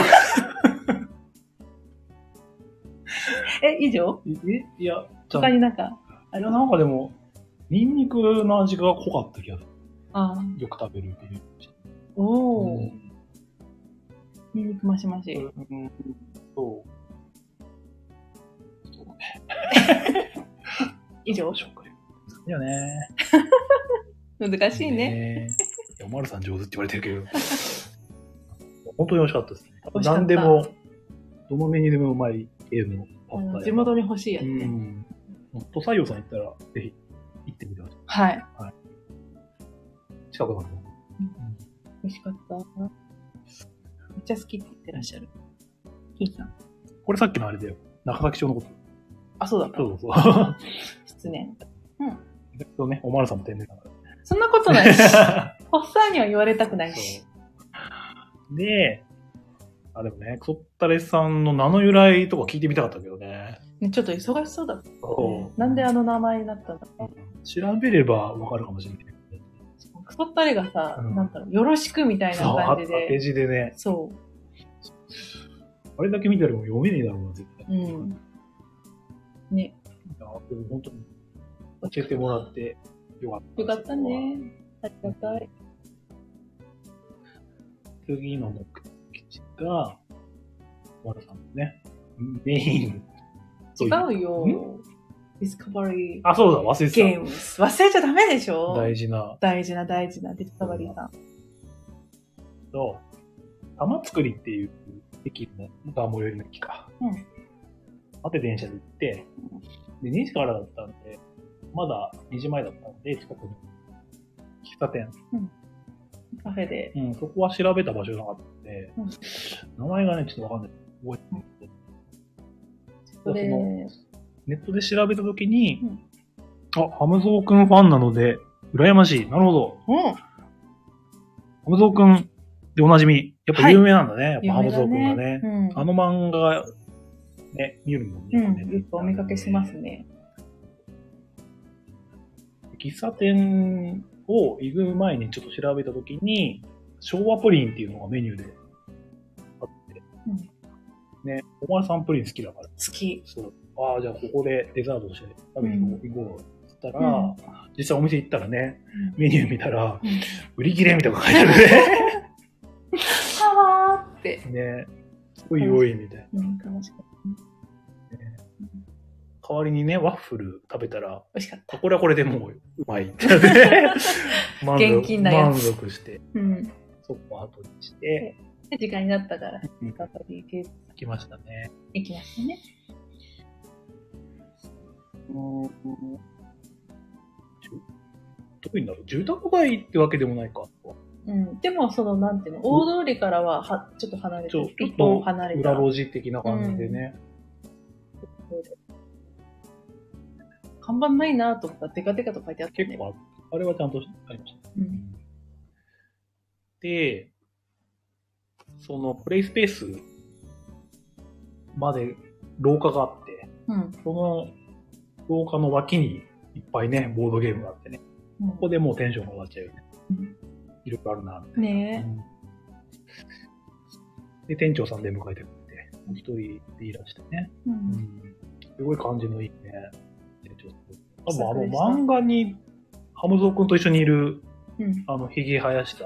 以上？
いや、
他になんか
いや、なんかでも、ニンニクの味が濃かった気がする。よく食べるけど。
おー。ニンニクマシマシ。
そう
ね。以上？
食いやね。
難しいね。
おまるさん上手って言われてるけど。本当に美味しかったですね。何でも、どのメニューでもうまい系のパスタ。
地元に欲しいやつね。
土佐洋さん行ったら、ぜひ行ってみてくだ
さい。はい。
近くなんで。
美味しかった。めっちゃ好きって言ってらっしゃる。金さん。
これさっきのあれだよ。中崎町のこと。
あ、そうだった。
そう。
失念。
ね、おまるさんも天然だから。
そんなことないし。おっさんには言われたくないし。
で、でもね、クソッタレさんの名の由来とか聞いてみたかったけどね。
ちょっと忙しそうだった、ね。なんであの名前になったんだろう。
調べればわかるかもしれない。
クソッタレがさ、なんだろう、よろしくみたいな感じで。
当て字でね。
そう。
あれだけ見たらもう読めねえだろうな、絶対。
ね。
いや、でも本当に教えてもらってよかった。
よかったね。ありがたい。
次の目的が、おまるさんのね、メイン。
違うよ。ディスカバリー。
あ、そうだ、忘れてた。
ゲームス。忘れちゃダメでしょ？
大事な
ディスカバリーさん。
玉造りっていう駅の、が最寄りの駅か。待って電車で行って、で、2時からだったんで、まだ2時前だったんで、近くに喫茶店。
カフェで。
そこは調べた場所なかったんで、名前がね、ちょっとわかんない。覚えてないけど。ネットで調べたときに、ハムゾーくんファンなので、羨ましい。なるほど。ハムゾーくんでおなじみ。やっぱ有名なんだね。やっぱハムゾーくんがね。あの漫画、ね、見るのね。
よくお見かけしますね。
喫茶店を行く前にちょっと調べたときに、昭和プリンっていうのがメニューであって。ね、おまるさんプリン好きだから。
好き。
そう。じゃあここでデザートして食べに行こうって言ったら、実際お店行ったらね、メニュー見たら、売り切れみたいなのが書いてあるね。
はーって。
ね、おいおいみたいな。
楽しかった。
代わりにね、ワッフル食べたら、
美味しかった。
これはこれでもううまいって。
現金なやつ。
満足して、そこを後にして、
時間になったから、行
きましたね。
行きましたね。
特になる住宅街ってわけでもないか。
でもなんていうの、大通りからはちょっと離れて
ちょっと離れた裏路地的な感じでね。
看板ないなと思ったらデカデカと書いてあって、
結構あれはちゃんとありました。で、そのプレイスペースまで廊下があって、その廊下の脇にいっぱいね、ボードゲームがあってね。ここでもうテンションが上がっちゃうよね。いろいろあるな、みたいな。ねで、店長さんで迎えてくれて、一人でいらしてね。すごい感じのいいね、店長さん。多分漫画に、ハムゾーくんと一緒にいる、髭生やした、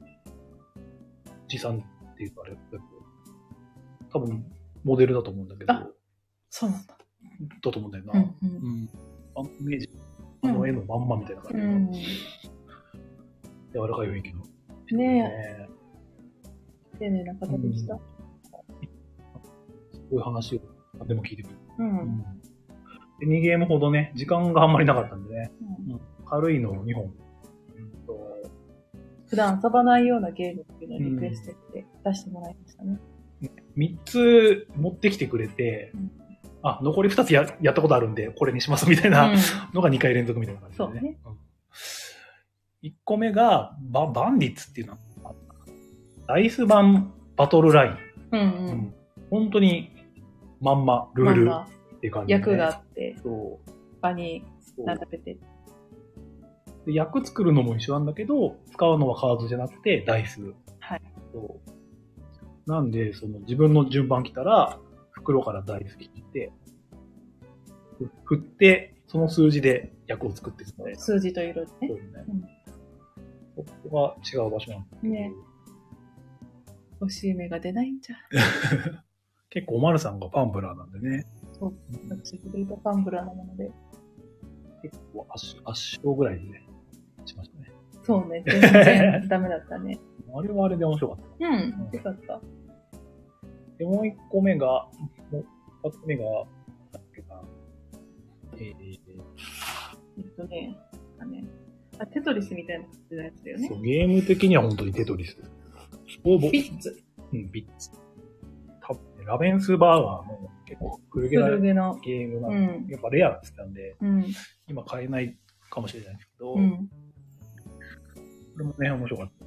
じさんっていうかあれ、多分、モデルだと思うんだけど。
そうなんだ。
だと思うんだよな。あのイメージ、絵のまんまみたいな感じ。柔らかい雰囲気の。
ねえ。丁寧な方でした。す
ごい話を何でも聞いてくる。で2ゲームほどね、時間があんまりなかったんでね。軽いのを2本。
普段遊ばないようなゲームっていうのをリクエストして出してもらいましたね。
3つ持ってきてくれて、残り2つ やったことあるんで、これにしますみたいなのが2回連続みたいな感じでね。そうね。1個目がバンディッツっていうのは、ダイス版バトルライン。
うんうん。
本当にまんまルールって感じで、ね。
役があって、場に並べて。
で役作るのも一緒なんだけど、使うのはカードじゃなくてダイス。
はい。
なんで、自分の順番来たら、袋からダイス引いて、振って、その数字で役を作っていくので。
数字と色でね。
そうですね。そこが違う場所なんです
ね。欲しい目が出ないんじゃ。
結構、おまるさんがファンブラーなんでね。
そう。私、フレートファンブラーなもので。
結構圧勝ぐらいでね、しましたね。
そうね。全然ダメだったね。
あれはあれで面白かった。
うん。よかった。
で、もう一個目が、二つ目が、
テトリスみたいな感じのやつだよね。
そう、ゲーム的には本当にテトリス。
ビッツ。
ビッツ。多分ね、ラベンスバーガーの結構古げなゲームなんで、やっぱレアって言ったんで、今買えないかもしれないですけど、これもね、面白かった。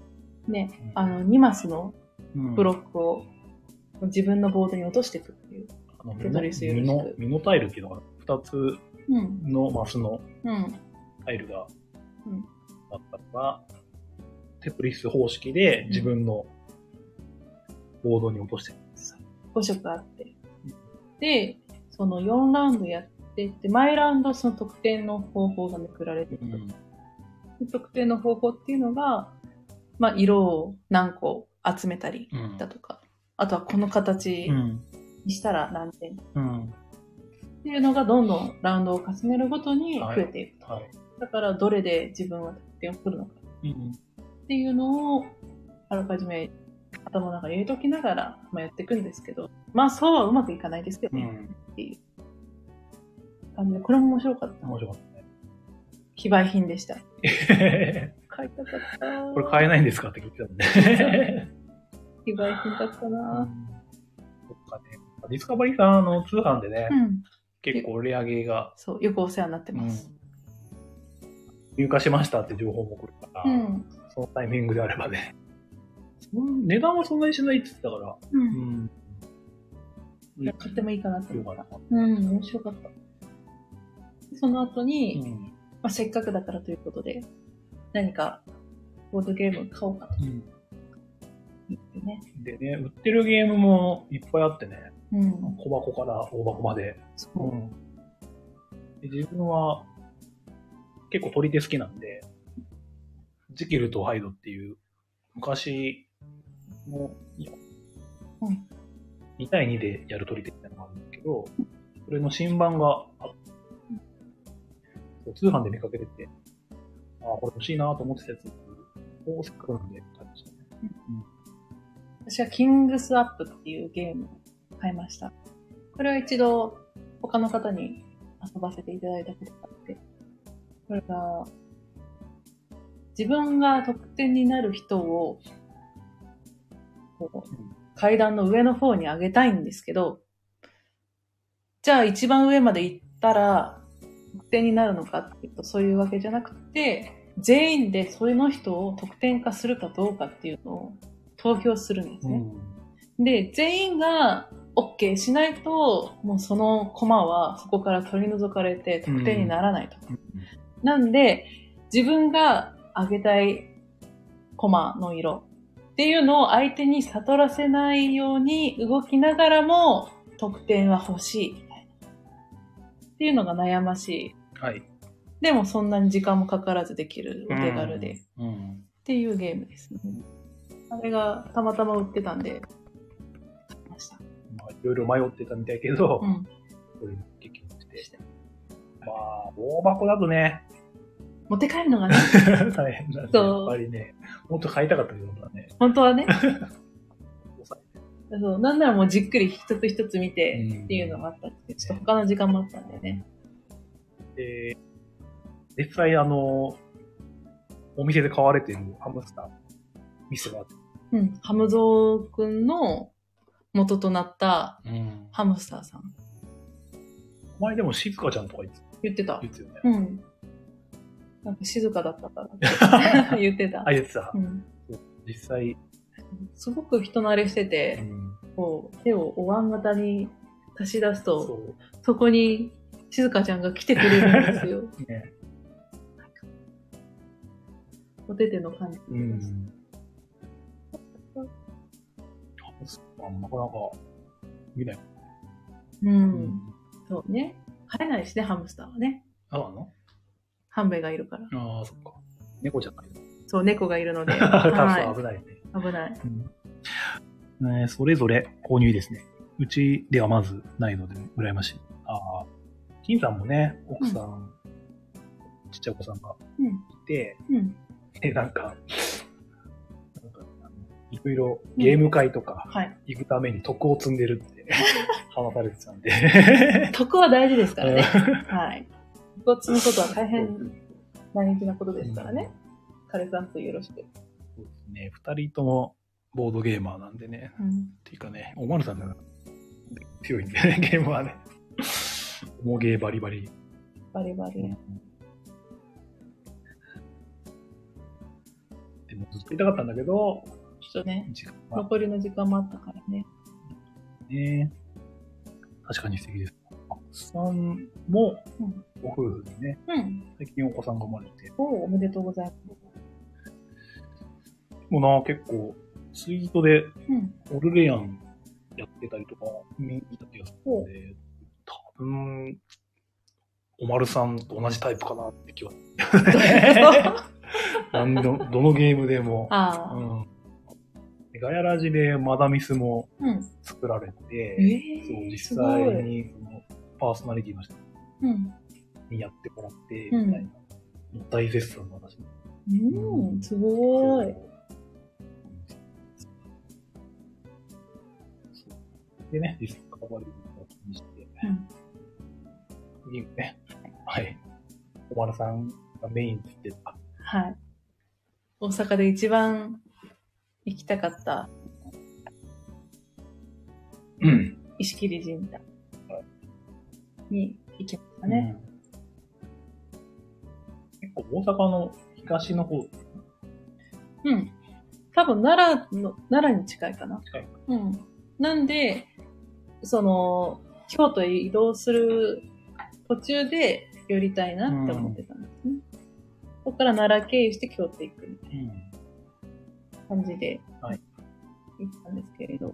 ね、2マスのブロックを自分のボードに落としていくっていう。テトリスよろしく。
ミノタイルっていうのが2つのマスのタイルがあったのが、テトリス方式で自分のボードに落としてるんです。
5色あって。で、その4ラウンドやってって、毎ラウンドその得点の方法がめくられてる。得点の方法っていうのが、まあ、色を何個集めたりだとか、あとはこの形にしたら何点っていうのがどんどんラウンドを重ねるごとに増えていくと。だからどれで自分は得点を取るのかっていうのをあらかじめ頭の中に入れときながら、やっていくんですけど、まあそうはうまくいかないですけどね、っていう感じで、これも面白かった。
面白かったね。
非売品でした。買いたかった。
これ買えないんですかって聞いてたんで。
非売品だったな。
そっかね。ディスカバリーさん通販でね、結構レアゲーが。
そう、よくお世話になってます。
入荷しましたって情報も来るから、そのタイミングであればね。値段はそんなにしないって言ってたから。
買ってもいいかなって思った。面白かった。その後に、せっかくだからということで、何かボードゲーム買おうかと。
でね、売ってるゲームもいっぱいあってね。小箱から大箱まで。で自分は結構取り手好きなんで、ジキルとハイドっていう昔の2対2でやる取り手みたいなのがあるんですけど、それの新版があって、通販で見かけてて、これ欲しいなと思ってたやつをせっかくなんで買いましたね。
私はキングスアップっていうゲームを買いました。これは一度他の方に遊ばせていただいたことがあって、これが自分が得点になる人を階段の上の方に上げたいんですけど、じゃあ一番上まで行ったら得点になるのかっていうとそういうわけじゃなくて、全員でその人を得点化するかどうかっていうのを投票するんですね。で、全員が OK しないと、もうそのコマはそこから取り除かれて得点にならないと。なんで、自分が上げたいコマの色っていうのを相手に悟らせないように動きながらも得点は欲しいみたいな。っていうのが悩ましい。でもそんなに時間もかからずできるお手軽で。っていうゲームですね。あれがたまたま売ってたんで、買いました。
いろいろ迷ってたみたいけど、これ結局して。大箱だとね、
持って帰るのがね。
大変だね。やっぱりね、もっと買いたかったけどね。
本当はね。そう、なんならもうじっくり一つ一つ見てっていうのがあったんですけど、ちょっと他の時間もあったんだよね。
実際お店で買われているハムスター店があって。
ハムゾウくんの元となったハムスターさん。
前でも静香ちゃんとか
言ってた。
言ってたよね。
なんか静かだったからって言ってた。
言ってた。実際。
すごく人慣れしてて、 こう、手をお椀型に足し出すと、そこに静香ちゃんが来てくれるんですよ。ね、お手手の感じです。
なかなか見ない。
そうね。飼えないしね、ハムスターはね。
あの
ハンベがいるから。
ああ、そっか。猫じゃない。
そう、猫がいるので。
はい、危ないね。
危ない。
それぞれ購入ですね。うちではまずないので、羨ましい。金さんもね、奥さん、ちっちゃいお子さんがいて、なんか、いろいろゲーム会とか行くために徳を積んでるって話されてたんで。
徳は大事ですからね。はい。徳を積むことは大変大事なことですからね。彼さんとよろしく。
そうですね。二人ともボードゲーマーなんでね。っていうかね、おまるさんが強いんでね、ゲームはね。重ゲーバリバリ。
バリバリ。
でもずっと言いたかったんだけど、
ちょっとね、残りの時間もあったからね。
確かに素敵です。さんも、ご夫婦でね、最近お子さんが生まれて。
おめでとうございます。
もうな、結構、ツイートで、オルレアンやってたりとか、見た気がするので、多分、おまるさんと同じタイプかなって気は。どのゲームでも。ガヤラジでマダミスも作られて、そう実際にそのパーソナリティの人にやってもらって、みたいな、大絶賛の話。
すごい。
でね、ディスカバリーを気にして、次ね、はい。おまるさんがメインって言ってた。
はい。大阪で一番行きたかった、石切神社に行きましたね。
結構大阪の東の方。
多分奈良に近いかな。なんで、京都へ移動する途中で寄りたいなって思ってたんですね。そこから奈良経由して京都行くみたいな感じで行ったんですけれど、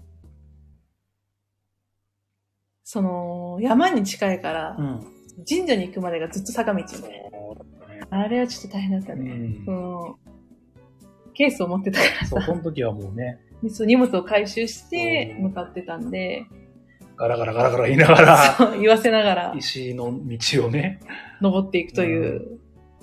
山に近いから、神社に行くまでがずっと坂道で、あれはちょっと大変だったね。ケースを持ってたからさ。
その時はもうね。
荷物を回収して向かってたんで。
ガラガラガラガラ言いながら。
そう、言わせながら。
石の道をね。
登っていくという。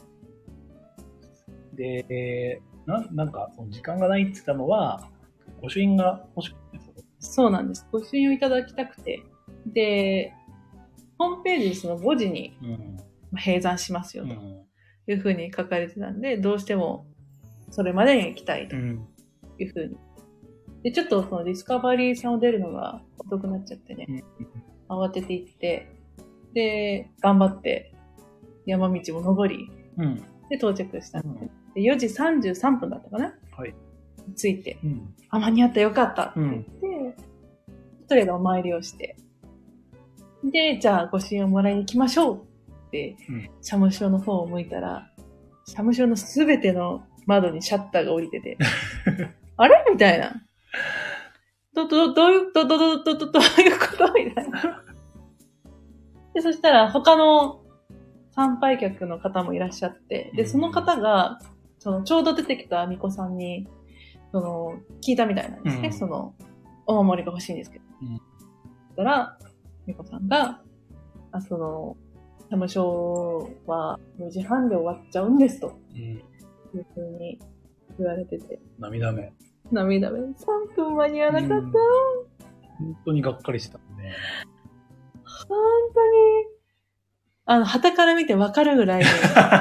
で、なんか、その時間がないって言ったのは、御朱印が欲しくて。
そうなんです。御朱印をいただきたくて。で、ホームページにその5時に閉山しますよというふうに書かれてたんで、どうしてもそれまでに行きたいというふうに。で、ちょっとそのディスカバリーさんを出るのが遅くなっちゃってね、慌てて行って、で、頑張って山道も登り、で到着したんで、4時33分だったかな、着いて、間に合ったよかったって言って、とりあえずお参りをして、で、じゃあ御朱印をもらいに行きましょうって、社務所の方を向いたら、社務所のすべての窓にシャッターが降りてて、あれみたいな。どういうことみたいな。で、そしたら他の参拝客の方もいらっしゃって、で、その方が、ちょうど出てきた巫女さんに、聞いたみたいなんですね。お守りが欲しいんですけど。そしたら、巫女さんが、社務所は4時半で終わっちゃうんですと。いうふうに言われてて。
涙目。
3分間に合わなかった。
本当にがっかりしたね。
本当に。旗から見てわかるぐらい、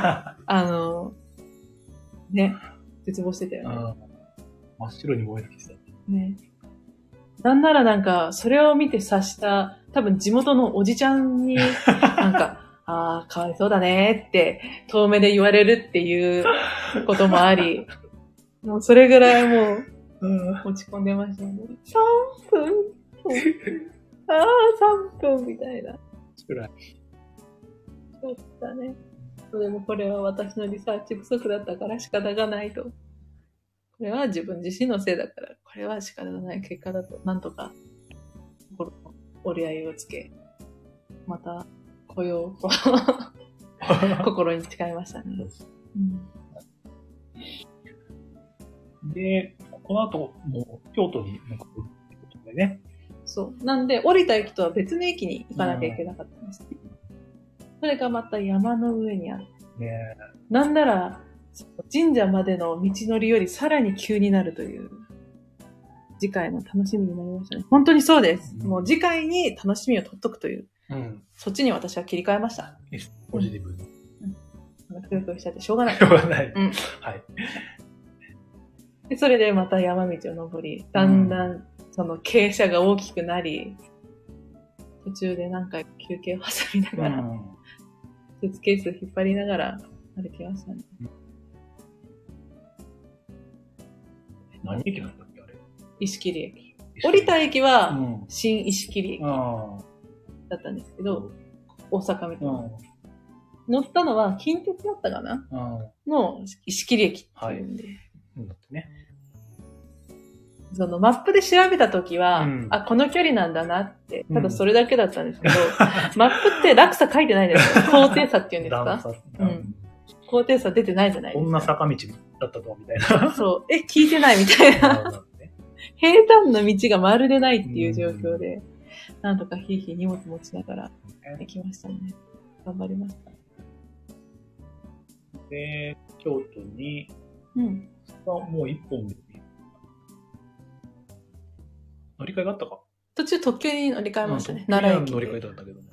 ね、絶望してたよね。
真っ白に燃えてきてた。
ね。なんならなんか、それを見て察した、多分地元のおじちゃんに、なんか、かわいそうだねって、遠目で言われるっていうこともあり、もうそれぐらいもう、 落ち込んでましたね。3分ああ、3分みたいな。
辛い。
そうだね。でもこれは私のリサーチ不足だったから仕方がないと。これは自分自身のせいだから、これは仕方がない結果だと、なんとか心の折り合いをつけ、また来ようと心に誓いましたね。
で、この後、もう京都に向かうってことでね。
そう。なんで、降りた駅とは別の駅に行かなきゃいけなかったんです。それがまた山の上にある。
ね、
なんなら、神社までの道のりよりさらに急になるという、次回の楽しみになりましたね。本当にそうです。もう次回に楽しみを取っとくという。そっちに私は切り替えました。
ポジティブに。
くよくよしちゃってしょうがない。
しょうがない。はい。
でそれでまた山道を登り、だんだんその傾斜が大きくなり、途中で何回休憩を挟みながら、スーツケースを引っ張りながら歩きましたね。
何駅だったっけあれ？
石切駅。降りた駅は新石切駅だったんですけど、大阪みたいな。乗ったのは近鉄だったかなの石切駅っていうんで。そのマップで調べたときは、あ、この距離なんだなって、ただそれだけだったんですけど、マップって落差書いてないですよ。高低差っていうんですか？高低差出てないじゃないですか。
こんな坂道だったと、みたいな。
そう。聞いてないみたいな。平坦な道がまるでないっていう状況で、なんとかひいひい荷物持ちながら行きましたね。頑張りました。
で、京都に、もう一本で乗り換えがあったか？
途中特急に乗り換えましたね。奈良駅。
乗り換えだったけどね。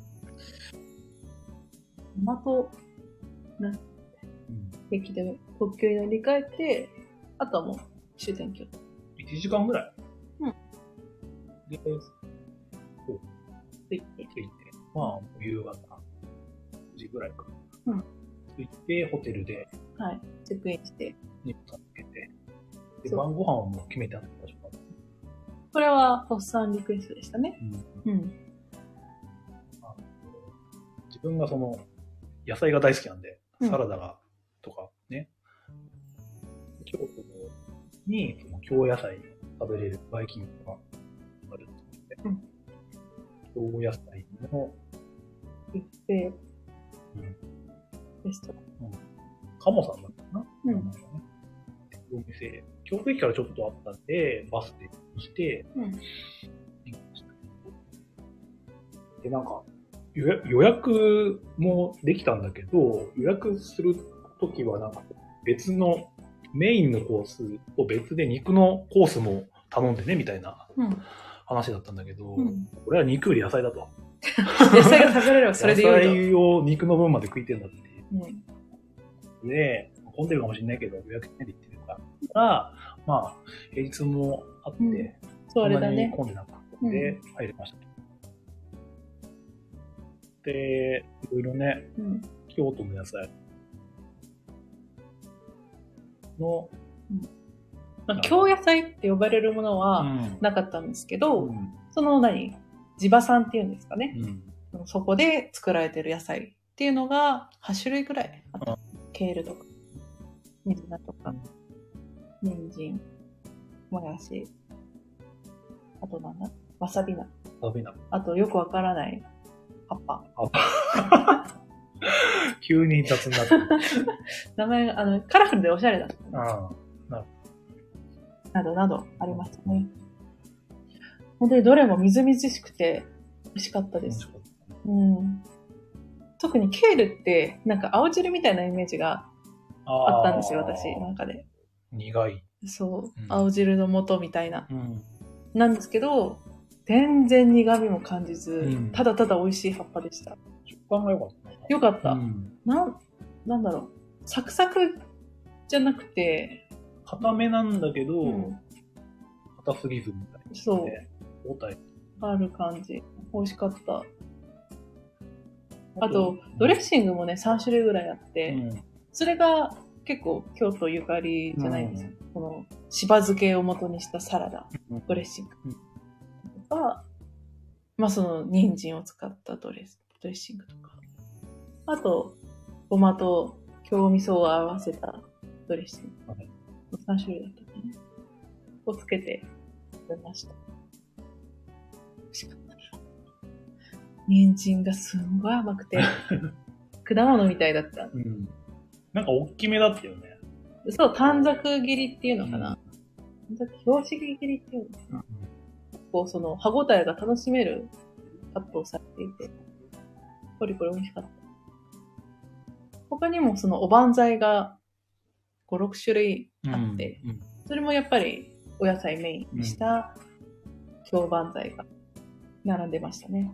駅で特急に乗り換えて、あとはもう終点京都。
1時間ぐらい。で、
着いて。
まあ、夕方9時ぐらいか。着いて、ホテルで。
はい。チェックインして。
荷物預けて。で、晩ご飯はもう決めてあったでしょうか？
これは、ポッサンリクエストでしたね。
自分がその、野菜が大好きなんで、サラダが、とかね。京都に、その京野菜食べれるバイキングがあるって言って、京野菜の
ビュッフェレストラン。
鴨さんだったかな？お店、京都駅からちょっとあったんで、バスでして、で、なんか予約もできたんだけど、予約するときはなんか別のメインのコースと別で肉のコースも頼んでねみたいな話だったんだけど、これは肉より野菜だと。
野菜が食べれればそれでいいと。
野菜を肉の分まで食いてんだっていう。で、混んでるかもしれないけど予約しないで行ってるから、まあ平日もあって、
そんなに
混んでなかったので入れました。で、いろいろね、京都の野菜の、
京野菜って呼ばれるものはなかったんですけど、その地場産っていうんですかね、そこで作られてる野菜っていうのが8種類くらいあった。ケールとか、水菜とか、人参、もやし、あとわさび菜。あとよくわからない葉っぱ。
急に雑になって。
名前が、カラフルでおしゃれだった。などなどありましたね。本当にどれもみずみずしくて美味しかったです。特にケールってなんか青汁みたいなイメージがあったんですよ、私なんかで。
苦い。
そう、青汁の素みたいな。なんですけど、全然苦味も感じず、ただただ美味しい葉っぱでした。
食感が良かった。
良かった。なんだろう。サクサクじゃなくて。
固めなんだけど、硬すぎずみたいな。
そう。ある感じ。美味しかった。あと、ドレッシングもね、3種類ぐらいあって、それが結構京都ゆかりじゃないですか。このしば漬けを元にしたサラダ、ドレッシングとか、まあその人参を使ったドレッシングとか、あとごまと京味噌を合わせたドレッシング、3種類だったかなをつけて食べました。美味しかったね。人参がすんごい甘くて果物みたいだった。
なんか大きめだったよね。
そう、短冊切りっていうのかな。拍子切りっていうのかな。こうその歯ごたえが楽しめるカットをされていて、これ美味しかった。他にもそのおばんざいが5、6種類あって、それもやっぱりお野菜メインにした京ばんざいが並んでましたね。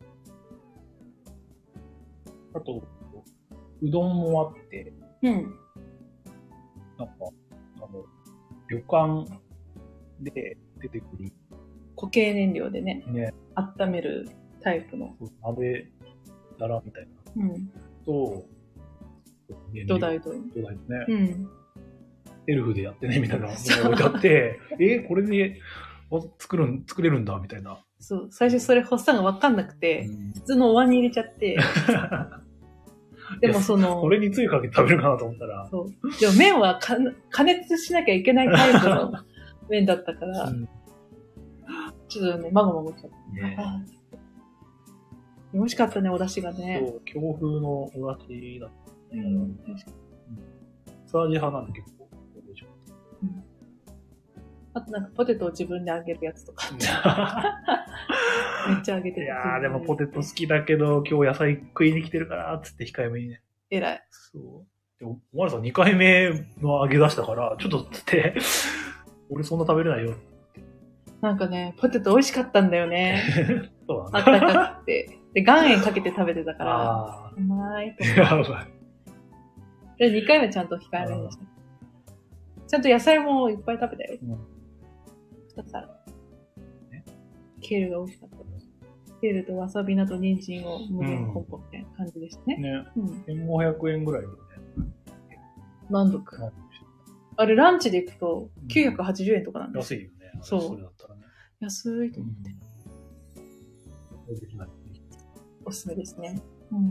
あと、うどんもあって、なんか、旅館で出てくる
固形燃料でね、温めるタイプの。
鍋皿みたいな。と、
土台と。
土台とね。エルフでやってね、みたいなのが置いてあって、これで作れるんだ、みたいな。
そう、最初それ発作がわかんなくて、普通のお椀に入れちゃって、でも
これにつゆかけて食べるかなと思ったら。
そう。でも麺は加熱しなきゃいけないタイプの麺だったから、ちょっとね、まごまごしちゃった。美味しかったね、お出汁がね。
そう、京風のお出汁だったね。確かに。素味派なんで結構美味しかった。
あとなんかポテトを自分で揚げるやつとか。めっちゃ揚げてる。
いやー、でもポテト好きだけど、今日野菜食いに来てるから、つって控えめにね。
偉い。
そう。でも、おまるさん2回目の揚げ出したから、ちょっとつって、俺そんな食べれないよ。
なんかね、ポテト美味しかったんだよね。
そうだね。
あったかくて。で、岩塩かけて食べてたから、うまいと思って。やばい。で、2回目ちゃんと控えめにした。ちゃんと野菜もいっぱい食べたよ。2つある。ケールが美味しかった。ケールとわさび菜と人参を無限コンポみたいな感じでしたね。
ね。1500円ぐらいでね。
満足。あれ、ランチで行くと980円とかなんです
よ。安いよね。
そう。
それだったらね。
安いと思って。おすすめですね。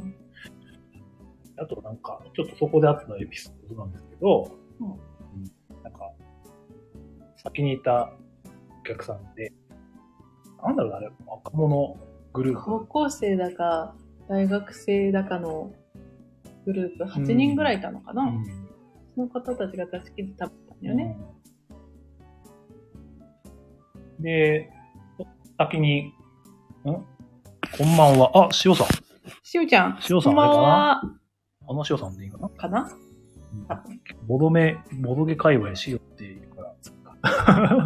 あとなんか、ちょっとそこであったエピソードなんですけど、なんか、先にいたお客さんで、なんだろうな、あれ、若者グループ。
高校生だか、大学生だかのグループ8人ぐらいいたのかな、その方たちが貸し切って食べたんだよね。
で、先に、こんばんは。あ、塩さん。
塩ちゃん。
塩さん、あれかな、あの塩さんでいいかな
かな、
ボドゲ界隈塩っていうから。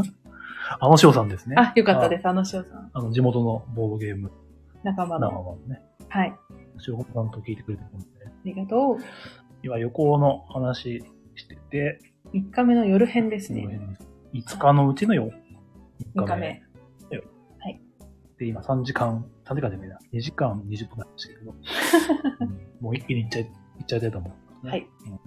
あの塩さんですね。
あ、よかったです、あの塩さん。
地元のボードゲーム
仲間の
ね。
はい。
塩さんと聞いてくれてるので。
ありがとう。
今、旅行の話してて。
3日目の夜編ですね。
5日のうちの3
日目。はい。
で、今3時間じゃないな。2時間20分なんですけど。もう一気に行っちゃいたいと思う、
はい。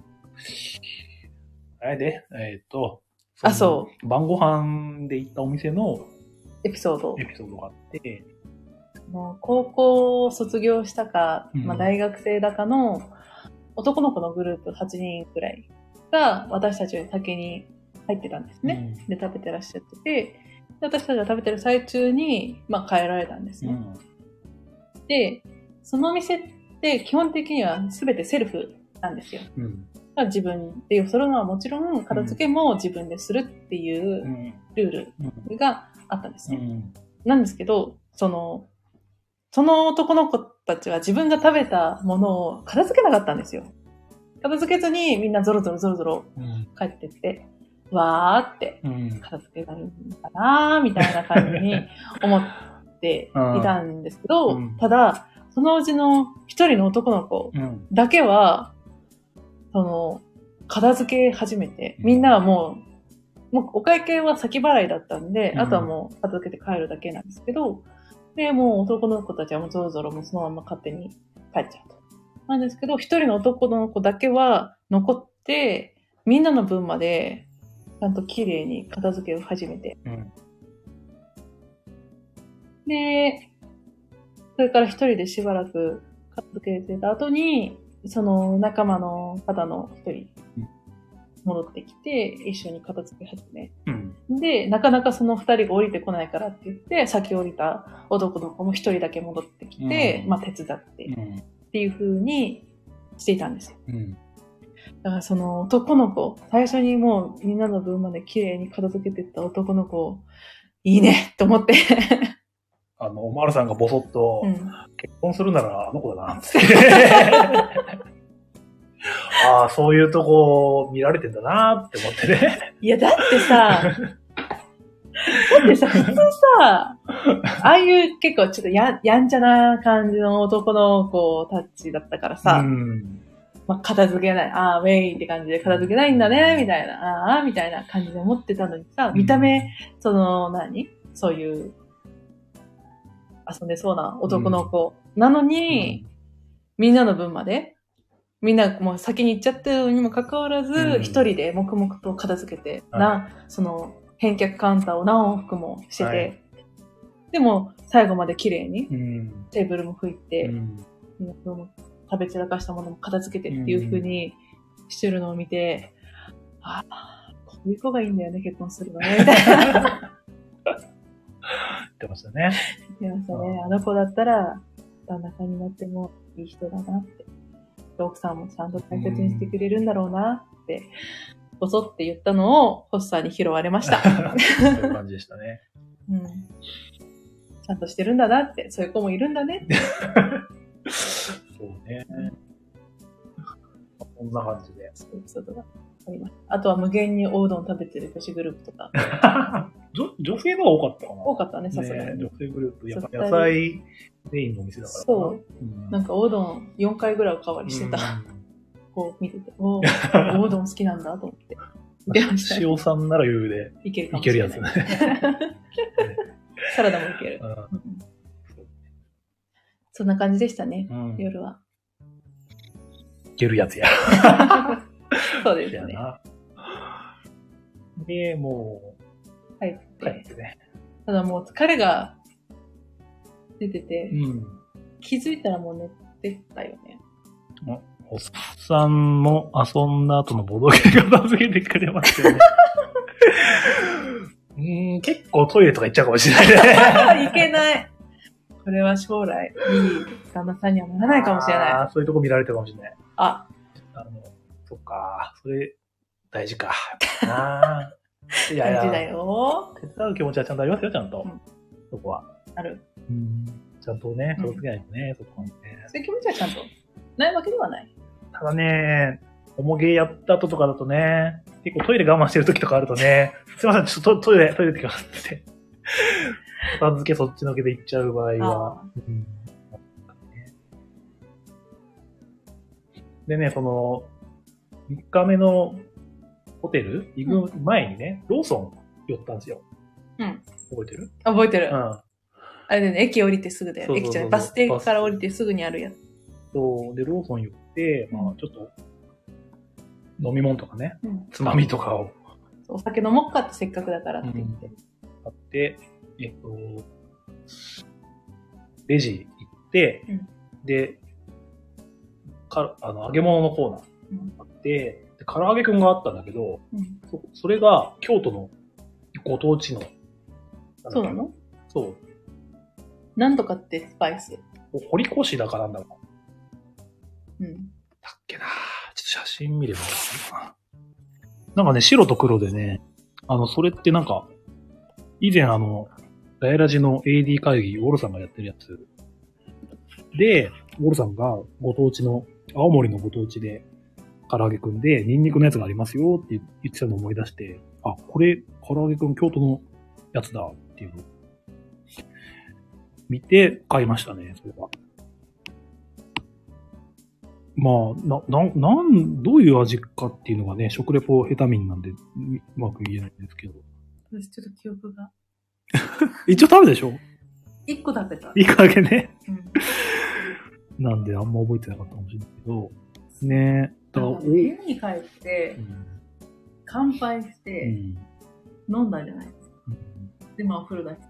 あれで、
そう。
晩ご飯で行ったお店の
エピソード
があって、
もう高校を卒業したか、大学生だかの男の子のグループ8人くらいが私たちの竹に入ってたんですね。で、食べてらっしゃってて、で私たちが食べてる最中に、帰られたんですね。で、そのお店って基本的には全てセルフなんですよ。自分でよそるのはもちろん片付けも自分でするっていうルールがあったんですね。なんですけど、その男の子たちは自分が食べたものを片付けなかったんですよ。片付けずにみんなゾロゾロ帰ってって、わーって片付けられるのかなーみたいな感じに思っていたんですけど、ただ、そのうちの一人の男の子だけは、片付け始めて、みんなはもうお会計は先払いだったんで、あとはもう片付けて帰るだけなんですけど、で、もう男の子たちはもうゾロゾロもうそのまま勝手に帰っちゃうと。なんですけど、一人の男の子だけは残って、みんなの分まで、 ちゃんと綺麗に片付けを始めて。で、それから一人でしばらく片付けてた後に、その仲間の方の一人戻ってきて、一緒に片付け始め。で、なかなかその二人が降りてこないからって言って、先降りた男の子も一人だけ戻ってきて、まあ手伝って、っていう風にしていたんですよ。だからその男の子、最初にもうみんなの分まで綺麗に片付けてった男の子、いいねと思って。
おまるさんがボソッと、結婚するならあの子だな、って。ああ、そういうとこ見られてんだなって思ってね。
いや、だってさ、普通さ、ああいう結構ちょっとやんちゃな感じの男の子たちだったからさ、まあ、片付けない、ああ、ウェイって感じで片付けないんだね、みたいな、ああ、みたいな感じで思ってたのにさ、見た目、そういう、遊んでそうな男の子なのに、みんなの分まで、みんなもう先に行っちゃってるにもかかわらず、一人で黙々と片付けて、その返却カウンターを何往復もしてて、でも最後まで綺麗に、テーブルも拭いて、食べ散らかしたものも片付けてっていう風にしてるのを見て、ああ、こういう子がいいんだよね、結婚するのね、みたいな。
言ってましたね。
言ってましたね。あの子だったら、旦那さんになってもいい人だなって。奥さんもちゃんと大切にしてくれるんだろうなって、ボソって言ったのを、ホスさんに拾われました。
そういう感じでしたね。
ちゃんとしてるんだなって、そういう子もいるんだねって。
そうね。こんな感じで。
そういうことがあります。あとは無限におうどん食べてる女子グループとか。
女性の方が多かったかな。
多かったね、さすがに。
女性グループ。やっぱ野菜メインのお店だから。
そう。なんかおうどん4回ぐらいおかわりしてた。こう見てて、おうどん好きなんだと思って。
塩さんなら余裕で
いけ
るやつね。
サラダもいける。そんな感じでしたね、夜は。
いけるやつや。
そうですよね。
で、もう、帰ってね。
ただもう疲れが出てて、気づいたらもう寝てたよね。
おっさんも遊んだ後のボドゲが助けてくれましたよね。結構トイレとか行っちゃうかもしれないね。
いけない。これは将来、いい旦那さんにはならないかもしれない。
そういうとこ見られてるかもしれない。そっか、それ、大事か。
大事だよ。
手伝う気持ちはちゃんとありますよ、ちゃんと。そこは。
ある。
ちゃんとね、届けないとね、そこはね。
そういう気持ちはちゃんとないわけではない。た
だね、おもげやった後とかだとね、結構トイレ我慢してる時とかあるとね、すいません、ちょっとトイレってきますって。片付けそっちのけで行っちゃう場合は。でね、その、3日目のホテル行く前にね、ローソン寄ったんですよ。覚えてる？
覚えてる。あれでね、駅降りてすぐで、駅じゃない、バス停から降りてすぐにあるやつ。
そう、で、ローソン寄って、まあちょっと、飲み物とかね、つまみとかを。
お酒飲もうかってせっかくだからって言って。
買って、レジ行って、で、揚げ物のコーナーあって、唐揚げくんがあったんだけど、それが京都のご当地の。
そうなの？
そう。
なんとかってスパイス。
堀越だかなんだろ
う。
だっけな、ちょっと写真見ればいいかな。なんかね、白と黒でね、それってなんか、以前ダイラジの AD 会議、ウォルさんがやってるやつで、ウォルさんがご当地の、青森のご当地で、唐揚げくんで、ニンニクのやつがありますよって言ってたのを思い出して、あ、これ、唐揚げくん京都のやつだっていうのを見て買いましたね、それは。まあ、どういう味かっていうのがね、食レポヘタミンなんで、うまく言えないんですけど。
私ちょっと記憶が。
一応食べたでしょ
？1個食べた。
1個だけね。なんであんま覚えてなかったかもしれないけど。ね
だから家に帰って、 乾杯して、飲んだんじゃないですか。で、まあお風呂だけ。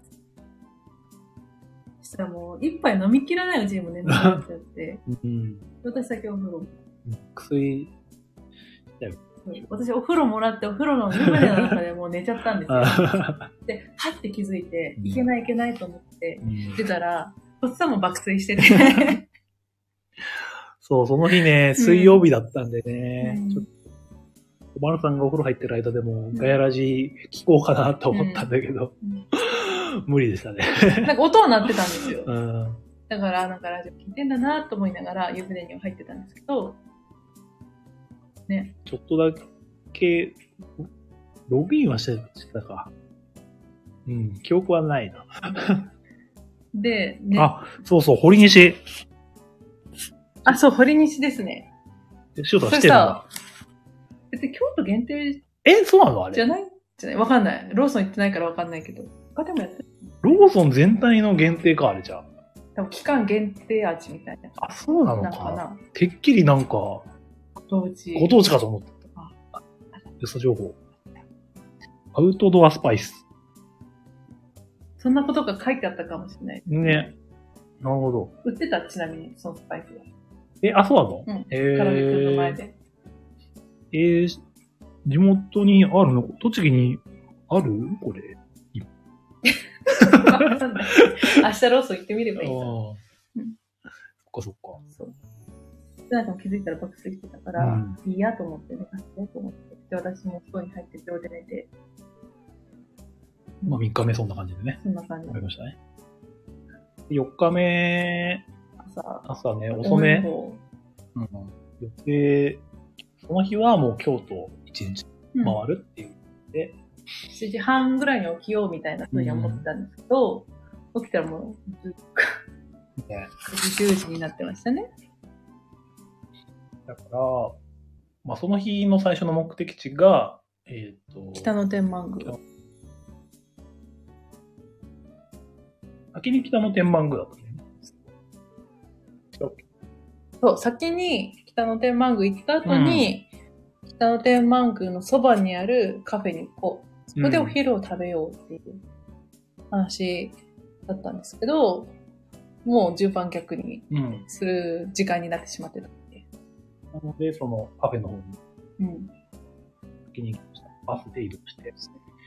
そしたらもう、一杯飲みきらないうちにも眠くなっちゃって、私だけお風呂。
薬だよ。
私お風呂もらってお風呂の湯船の中でもう寝ちゃったんですよ。で、パッて気づいて、いけないと思って、出たら、とっさも爆睡してて。
そう、その日ね、水曜日だったんでね、ちょっと、おまるさんがお風呂入ってる間でも、ガヤラジ聞こうかなと思ったんだけど、無理でしたね。
なんか音は鳴ってたんですよ。だから、なんかラジオ聞いてんだなと思いながら湯船には入ってたんですけど、ね。
ちょっとだけ、ログインはしてたか。記憶はないな。
で、ね。
あ、そうそう、堀西。
あ、そう、堀西ですね。
シュートはしてるんだ。
別に京都限定。
そうなのあれ。
じゃないわかんない。ローソン行ってないからわかんないけど。他でもやってる。
ローソン全体の限定か、あれじゃ。
多分期間限定味みたいな。
あ、そうなのか。てっきりなんか、ご当地かと思ってた。予想情報。アウトドアスパイス。
そんなことが書いてあったかもしれない。
ね。なるほど。
売ってたちなみに、そのスパイスは。
そうなの？
カラメルの前で。
地元にあるの？栃木にある？これ。
明日ローソン行ってみればいいか。
そっか。
そう。なんかも気づいたら爆睡してたから、いいやと思って寝かせてと思って。で、私も布団に入って秒で寝て。
まあ3日目そんな感じでね。
そんな感じ。
わかりましたね。4日目、朝ね、遅め。予定、その日はもう京都1日回るっていうで、
7時半ぐらいに起きようみたいなふうに思ってたんですけど、起きたらもう10時になってましたね。
だから、まあその日の最初の目的地が、
北野天満宮。
先に北野天満宮だったね。
そう、先に北野天満宮行った後に、北野天満宮のそばにあるカフェに行こう。そこでお昼を食べようっていう話だったんですけど、もう順番逆にする時間になってしまってたんで。
なので、そのカフェの方に先に行きました。バスで移動して。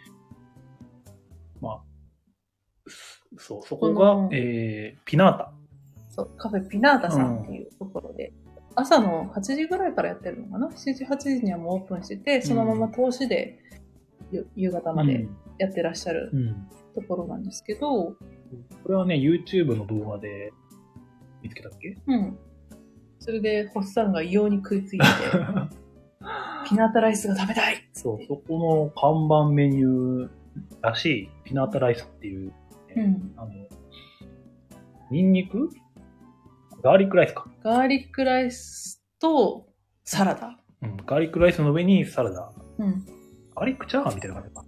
まあ、そう、そこが、ピナータ。
そう、カフェピナータさんっていうところで、朝の8時ぐらいからやってるのかな？ 7 時、8時にはもうオープンしてて、そのまま通しで夕方までやってらっしゃるところなんですけど、こ
れはね、YouTube の動画で見つけたっけ？
それで、ホッサンが異様に食いついてて、ピナータライスが食べたい！
そう、そこの看板メニューらしいピナータライスっていう、ニンニク？ガーリックライスか。
ガーリックライスとサラダ。
ガーリックライスの上にサラダ。ガーリックチャーハンみたいな感じか。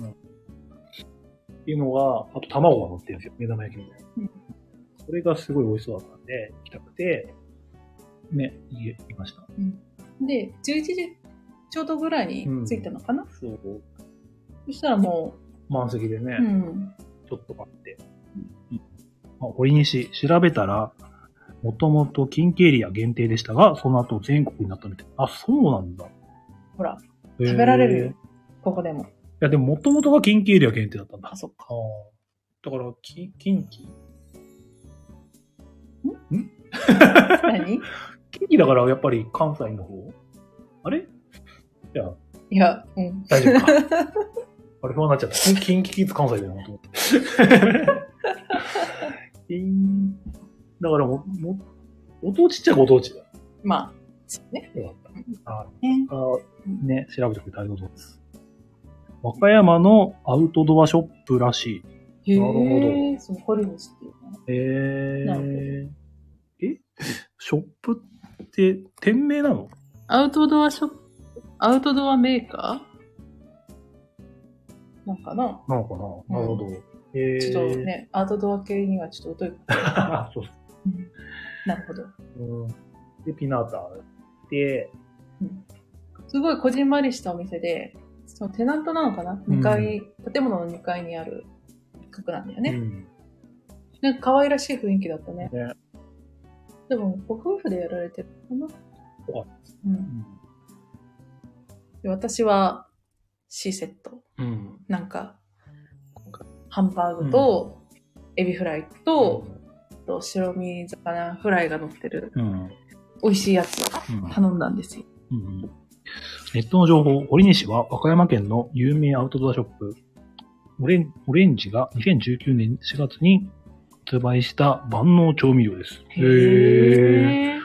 っていうのが、あと卵が乗ってるんですよ。目玉焼きみたいな。それがすごい美味しそうだったんで、行きたくて、ね、行きました。
で、11時ちょうどぐらいに着いたのかな？そう。そしたらも
う。満席でね。ちょっと待って。堀西、調べたら、もともと近畿エリア限定でしたが、その後全国になったみたい。あ、そうなんだ。
ほら、食べられるよ。ここでも。
いや、でももともとが近畿エリア限定だったんだ。
あ、そっか。
だから、近畿
何？
近畿だからやっぱり関西の方？あれ？
いや、
大丈夫か。あれ、不安になっちゃった。近畿キッズ関西だよなと思って。だから音ちっちゃいご当地だ。
まあ、そうね。
よかった。ね、調べてくれてありがとうございます。和歌山のアウトドアショップらしい。
なるほど。その堀西っていう
の。ショップって店名なの？
アウトドアショップ、アウトドアメーカーなんかな？
なのかな？なるほど。
ちょっとね、アウトドア系にはちょっと疎い。
そうです。
なるほど。
で、ピナータで、
すごいこじんまりしたお店で、 そうテナントなのかな、2階、建物の2階にある一角なんだよね。なんか可愛らしい雰囲気だったね。でも、ご夫婦でやられてるかな。で私は C セット。なんか、ハンバーグと、エビフライと、白身魚フライが乗ってる、美味しいやつを頼んだんですよ。
ネットの情報、堀西は和歌山県の有名アウトドアショップ、オレンジが2019年4月に発売した万能調味料です。へー。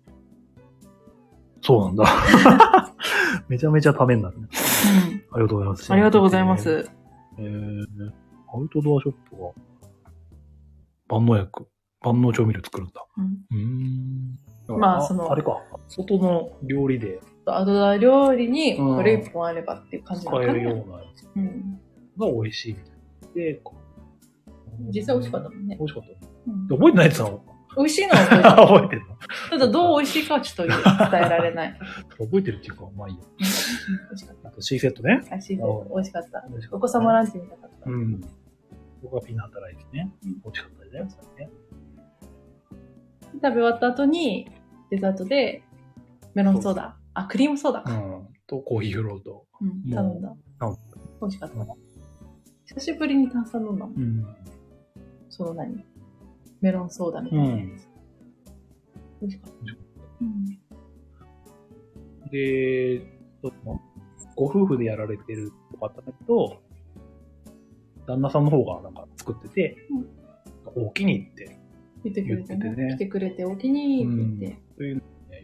そうなんだ。めちゃめちゃためになるね。ありがとうございます。
ありがとうございます。
アウトドアショップは万能調味料作るんだ。まあ、あれか、外の料理で。
アウトドア料理にこれ一本あればっていう感じなのかな。
使えるようなやつが美味しいみたいな。で、
実際美味しかったもんね。
美味しかった。覚えてないやつなの？
美味しいのは
覚えてるの？
ただどう美味しいかはちょっと伝えられない。
覚えてるっていうか、まあいいよ。美味しかった。あと C セットね。
C セット美味しかった。お子様ランチみたかった。
僕はピーナッツライスね。美味しかったですね。
食べ終わった後に、デザートでメロンソーダ。クリームソーダか。
と、コーヒーフロート。
頼んだ。美味しかった。久しぶりに炭酸飲んだもん。そのメロンソーダみたいなやつ。美味しかった。
で、ご夫婦でやられてる方と、旦那さんの方がなんか作ってて、お気に入って
言ってくれてね。来てくれてお気に入って言って。
そういう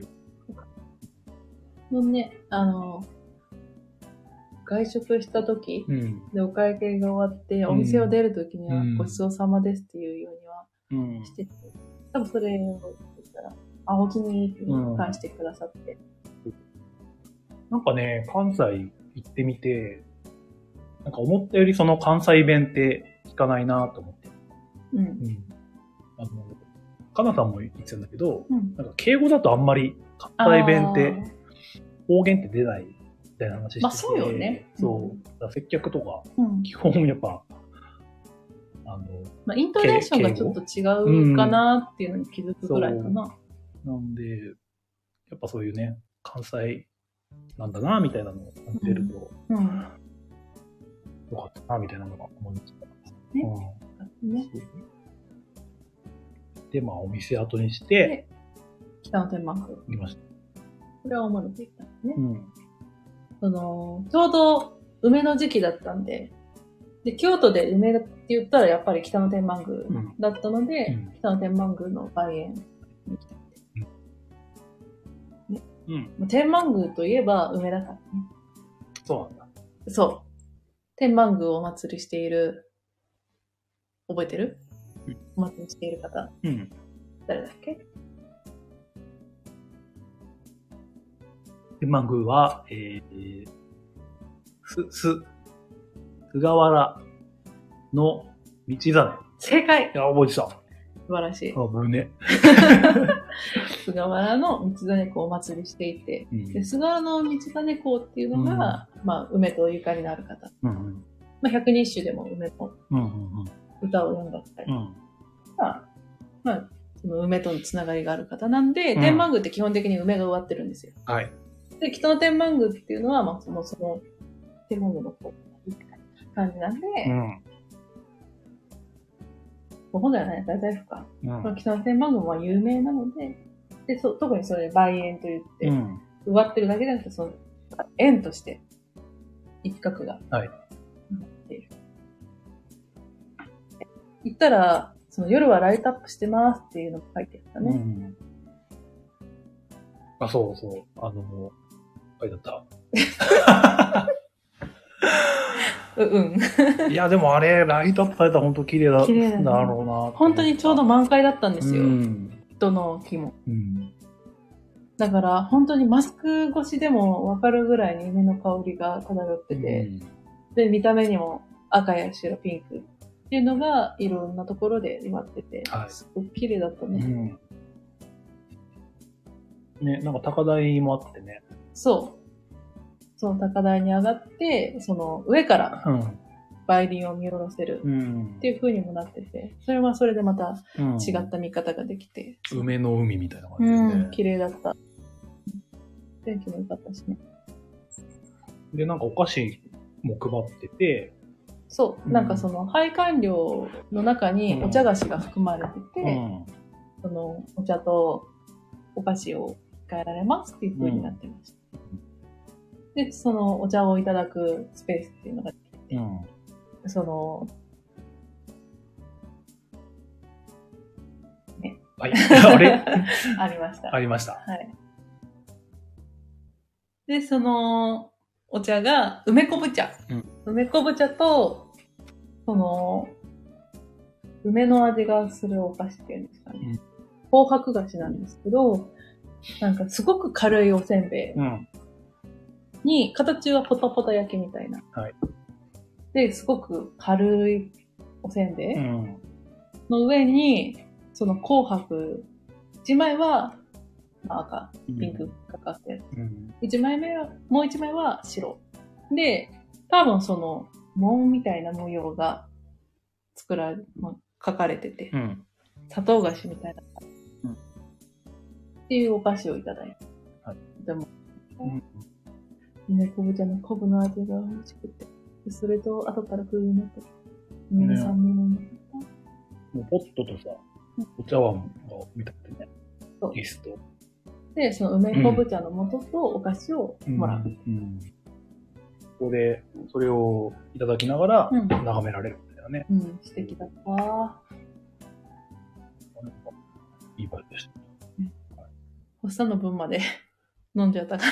のね、外食した時、でお会計が終わって、お店を出る時にはごちそうさまですっていうようにはしてて、多分それを言ったら、お気に入りに返してくださって。
なんかね、関西行ってみて、なんか思ったよりその関西弁って聞かないなと思って。かなさんも言ってたんだけど、なんか敬語だとあんまり関西弁って方言って出ないみたいな話してて。
まあそうよね。
そう。だ接客とか、基本やっぱ、
イントネーションがちょっと違うかなっていうのに気づくぐらいかな。
なんで、やっぱそういうね、関西なんだなみたいなのを出ると、よかったなみたいなのが思いました。で、まあお店後にして、
北野天満宮。
行きました。
これは思い出てきたんですね。ちょうど梅の時期だったんで、京都で梅って言ったらやっぱり北野天満宮だったので、北野天満宮の梅園に来たんで。天満宮といえば梅だからね。
そうなんだ。
そう。天満宮をお祭りしている、覚えてる？お祭りしている方。誰だっけ？
天満宮は、菅原の道真。
正解！
いや、覚えてた。
素晴らしい。
危ね。
菅原の道真公をお祭りしていて、で菅原の道真公っていうのが、まあ、梅とゆかりのある方。まあ、百人一首でも梅の歌を読んだったり。まあ、その梅とのつながりがある方なんで、天満宮って基本的に梅が植わってるんですよ。
はい。
で、北野天満宮っていうのは、まあ、その天満宮のこう、感じなんで、もう本来はね、大体不可。北野天満宮は有名なので、特にそれ、梅園と言って、植わってるだけじゃなくて、その、園として、一角が、なっている。行ったら、その夜はライトアップしてますっていうのが書いてあったね。
そうそう。書いてあった。いや、でもあれ、ライトアップされたら本当綺麗だろうな。
本当にちょうど満開だったんですよ。人の木も。だから、本当にマスク越しでも分かるぐらいに梅の香りが漂ってて、で、見た目にも赤や白、ピンクっていうのがいろんなところで埋まってて、すごく綺麗だったね。
ね、なんか高台もあってね。
そう。 そう、高台に上がって、その上から梅林を見下ろせるっていう風にもなってて、それはそれでまた違った見方ができて。
梅の海みたいな感じでね。
綺麗だった。天気も良かったしね。
で、なんかお菓子も配ってて、
そう、なんかその配管料の中にお茶菓子が含まれてて、そのお茶とお菓子を変えられますっていう風になってました。で、そのお茶をいただくスペースっていうのができて、その、ね。
はい。あれ
ありました。
ありました。
はい。で、その、お茶が、梅昆布茶。梅昆布茶と、その、梅の味がするお菓子っていうんですかね。紅白菓子なんですけど、なんかすごく軽いおせんべいに、形はポタポタ焼きみたいな。はい、で、すごく軽いおせんべいの上に、その紅白、1枚は赤、ピンクかかってやつ。1枚目は、もう1枚は白。で、多分その、紋みたいな模様が書かれてて、砂糖菓子みたいな、っていうお菓子をいただいて。はい、でも、梅昆布茶の昆布の味が美味しくて、それと後から来るようになった。梅の酸味もなった。
もうポットとさ、お茶碗が見たってね。そう。椅子と。
で、その梅昆布茶の素とお菓子をもらう。
ここで、それをいただきながら眺められるんだよね。
素敵だった。
いい場所でした。
おっさんの分まで飲んじゃったから。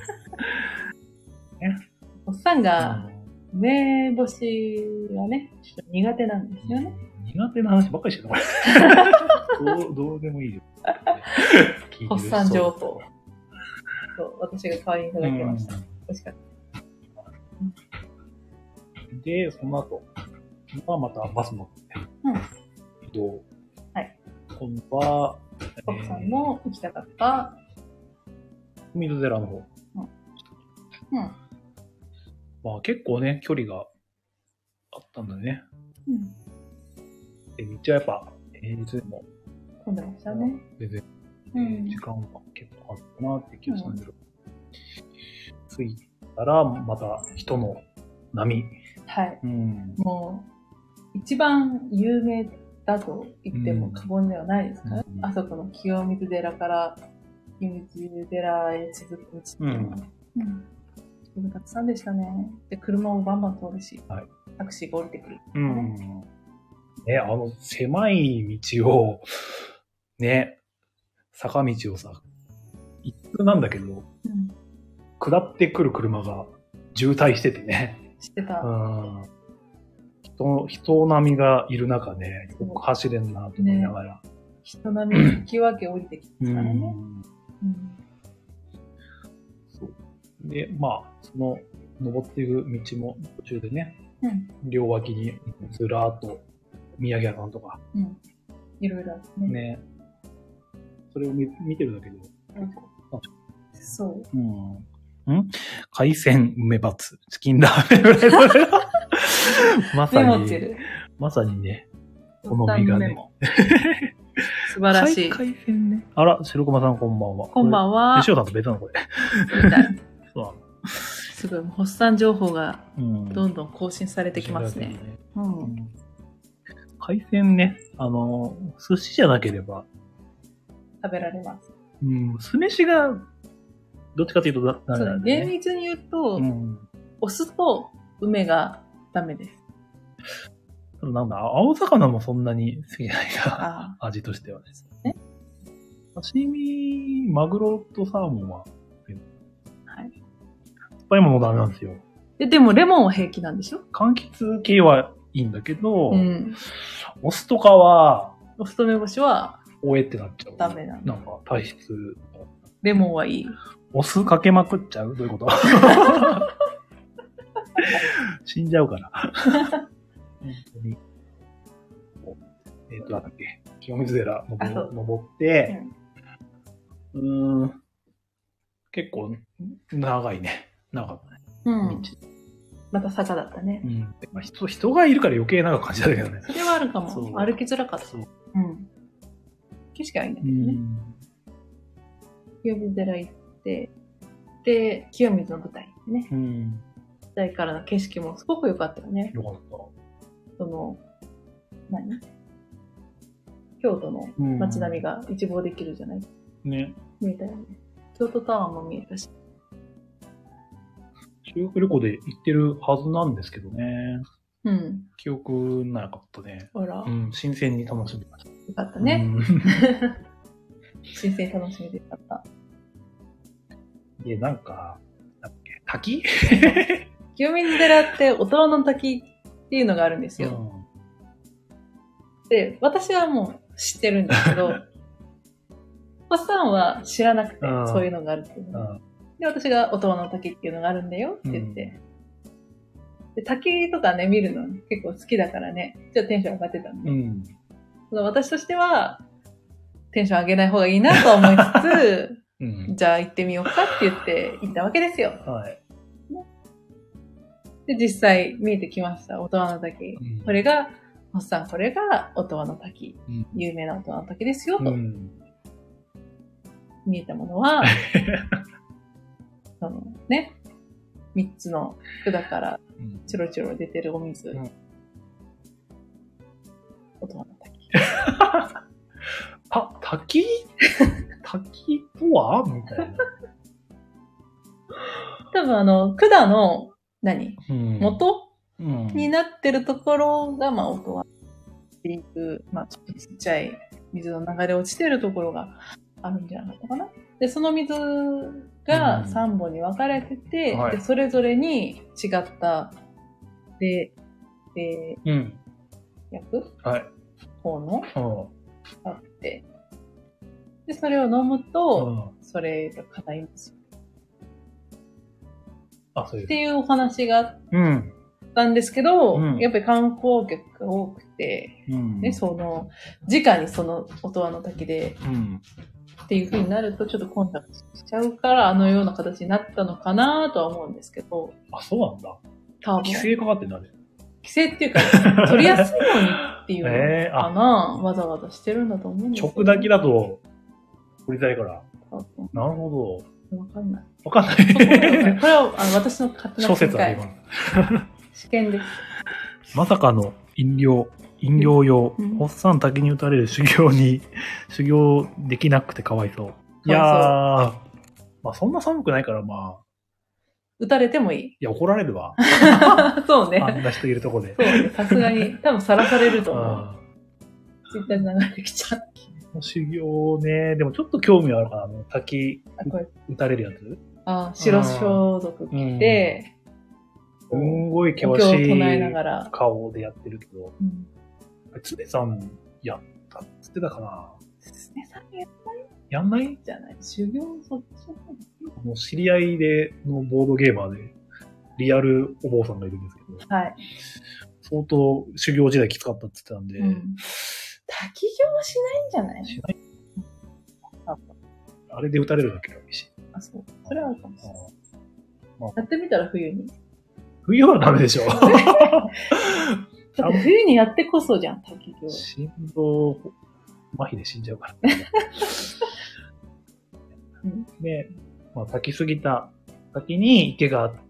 おっさんが、梅干しがね、苦手なんですよね。
苦手な話ばっかりしてるこれ。どうでもいいよ。
おっさん情報。そう、私が代わりにいただきました。美味しかった。
で、その後はまたバス乗って移動。はい。今度は、
奥さんの行きたかった
水寺の方。まあ結構ね、距離があったんだね。で、道はやっぱ平日でも。
混んでましたね。
全然、時間が結構あったなって気がしたんだけど。着いたら、また人の波。
はい。もう、一番有名だと言っても過言ではないですから、あそこの清水寺から清水寺へ続く道っていうのは。人がたくさんでしたね。で、車もバンバン通るし、タクシーが降りてくる。
ね、狭い道を、ね、坂道をさ、一通なんだけど、下ってくる車が渋滞しててね。
してた。
人波みがいる中で、よく走れんなと思いながら。
人波み引き分け降りてきますからね。
そう。で、まあ、その、登っていく道も途中でね、両脇にずらーっと宮城屋さんとか、
いろいろあってね。
ね。それを見てるだけで、
そう。
海鮮梅バツ、チキンラーメン。まさにね、好みがね。
素晴らしい。
海鮮ね。あら、白熊さんこんばんは。
こんばんは。
塩さんと別なのこれ。
そうなの。すごい、ホッサン情報がどんどん更新されてきますね。
海鮮ね、寿司じゃなければ
食べられます。
酢飯がどっちかというと
ダメなんだね。厳密に言うと、お酢と梅がダメです。
なんだ、青魚もそんなに好きじゃないか、味としてはですね。刺身、マグロとサーモンは、はい。酸っぱいものダメなんですよ。
でもレモンは平気なんでしょ？
柑橘系はいいんだけど、お酢とかは、
お酢と梅干しは、
おえってなっちゃう。
ダメなんだ。
なんか体質。
レモンはいい。
お酢かけまくっちゃう？どういうこと？死んじゃうから。本当に。なんだっけ。清水寺登って、 結構長いね。長かったね。
うん。また坂だったね。
うん。まあ、人がいるから余計長く感じたけどね。
それはあるかも。歩きづらかった。そう。うん。景色はいいんだけどね。清水寺行って、で、清水の舞台ね。うん。舞台からの景色もすごく良かったよね。
良かった。
京都の街並みが一望できるじゃない、
ね。
見えたよね。京都タワーも見えたし。
修学旅行で行ってるはずなんですけどね。
うん。
記憶なかったね。
あら。
うん、新鮮に楽しんでました。
よかったね。新鮮に楽しんでよかった。
で、なんだっけ、滝
清水寺って大人の滝っていうのがあるんですよ。で、私はもう知ってるんですけど、おっさんは知らなくて、そういうのがあるっていうの。で、私が大人の滝っていうのがあるんだよって言って。で、滝とかね、見るの結構好きだからね、ちょっとテンション上がってたんで。私としては、テンション上げない方がいいなと思いつつ、じゃあ行ってみようかって言って行ったわけですよ。はい。で、実際見えてきました、大人の滝。これが、おっさん、これが大人の滝。有名な大人の滝ですよ、と。見えたものは、3つの管からチョロチョロ出てるお水。大人の滝。
滝とはみたいな。
多分管の、元になってるところが、音はっていう、ちっちゃい水の流れ落ちてるところがあるんじゃなかったかな。で、その水が3本に分かれてて、でそれぞれに違った薬方のあって、で、それを飲むと、それが硬いんですよ。っていうお話があったんですけど、やっぱり観光客が多くて、ね、直にその音羽の滝で、っていう風になるとちょっとコンタクトしちゃうから、あのような形になったのかなとは思うんですけど。
あ、そうなんだ。多分。規制かかってんだね。
規制っていうか、取りやすいようにっていうのかな、わざわざしてるんだと思うんですけど。
直滝だと、取りづらいから。なるほ
ど。わかんない。
わかんない。
これは私の勝手な
諸説あります。
試験です。
まさかの飲料用、おっさん滝に打たれる修行できなくてかわいそう。いやー、そんな寒くないから
打たれてもいい。
いや、怒られるわ。
そうね。
あんな人いるとこで。
そうね、さすがに。多分さらされると思う。ツイッターで流れてきちゃう。
修行ね、でもちょっと興味あるから、滝打たれるやつ？
白装束着て、
すんごい険しい顔でやってるけど、つねさんやったっつってたかな。
つねさん
やんない
じゃない。修行そっち
もう知り合いのボードゲーマーで、リアルお坊さんがいるんですけど、
はい。
相当修行時代きつかったって言ってたんで、
滝行はしないんじゃない？
しない。あれで打たれるだけが嬉しい。
そう。それはあるかもしれない。やってみたら冬に。
冬はダメでしょ。だ
って冬にやってこそじゃん、滝行。
心臓麻痺で死んじゃうから。で、滝過ぎた先に池があって、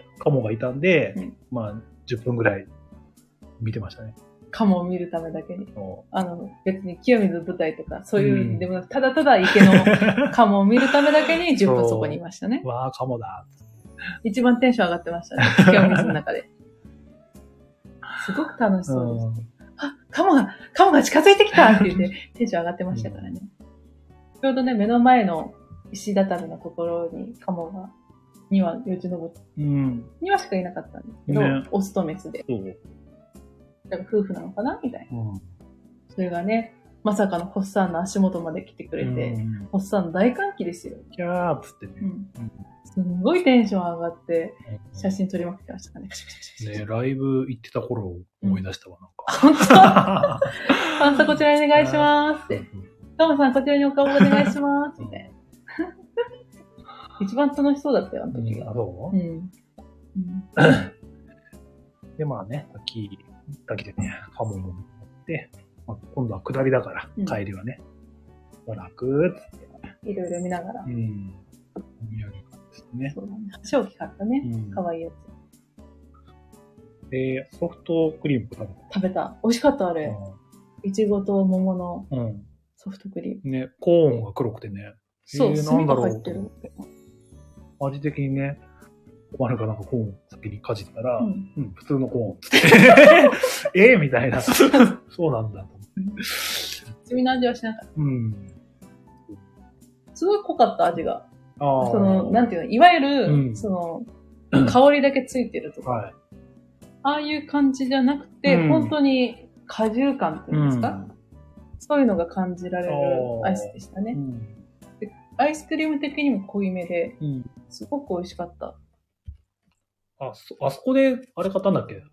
カモがいたんで、10分ぐらい見てましたね。
カモを見るためだけに。別に清水舞台とかそういうんでもなく、ただただ池のカモを見るためだけに10分そこにいましたね。
わー、カモだ。
一番テンション上がってましたね。清水の中で。すごく楽しそうです。カモが近づいてきたって言ってテンション上がってましたからね。ちょうどね、目の前の石畳のところにカモが2羽よじ登って、2羽しかいなかったんですけど、オスとメスで。だから夫婦なのかなみたいな。それがね、まさかのホッサンの足元まで来てくれて、ホッサンの大歓喜ですよ。
キャーっつってね。
すんごいテンション上がって、写真撮りまくってましたね。
ね、ライブ行ってた頃を思い出したわ、なんか。
本当パンサこちらにお願いしますって。トモさんこちらにお顔お願いしますみたいな。 一番楽しそうだったよ、あの時が。
そうで、まあね、滝でね、カモンも持って、まあ、今度は下りだから、帰りはね、楽っつ
って。いろいろ見ながら。お土産
ですね。
そうだね。箸置き買ったね。かわいいや
つ。ソフトクリーム
食べた。美味しかった、あれ。いちごと桃のソフトクリーム。
ね、コーンが黒くてね。
そう、なんだろう入ってる。
味的にね、お前がなんかコーン先にかじったら、普通のコーン。みたいな。そうなんだと思って。
罪の味はしなかった。すごい濃かった味が。なんていうの、いわゆる、香りだけついてるとか、ああいう感じじゃなくて、本当に果汁感っていうんですか、そういうのが感じられるアイスでしたね。でアイスクリーム的にも濃いめで、すごく美味しかった。
あそこで、あれ買ったんだっけ？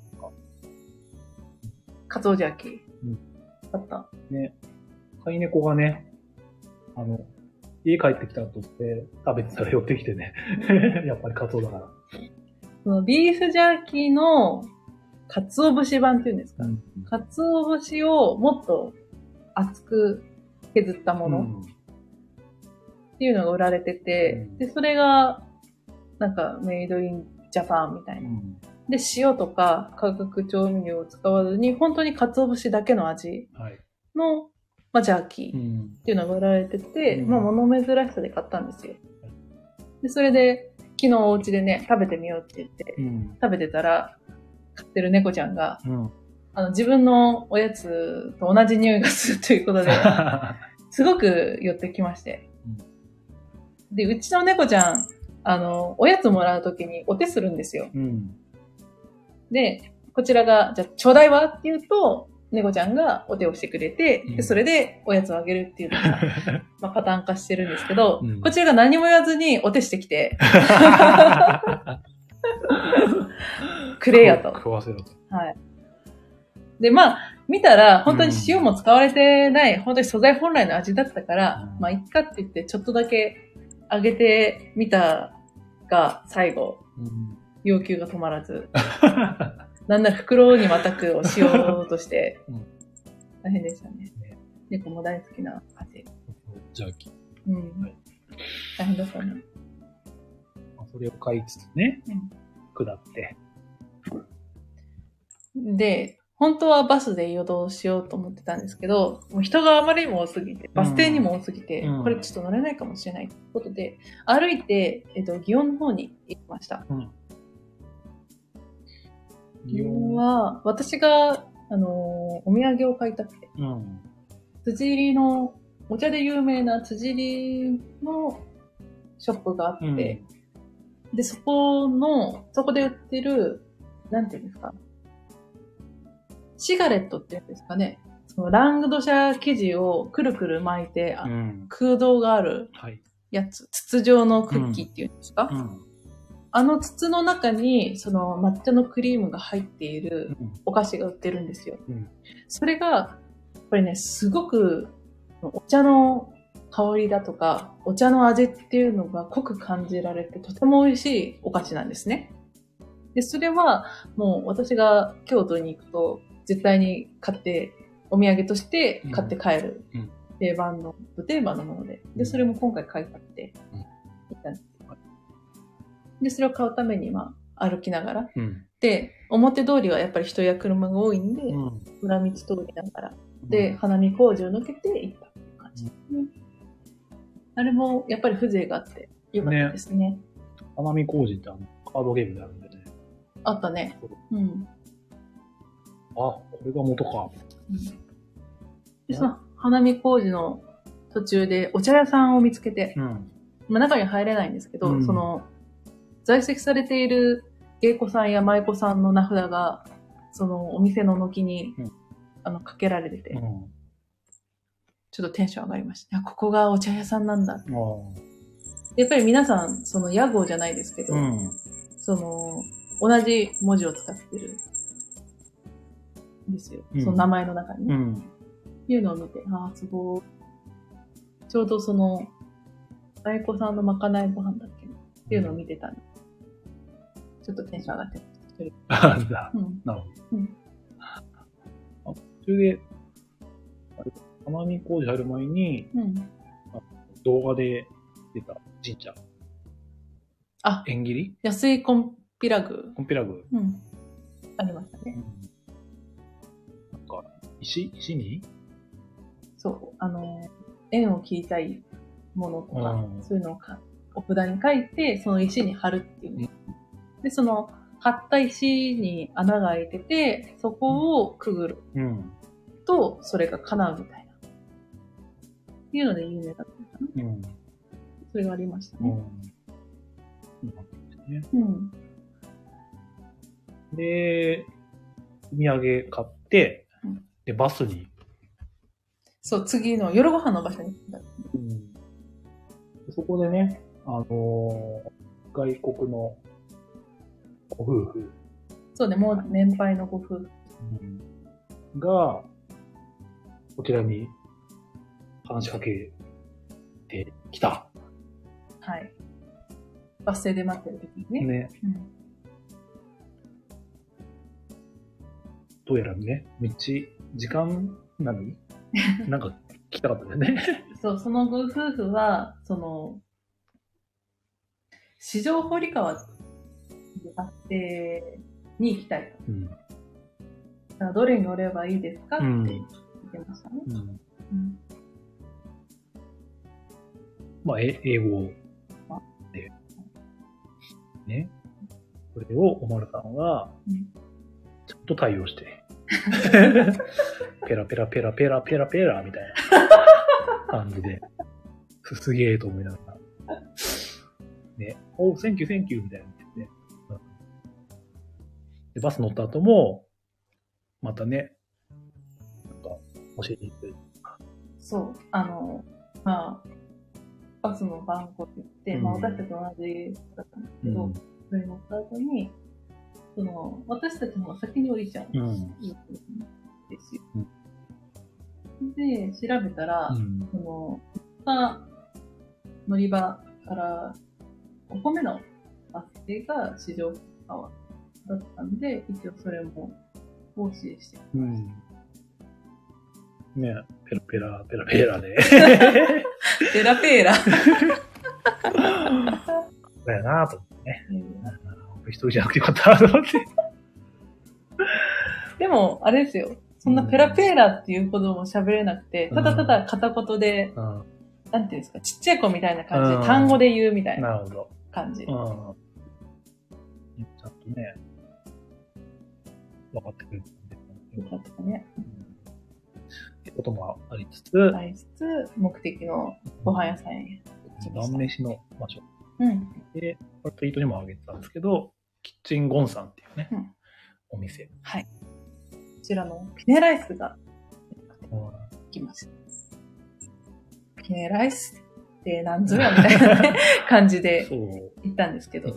かつおジャーキー。買った。
ね。飼い猫がね、家帰ってきた後って食べてたら寄ってきてね。やっぱりカツオだから。
そのビーフジャーキーのカツオ節版っていうんですか、カツオ節をもっと厚く削ったものっていうのが売られてて、で、それがなんかメイドインジャパンみたいな。で、塩とか化学調味料を使わずに、本当に鰹節だけの味の、ジャーキーっていうのが売られてて、物珍しさで買ったんですよ。で、それで、昨日お家でね、食べてみようって言って、食べてたら、飼ってる猫ちゃんが、自分のおやつと同じ匂いがするということで、すごく寄ってきまして。で、うちの猫ちゃん、おやつもらうときにお手するんですよ。で、こちらが、じゃあ、ちょうだいわって言うと、猫ちゃんがお手をしてくれて、でそれでおやつをあげるっていうのが、パターン化してるんですけど、こちらが何も言わずにお手してきて、くれやと。
食わせろと。
はい。で、見たら、本当に塩も使われてない、本当に素材本来の味だったから、いっかって言って、ちょっとだけあげてみたが、最後、要求が止まらず、なんなら袋にまたくをしようとして、大変でしたね。猫も大好きな味。
ジャーキー。
大変だったね。
それを買いつつね、下って。
で、本当はバスで移動しようと思ってたんですけど、もう人があまりにも多すぎて、バス停にも多すぎて、これちょっと乗れないかもしれないということで、歩いて、祇園の方に行きました。祇園は、私が、お土産を買いたくて、辻入の、お茶で有名な辻入のショップがあって、で、そこで売ってる、なんていうんですか、シガレットって言うんですかね、そのラングドシャ生地をくるくる巻いて、空洞があるやつ、筒状のクッキーっていうんですか、筒の中に、その抹茶のクリームが入っているお菓子が売ってるんですよ。それが、やっぱりね、すごく、お茶の香りだとか、お茶の味っていうのが濃く感じられて、とても美味しいお菓子なんですね。で、それは、もう私が京都に行くと、絶対に買って、お土産として買って帰る定番のもので。で、それも今回買いたくて、行ったんです。で、それを買うために、歩きながら。で、表通りはやっぱり人や車が多いんで、裏道通りながら。で、花見工事を抜けて行ったっていう感じですね。あれも、やっぱり風情があって、よかったですね。
花見工事ってカードゲームであるんでね。
あったね。
これが元か。
で、その花見工事の途中でお茶屋さんを見つけて、中に入れないんですけど、その、在籍されている芸妓さんや舞妓さんの名札が、そのお店の軒に、かけられてて、ちょっとテンション上がりました。ここがお茶屋さんなんだ。やっぱり皆さん、その屋号じゃないですけど、その、同じ文字を使ってるんですよ。その名前の中にね。いうのを見て、すごい。ちょうどその、 大子さんのまかないご飯だっけっていうのを見てたんで、ちょっとテンション上がって
た。なるほど。途中で、奄美工事入る前に、動画で出た神社。縁切り
安いコンピラグ。ありましたね。
なんか、石に
そう、縁を切りたいものとか、そういうのをお札に書いて、その石に貼るっていう。で、その、貼った石に穴が開いてて、そこをくぐる。と、それが叶うみたいな。っていうので有名だったのかな。それがありましたね。
で、お土産買って、で、バスに。
そう、次の夜ご飯の場所に行った。
そこでね、外国のご夫婦。
そうね、もう年配のご夫婦。
が、こちらに話しかけてきた。
はい。バス停で待ってる時にね。
どうやらね、時間なんか聞きたかったんだよね。
そう、そのご夫婦は、四条堀川バス停に行きたいと。どれに乗ればいいですかって言ってましたね。
まあ、英語で。ね。これをおまるさんは、ちょっと対応して。ペラペラペラペラペラペラみたいな感じで、すげえと思いながら。ね。センキューセンキューみたいな言ってね。で、バス乗った後も、またね、なんか、教えていく。
そう。まあ、バスの番号って言って、まあ私たちと同じだったんですけど、それに乗った後に、私たちの先に降りちゃうんですよ。で、調べたら、乗り場から5個目のバス停が四条川だったんで、一応それも奉仕して
ね、ペラペラペラペラで。
ペラペラ。
だよなぁと思ってね。一人じゃなくてよかったなと思って。
でも、あれですよ。そんなペラペラっていうことも喋れなくて、ただただ片言で、なんていうんですか、ちっちゃい子みたいな感じで、単語で言うみたいな感じ。ちゃんと
ね、分かってくれるんで。
よかったね。
ってこともありつつ、
目的のご飯屋さんへ。
晩飯の場所。で、これツイートにもあげてたんですけど、キッチンゴンさんっていうね、お店。
はい。こちらのピネライスが来ました。ピネライスって何ぞやみたいな、ね、感じで行ったんですけど。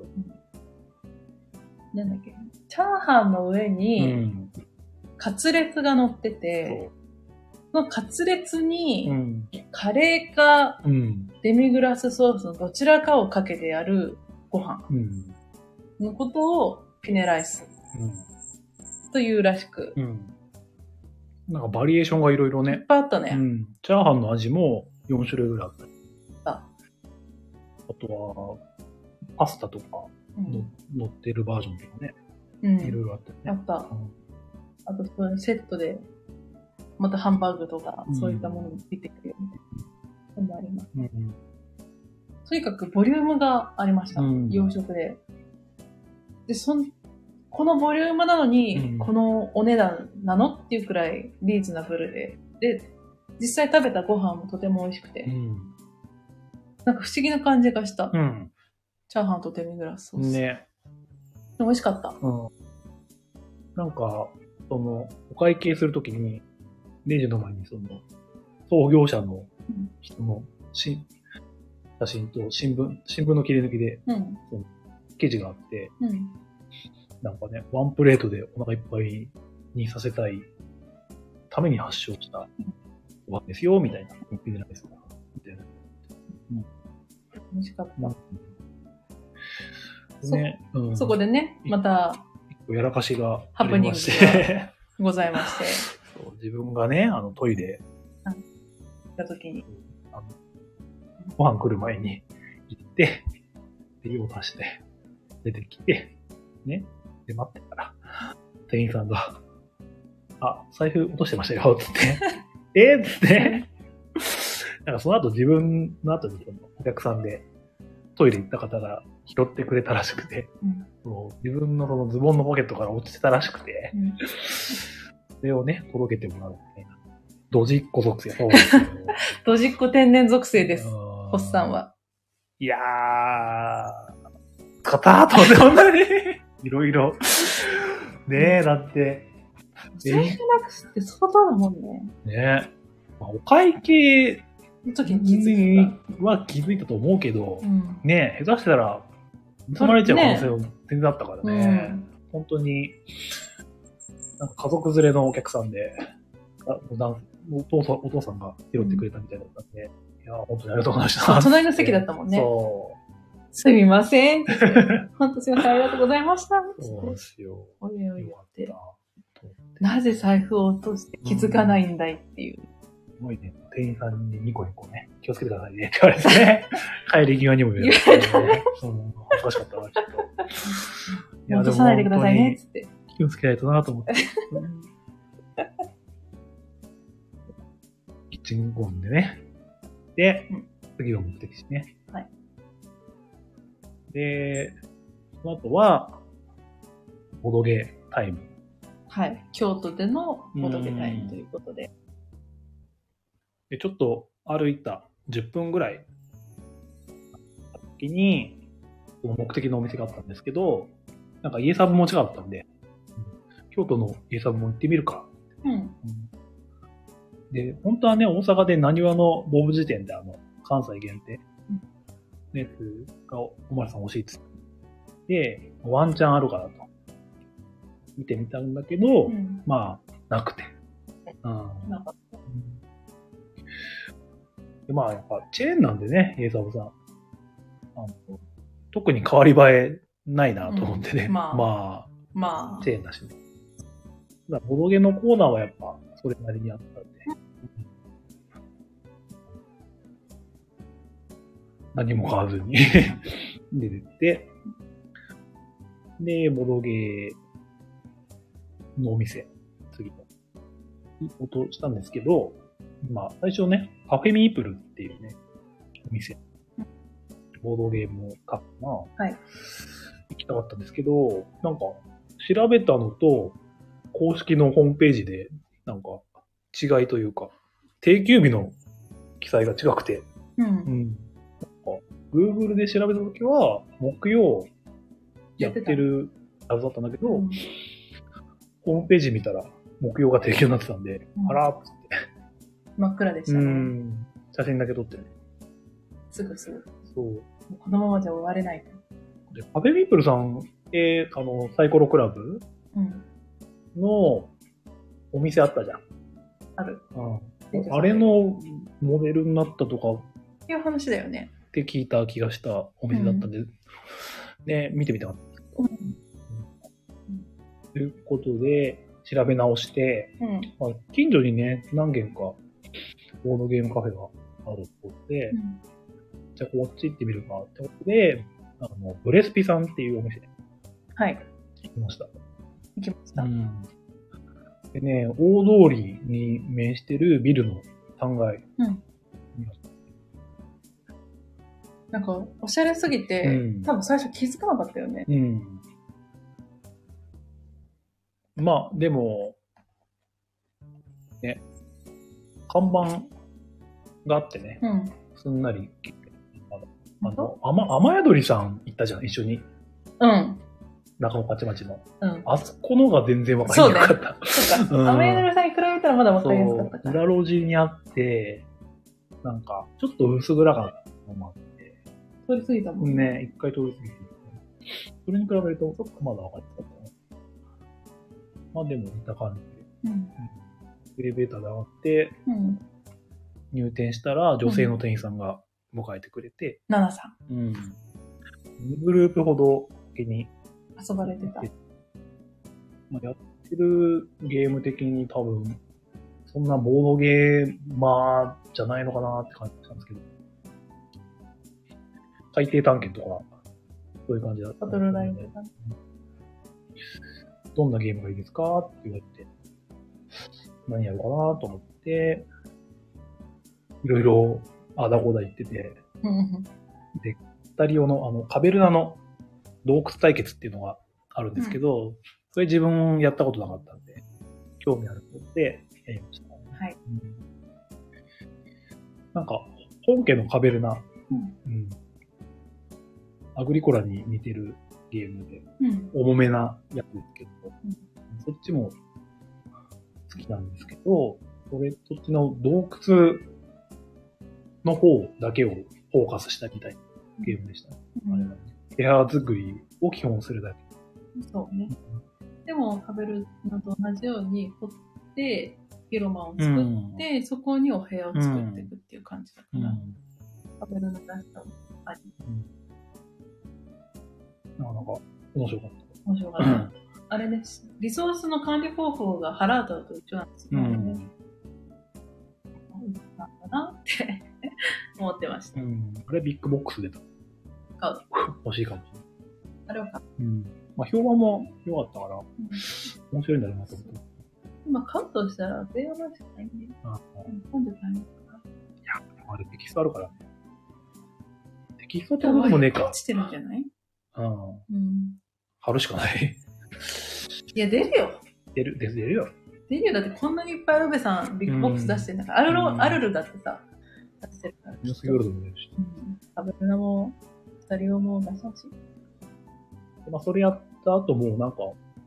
なんだっけ、チャーハンの上にカツレツが乗ってて、そのカツレツにカレーかデミグラスソースのどちらかをかけてやるご飯のことをピネライスというらしく。
なんかバリエーションがいろいろね。
いっぱいあったね。
チャーハンの味も4種類ぐらいあったり。あとは、パスタとか乗ってるバージョンとかね。いろいろあったよね。
あった。あと、そのセットで、またハンバーグとか、そういったものもついてくるよみたいなのもあります。とにかくボリュームがありました。洋食で。で、このボリュームなのに、このお値段なのっていうくらいリーズナブルで。で、実際食べたご飯もとても美味しくて。なんか不思議な感じがした。チャーハンとデミグラスソース。ね。美味しかった。
なんか、お会計するときに、レジの前に創業者の人の写真と新聞の切り抜きで、記事があって、なんかね、ワンプレートでお腹いっぱいにさせたいために発祥したご飯ですよ、みたいな。みたいな。
楽しかった。
ね、
そこでね、また、
やらかしが
ハプニングがございまして。
そう自分がね、トイレ
行った時に、
ご飯来る前に行って、で、用を足して、出てきて、ね、で、待ってたら、店員さんが、財布落としてましたよ、つって。つって。なんかその後自分の後にお客さんでトイレ行った方が拾ってくれたらしくて、自分のそのズボンのポケットから落ちてたらしくて、それをね、届けてもらうみたいな。ドジっ子属性。そうですよ。
ドジっ子天然属性です。ホスさんは。
いやー、使ったと思って、ほんとに。いろいろ。ねえ、だって。
財布なくすって相当だもんね。
ねえ。お会計
の時に気づい
た。は気づいたと思うけど、ねえ、下手したら盗まれちゃう可能性も全然あったからね。本当に、なんか家族連れのお客さんで、お父さんが拾ってくれたみたいだったんで、いや、本当にありがとうございました。
隣の席だったもんね。そう。すみません。本当すみません、ありがとうございました。
そうですよ。
おいおいって。なぜ財布を落として気づかないんだいっていう。
すごいね、店員さんにニコニコね、気をつけてくださいねって言われてね、帰り際にも言われて、ね、恥ずかしかったな、ちょっと。
いや、落とさないでくださいね、つって。
気をつけないとなと思って。キッチンゴンでね。で、次が目的地ね。
はい。
で、その後は、ボドゲタイム。
はい。京都でのボドゲタイムということで。
で、ちょっと歩いた10分ぐらい時に、その目的のお店があったんですけど、なんか家サブも近かったんで、京都の家サブも行ってみるか。で、本当はね、大阪で何話のボブ辞典で関西限定のやつがおまるさん欲しいっつって。で、ワンチャンあるかなと。見てみたんだけど、まあ、なくて。なかった。で、まあ、やっぱ、チェーンなんでね、家サブさん。特に変わり映えないなと思ってね。まあ、チェーンだしね。ただ、ボドゲのコーナーはやっぱ、それなりにあったんで。何も買わずに出てって、で、ボドゲのお店、次の、音したんですけど、まあ、最初ね、カフェミープルっていうね、お店。ボードゲームカフェな、
はい、
行きたかったんですけど、なんか、調べたのと、公式のホームページで、なんか、違いというか、定休日の記載が違くて、Google で調べたときは、木曜やってるはずだったんだけど、ホームページ見たら、木曜が定休になってたんで、あらーっつって。
真っ暗でしたね。
写真だけ撮ってね。
すぐ。そう。
こ
のままじゃ終われない。
で、カフェミープルさん、サイコロクラブのお店あったじゃん。
ある。
あれのモデルになったとか。
っていう話だよね。
って聞いた気がしたお店だったんで、ね、見てみたかったんですけど。ということで、調べ直して、近所にね、何軒か、ボードゲームカフェがあるってことで、じゃあこっち行ってみるかってことで、ブレスピさんっていうお店。
はい。
行きました。
で
ね、大通りに面してるビルの3階。
なんか、おしゃれすぎて、多分最初気づかなかったよね。
まあ、でも、ね、看板があってね、すんなり、雨宿りさん行ったじゃん、一緒に。中野勝町の。あそこのが全然わかりにくかった。
そうか。雨宿りさんに比べたらまだわかりやすかったから。
裏路地にあって、なんか、ちょっと薄暗かったのもあって。
通り過ぎたもん
ね。一回通り過ぎて。それに比べると、まだわかりやすかったね。まあでも似た感じで。エレベーターで上がって、入店したら女性の店員さんが迎えてくれて。
ナナさ
ん。うん。2グループほどに
遊ばれてた。
まあ、やってるゲーム的に多分、そんなボードゲーマーじゃないのかなって感じしたんですけど。海底探検とか、そういう感じだった。
バトルライブだね。
どんなゲームがいいですかって言われて、何やるかなと思って、いろいろあだこだ言ってて、で、二人用のカベルナの洞窟対決っていうのがあるんですけど、それ自分やったことなかったんで、興味あると思ってやりました。
はい。
なんか、本家のカベルナ、アグリコラに似てるゲームで、重めなやつですけど、そっちも好きなんですけど、そっちの洞窟の方だけをフォーカスしたみたいなゲームでしたね。あれはね、部屋作りを基本するだけ。
そうね。でも、カベルナと同じように掘って、広間を作って、そこにお部屋を作っていくっていう感じだから、カベルナ出したのあり。
なかなか面白かった。
面白かった。あれです。リソースの管理方法がハラートと一緒なんですよね。なんだなって思ってました。
あれビッグボックス出た。
買う。
欲しいかもしれない。
あれは買う。
まあ、評判も良かったから、面白いんだろうなと思って。
今買うとしたら、電話しかないんで。今度買いますか？
いや、あれテキストあるからね。テキストってことでもねえか。
落ちてるんじゃない？
貼るしかない。
いや、出るよ。
出るよ。
出るよ。だってこんなにいっぱいウベさん、ビッグボックス出してるんだから、アルルだってさ、出してるから。
ニュースヨールドも出るし。
カベルナも、二人用も出してほしい。
まあ、それやった後も、なんか、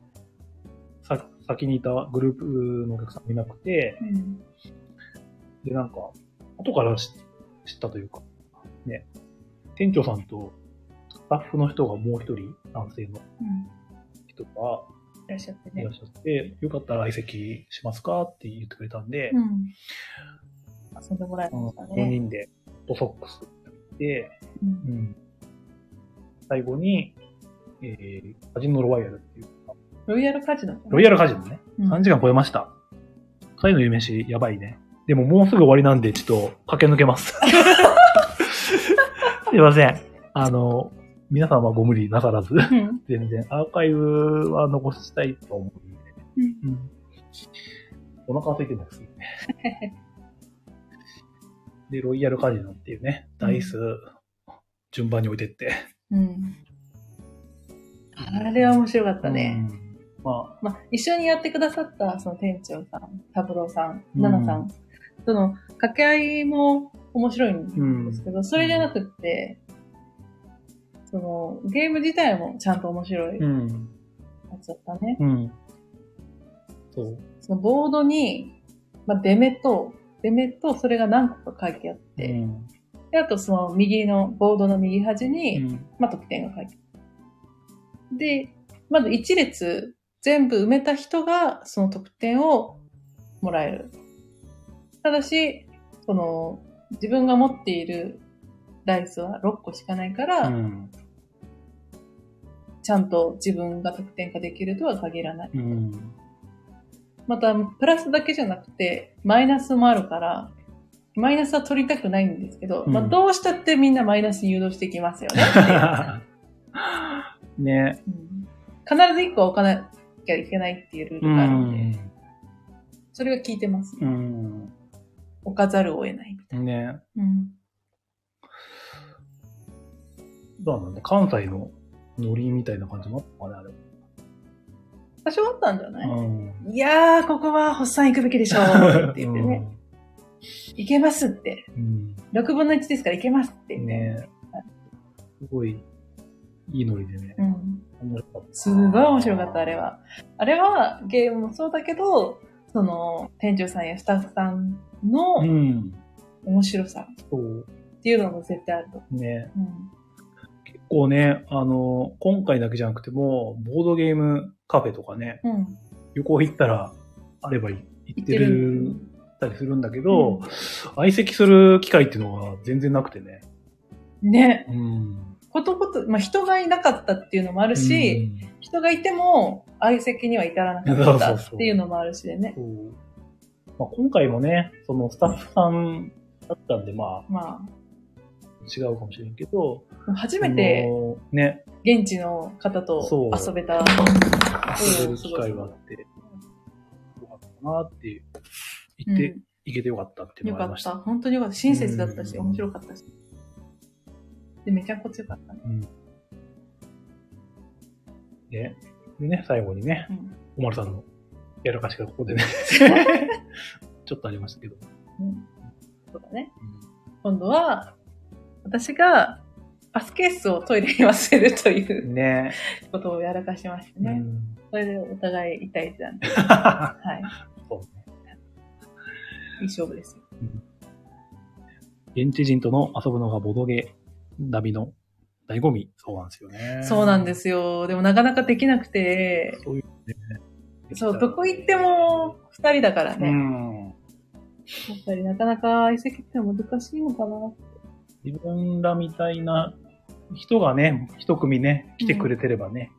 先にいたグループのお客さんいなくて、で、なんか、後から知ったというか、ね、店長さんとスタッフの人がもう一人、男性の人が
いらっしゃってね。
いらっしゃって、よかったら相席しますかって言ってくれたんで、
遊んでもらいましたね。
4人でトソックスやって、最後に、カジノロワイヤルっていうか。
ロイヤルカジノ
ね。3時間超えました。そういうの夕飯やばいね。でももうすぐ終わりなんで、ちょっと駆け抜けます。すいません。皆さんはご無理なさらず、全然アーカイブは残したいと思うんで、お腹空いてるんですよね。で、ロイヤルカジノっていうね、ダイス、順番に置いてって。
あれは面白かったね。まあ、一緒にやってくださった、その店長さん、三郎さん、ナナさん、その、掛け合いも面白いんですけど、それじゃなくって、その、ゲーム自体もちゃんと面白いやつだったね。そのボードに、まあ、出目と、それが何個か書いてあって、であとそのボードの右端に、まあ、得点が書いてある。で、まず一列全部埋めた人がその得点をもらえる。ただし、その、自分が持っているダイスは6個しかないから、ちゃんと自分が得点化できるとは限らない。また、プラスだけじゃなくて、マイナスもあるから、マイナスは取りたくないんですけど、まあどうしたってみんなマイナスに誘導してきますよね。
ね、
必ず1個置かなきゃいけないっていうルールがあるので、それが効いてますね。置かざるを得ないみたいな。
ね。そうなんだね。関西のノリみたいな感じもあったかね、あれ。
多少あったんじゃない？いやー、ここは、ホッサン行くべきでしょうって言ってね。行けますって。6分の1ですから行けますって。
ね。すごい、いいノリでね。
すごい面白かった、あれは。あれは、ゲームもそうだけど、その、店長さんやスタッフさんの、面白さ。っていうのも絶対あると。
ね。結構ね、今回だけじゃなくても、ボードゲームカフェとかね、旅行行ったら、あれば行ってるたりするんだけど、相席する機会っていうのは全然なくてね。
ね。ことごと、まあ人がいなかったっていうのもあるし、人がいても相席には至らなかったっていうのもあるしでね。
まあ、今回もね、そのスタッフさんだったんで、まあ、違うかもしれんけど、
初めて、
ね、
現地の方と遊べた。遊
べる機会があって、よかったなっていう、行って、行けてよかったっていうのがありました。
よかった。本当によかった。親切だったし、面白かったし。で、めちゃくちゃよかったね。
でね、最後にね、おまるさんのやらかしがここでね、ちょっとありましたけど。
そうだね。今度は、私がパスケースをトイレに忘れるというねことをやらかしましてね。それでお互い痛いじゃん。はい。そうね。いい勝負ですよ。
現地人との遊ぶのがボドゲ旅の醍醐味。そうなんですよね。
そうなんですよ。でもなかなかできなくて。そういうね。そう、どこ行っても二人だからね。やっぱりなかなか相席って難しいのかなって。
自分らみたいな人がね、一組ね、来てくれてればね、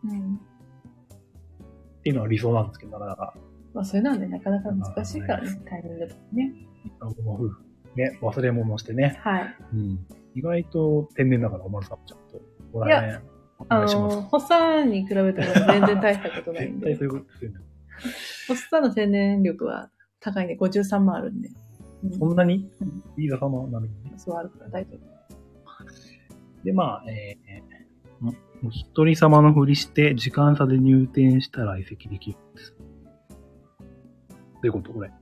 っていうのは理想なんですけど、なかなか。
まあ、それなんでなかなか難しいからね、タイミングだとね。
ね、忘れ物してね。
はい。
意外と天然だから、おまるさんもちゃんと。お願いします。
ホッサンに比べたら全然大したことないんで。
絶対そういうことするんだ。
ホッサンの天然力は高いね、53万あるんで。
そんなにいいだ様なのにね。
そうあるから大丈夫。
で、まあ、お一人様のふりして時間差で入店したら移籍できるんです。どういうことこれ。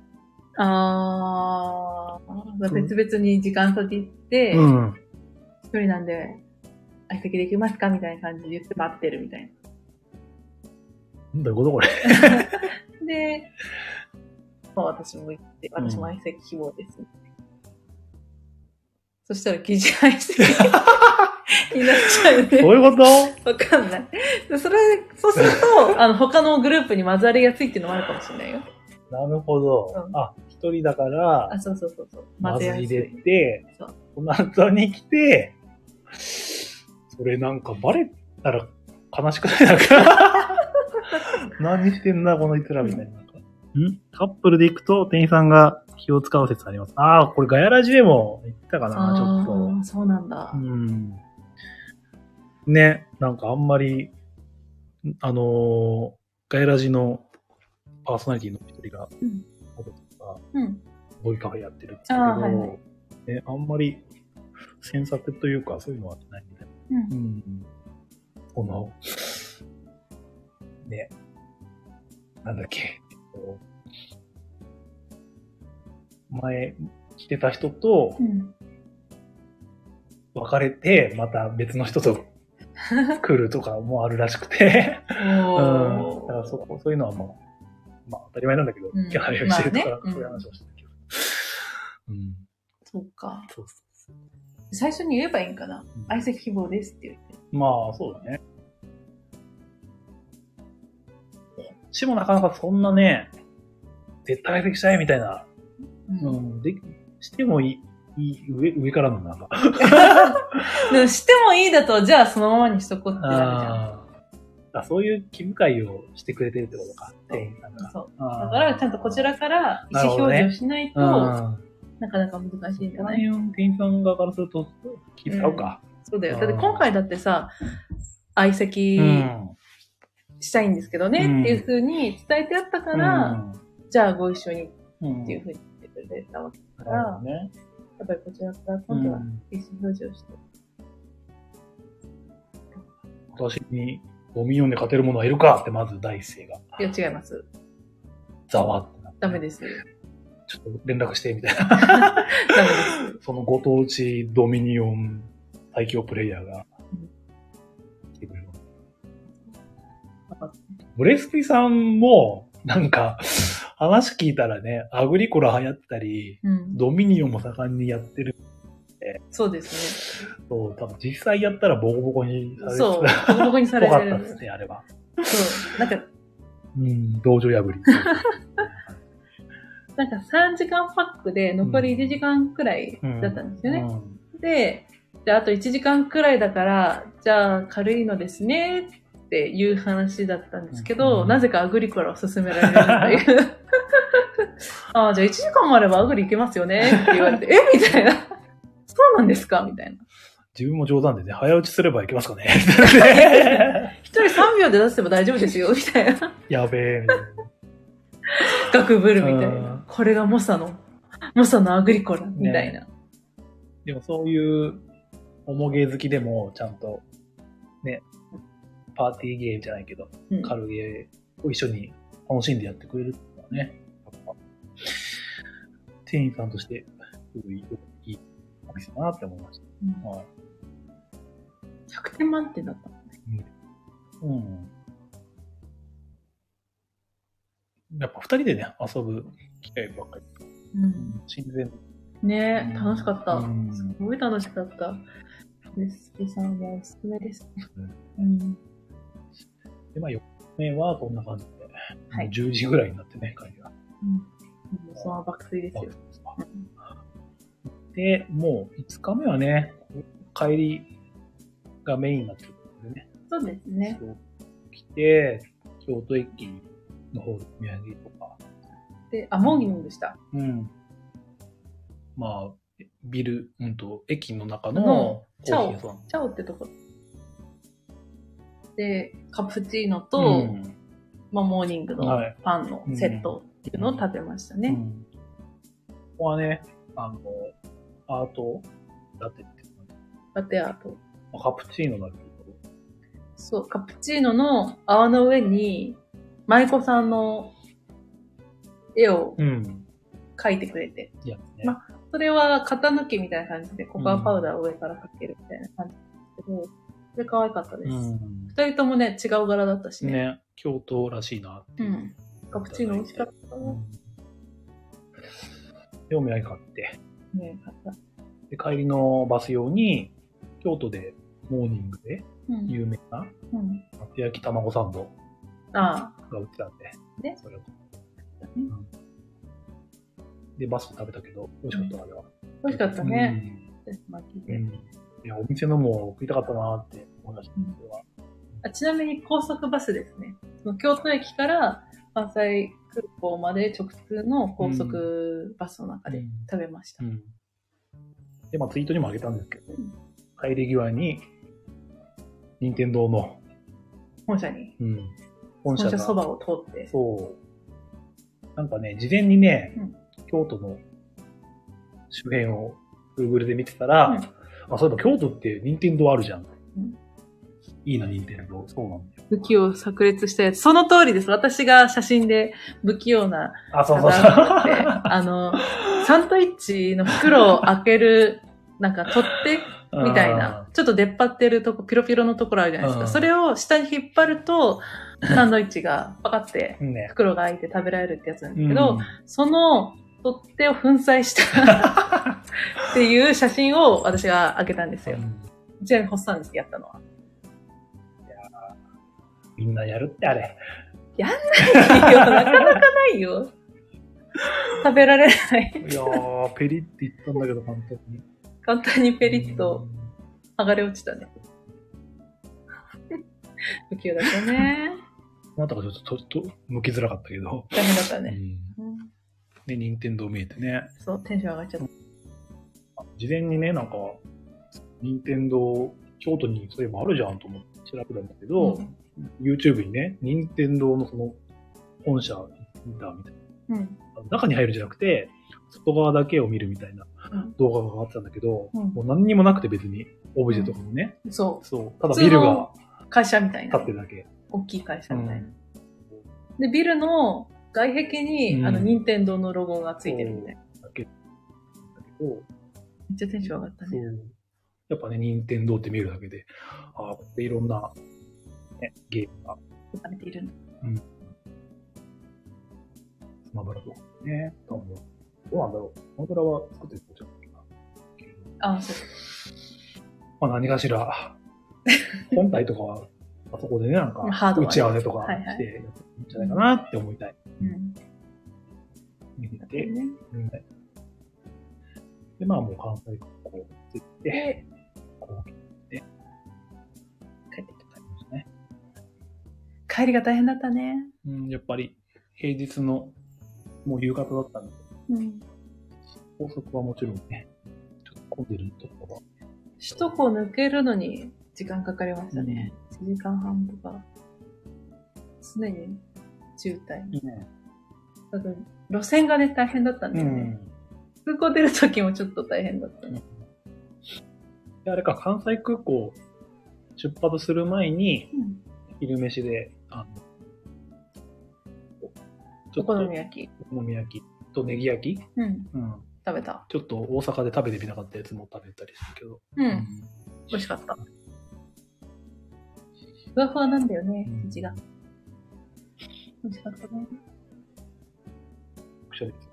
別々に時間差で行って、一人なんで、相席できますかみたいな感じで言って待ってるみたい
な。どういうことこれ。
で、私も行って、私も相席希望です。そしたら疑似相席になっちゃうね。
どういうこと
わかんない。そうすると、他のグループに混ざりやすいっていうのもあるかもしれないよ。
なるほど。一人だから、
そう。
混ぜ入れて、その後に来て、それなんかバレたら悲しくないなんか何してんだこの人らみたいな。カップルで行くと店員さんが気を使う説あります。これガヤラジでも言ったかな、ちょっと。
そうなんだ。
ね、なんかあんまり、ガヤラジのパーソナリティの一人が、ボイカフェやってるって言ったけど、あんまりセンサテというかそういうのはないみたいな。この、ね、なんだっけ、前来てた人と別れて、また別の人と来るとかもあるらしくて、だからそういうのはもう、まあ当たり前なんだけど、キャラ用意してるとか、そういう話をしてたけど。
そうか。最初に言えばいいんかな。相席希望ですって言って。
まあ、そうだね。こっちもなかなかそんなね、絶対相席したいみたいな、してもいい、上からのなんか。
でもしてもいいだと、じゃあそのままにしとこうってなるじ
ゃん。そういう気遣いをしてくれてるってことか、店員さんが。
そう。だからちゃんとこちらから意思表示をしないと、なかなか難しいんじゃない？
店員さん側からすると気遣うか。
そうだよ。だって今回だってさ、相席したいんですけどねっていう風に伝えてあったから、じゃあご一緒にっていう風に言ってくれたわけだから、やっぱりこちらから今度は意思表示をして。
私にドミニオンで勝てる者はいるかってまず第一声が。
いや違います。
ざわってなって。
ダメです。
ちょっと連絡してみたいな。ダ
メです。
そのご当地ドミニオン最強プレイヤーが来てくれる。ブレスピさんもなんか話聞いたらね、アグリコラ流行ったり、ドミニオンも盛んにやってる。
そうですね。
そう、多分実際やったらボコボコにされる。
そう、ボコボコにされる。
ぽかったですね、あれは。
そう、なんか、
道場破り。
なんか3時間パックで残り1時間くらいだったんですよね。で、 で、あと1時間くらいだから、じゃあ軽いのですねっていう話だったんですけど、なぜかアグリコラを勧められるという。ああ、じゃあ1時間もあればアグリ行けますよねって言われて、みたいな。そうなんですかみたいな。
自分も冗談でね、早打ちすればいけますかね
一人3秒で出せば大丈夫ですよ、みたいな。
やべえ、みたいな。
学ブルみたいな。これがモサのアグリコラ、みたいな、ね。
でもそういうおもげ好きでも、ちゃんと、ね、パーティーゲーじゃないけど、軽ゲーを一緒に楽しんでやってくれるっていうのはね、やっぱ、店員さんとして、すごいいいお店だなって思いました。はい、
100点満点だったもんね。
やっぱ二人でね、遊ぶ機会ばっかり。自然。
ねえ、楽しかった。すごい楽しかった。レスピさんはおすすめですね。
で、まあ、4日目はこんな感じで、はい、10時ぐらいになってね、帰りが。
もうそのまま爆睡ですよ。
で、もう5日目はね、帰りがメインになってるんでね。
そうですね。
来て、京都駅の方で土産とか。
で、モーニングでした。
まあ、ビル、駅の中の
チャオってとこ。で、カプチーノと、モーニングのパンのセットっていうのを食べましたね。
ここはね、アートラテって
ラテアート。
カプチーノだけど。
そう、カプチーノの泡の上に、舞妓さんの絵を描いてくれて。それは型抜きみたいな感じで、ココアパウダーを上からかけるみたいな感じですけど、それ可愛かったです。二人ともね、違う柄だったしね。
ね、京都らしいなっていう。
カプチーノ美味しかった。
で、お土産買って。で、帰りのバス用に、京都でモーニングで有名な、厚焼き卵サンドが売ってたんで、それを買って。で、バスで食べたけど、美味しかった、あれは。
美味しかったね。
いや、お店のも食いたかったなって思いました、
ちなみに高速バスですね。京都駅から関西空港まで直通の高速バスの中で食べました。
で、ツイートにもあげたんですけど、帰り際に、任天堂の
本社に、
本社
そばを通って。
そう。なんかね、事前にね、京都の周辺を Google で見てたら、そういえば京都って任天堂あるじゃん。いいな、任天堂。そうなんだよ。
不器用炸裂したやつ。その通りです。私が写真で不器用な。
そう。
サンドイッチの袋を開ける、なんか取っ手みたいな。ちょっと出っ張ってるとこ、ピロピロのところあるじゃないですか。それを下に引っ張ると、サンドイッチがパカって袋が開いて食べられるってやつなんですけど、その取っ手を粉砕したっていう写真を私が開けたんですよ。うちらに干したんです、やったのは。
みんなやるってあれ。
やんないよ。なかなかないよ。食べられない。
いやー、ペリって言ったんだけど、
簡単にペリッと剥がれ落ちたね。不器用だったね。
なんとかちょっと剥きづらかったけど。
大変だったね。
で、任天堂見えてね。
そう、テンション上がっちゃった。
事前にね、なんか、任天堂、京都にそういえばあるじゃんと思って調べたんだけど、YouTube にね、任天堂のその本社見たみたいな、中に入るんじゃなくて、外側だけを見るみたいな動画が上がってたんだけど、もう何にもなくて別に、オブジェとかもね。
そう。
ただビルが
会社みたいな。
立ってるだけ。
大きい会社みたいな。で、ビルの外壁に、任天堂のロゴがついてるみたいな。だけど、めっちゃテンション上がったね。
やっぱね、任天堂って見るだけで、これいろんな、ゲームが。
されているんだ。
スマブラとかね。どうなんだろう。スマブラは作ってるんじゃないかな。
そう。
何かしら、本体とかは、あそこでね、なんか、打ち合わせとかしてやってるんじゃないかなって思いたい。見てて、で、もう関西空港着いて、 行機で
帰ってきた。
ましたね。
帰りが大変だったね。
やっぱり平日のもう夕方だったんで、高速はもちろんね、ちょっと混んでるところが。
首都高抜けるのに時間かかりましたね。1時間半とか。常に渋滞。あと路線がね、大変だったんだよね。空港出るときもちょっと大変だったね。
であれか、関西空港出発する前に、昼飯で、
お好み焼き。
お好み焼きとネギ焼き、
食べた。
ちょっと大阪で食べてみなかったやつも食べたりするけど。
美味しかった。ふわふわなんだよね、生地が。美味しかったね。
くしゃです。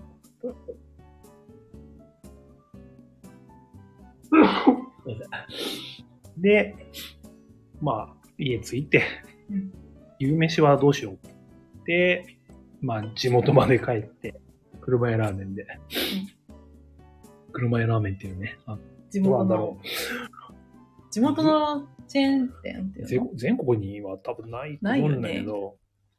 で、まあ、家着いて、夕飯はどうしよう。で、まあ、地元まで帰って、車屋ラーメンで。車屋ラーメンっていうね。
地元のチェーン店っていうの？
全国には多分ないと思うんだけど、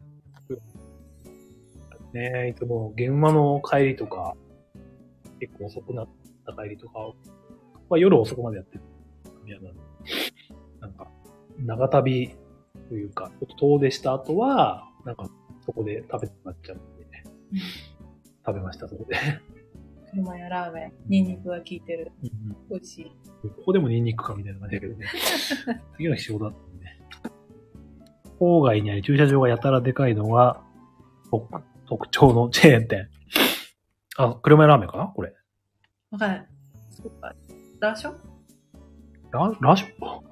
ね、いつも現場の帰りとか、結構遅くなった帰りとかは夜遅くまでやってる。なんか、長旅というか、ちょっと遠出した後は、なんか、そこで食べてもらっちゃうんで、食べました、そこで。
車屋ラーメン、ニンニクが効いてる。美味しい。
ここでもニンニクかみたいな感じだけどね。次の日塩だったんで。郊外にあり駐車場がやたらでかいのが、特徴のチェーン店。車屋ラーメンかなこれ。
わかんない。そうか。ラーショ
ラショ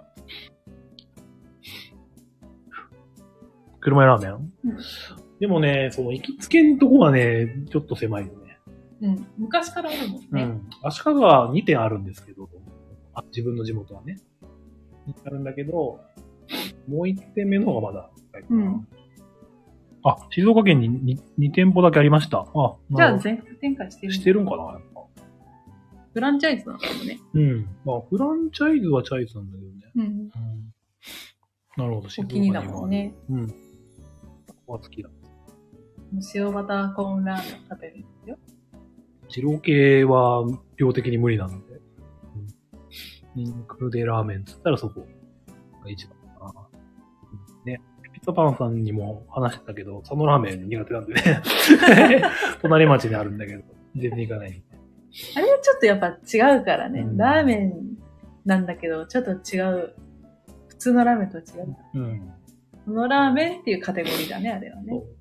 車屋ラーメン、でもね、その行きつけのとこはね、ちょっと狭いよね。
昔からあるもんね。
足利は2店あるんですけど、自分の地元はね。あるんだけど、もう1店目の方がまだ近いかな。静岡県に 2店舗だけありました。
じゃあ全国展開してる
してるんかなやっぱ
フランチャイズなのかもね。
フランチャイズはチャイズなんだけどね。なるほど。
お気に入りだもんね。
ここは好きだ。
塩バターコーンラーメン食べるんですよ。
二郎系は量的に無理なので。ニンニクでラーメンっつったらそこが一番かな。ね。ピッツァパンさんにも話してたけど、佐野ラーメン苦手なんでね。隣町にあるんだけど、全然行かない。
あれはちょっとやっぱ違うからね。ラーメンなんだけど、ちょっと違う。普通のラーメンとは違う。このラーメンっていうカテゴリーだね、あれはね。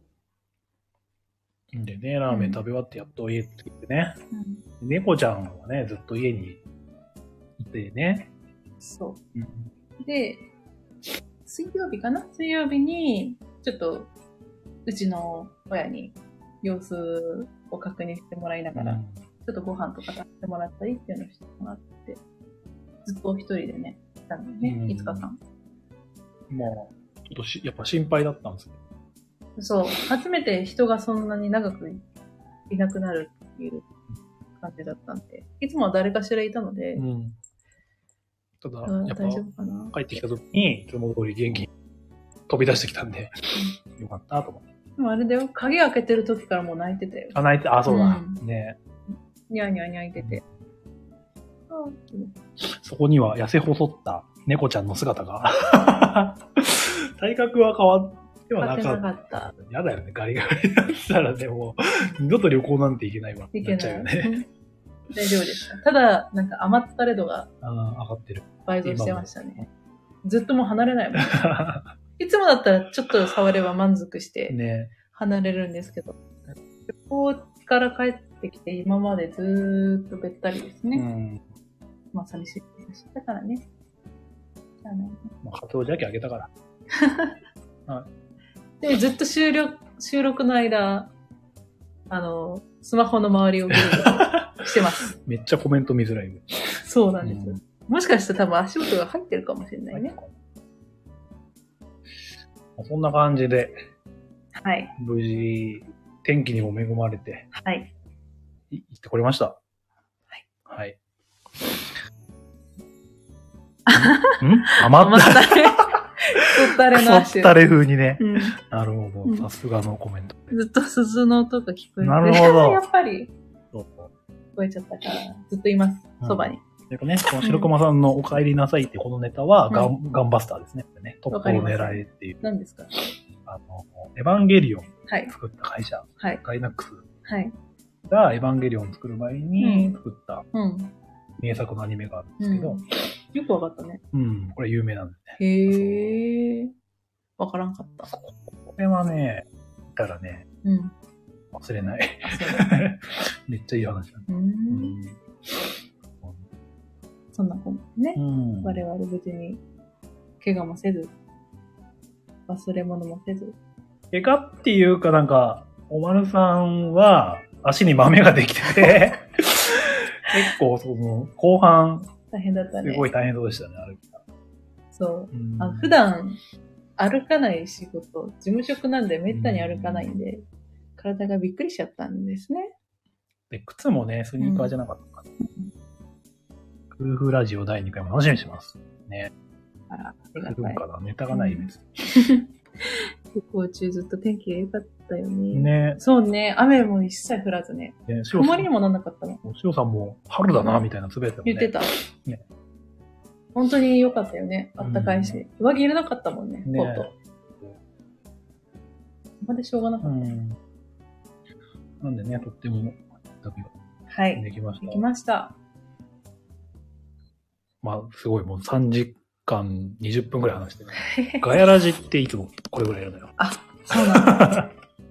でね、ラーメン食べ終わってやっと家着いてね。猫ちゃんはね、ずっと家にいてね。
そう。で、水曜日かな？水曜日に、ちょっと、うちの親に様子を確認してもらいながら、ちょっとご飯とか食べてもらったりっていうのをしてもらって、ずっと一人でね、いたんだよね、5日間。
まあ、ちょっとやっぱ心配だったんですけど。
そう、初めて人がそんなに長くいなくなるっていう感じだったんで、いつもは誰かしらいたので、
ただ、やっぱ帰ってきた時に、いつも通り元気に飛び出してきたんで、よかったと思って。
でもあれだよ、鍵開けてる時からもう泣いてたよ。
泣いて、そうだ。ね。
ニャーニャーニャーいてて。
そこには痩せ細った猫ちゃんの姿が。体格は変わってはなかった。やだよね、ガリガリだったらね、もう、二度と旅行なんて行けないわ。いけない。なっちゃうよね。
大丈夫でした。ただ、なんか甘ったれ度が
上がってる。
倍増してましたね。ずっともう離れないもん。いつもだったらちょっと触れば満足して離れるんですけど、旅行から帰ってきて今までずーっとべったりですね。まあ寂しいだからね。
まあ、加藤邪気あげたから。
で、ずっと収録の間、スマホの周りをぐるぐるしてます。
めっちゃコメント見づらい。
そうなんですよ。もしかしたら多分足音が入ってるかもしれないね。
そんな感じで、
はい。
無事、天気にも恵まれて、
はい。
行ってこれました。
はい。
はい。 余ったれ。
クソったれの
クソったれ風にね。
うん。
なるほど。さすがのコメント。
ずっと鈴の音が聞こえて。
なるほど。
やっぱり。聞こえちゃったから、ずっといます。そばに。
この白熊さんのお帰りなさいってこのネタはガンバスターですね。トップを狙えっていう。
何ですか？
エヴァンゲリオン作った会社、ガイナックスがエヴァンゲリオンを作る前に作った名作のアニメがあるんですけど。
よくわかったね。
これ有名なんですね。
へー。わからんかった。
これはね、見たらね、忘れない。めっちゃいい話だね。
そんな子もね、我々無事に怪我もせず、忘れ物もせず。
怪我っていうかなんか、おまるさんは足に豆ができてて、結構後半、
大変だったね。
すごい大変そうでしたね、歩きが。
そう。普段歩かない仕事、事務職なんでめったに歩かないんで、体がびっくりしちゃったんですね。
で、靴もね、スニーカーじゃなかったから。夫婦ラジオ第2回も楽しみにしてます。ね。
あら、ありが
たい。来るんかな、ネタがないです。
結構中ずっと天気が良かったよね。
ね。
そうね、雨も一切降らずね。曇りにもなんなかったの。
お塩さんも春だな、みたいなつぶやいてたもんね。
言ってた。ね。本当に良かったよね。あったかいし。上着いらなかったもんね、コート。までしょうがなかった。なんでね、とっても旅ができました。 できました。
まあ、すごい、もう3時間20分くらい話してる。ガヤラジっていつもこれぐらいやるのよ。
あ、そうなんだ。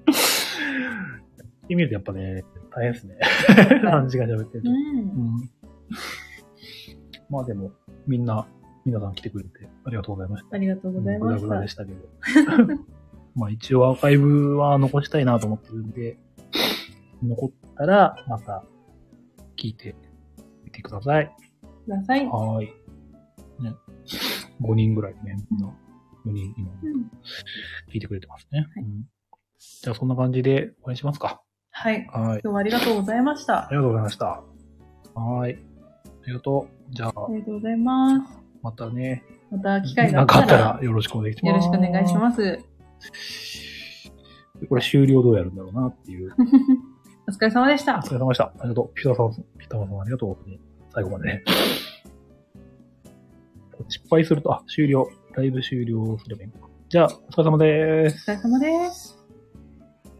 って見るとやっぱね、大変ですね。3時間喋ってると。まあでも、皆さん来てくれてありがとうございました。
ありがとうございました。
グダグダでしたけど。まあ一応アーカイブは残したいなと思ってるんで、残ったらまた聞いてみてください。
ください。
はい。ね。5人ぐらいね、4人今、聞いてくれてますね。じゃあそんな感じで終わりにしますか。
はい。今日はありがとうございました。
ありがとうございました。はい。ありがとう。じゃあ。
ありがとうございます。
またね。
また機会があったら。
なかったらよろしくお願いします。
よろしくお願いします。
これ終了どうやるんだろうなっていう。
お疲れ様でした。
お疲れ様でした。ありがとう。ピタマさんありがとう。最後までね。失敗すると、終了。ライブ終了すればいいのか。じゃあ、お疲れ様です。
お疲れ様です。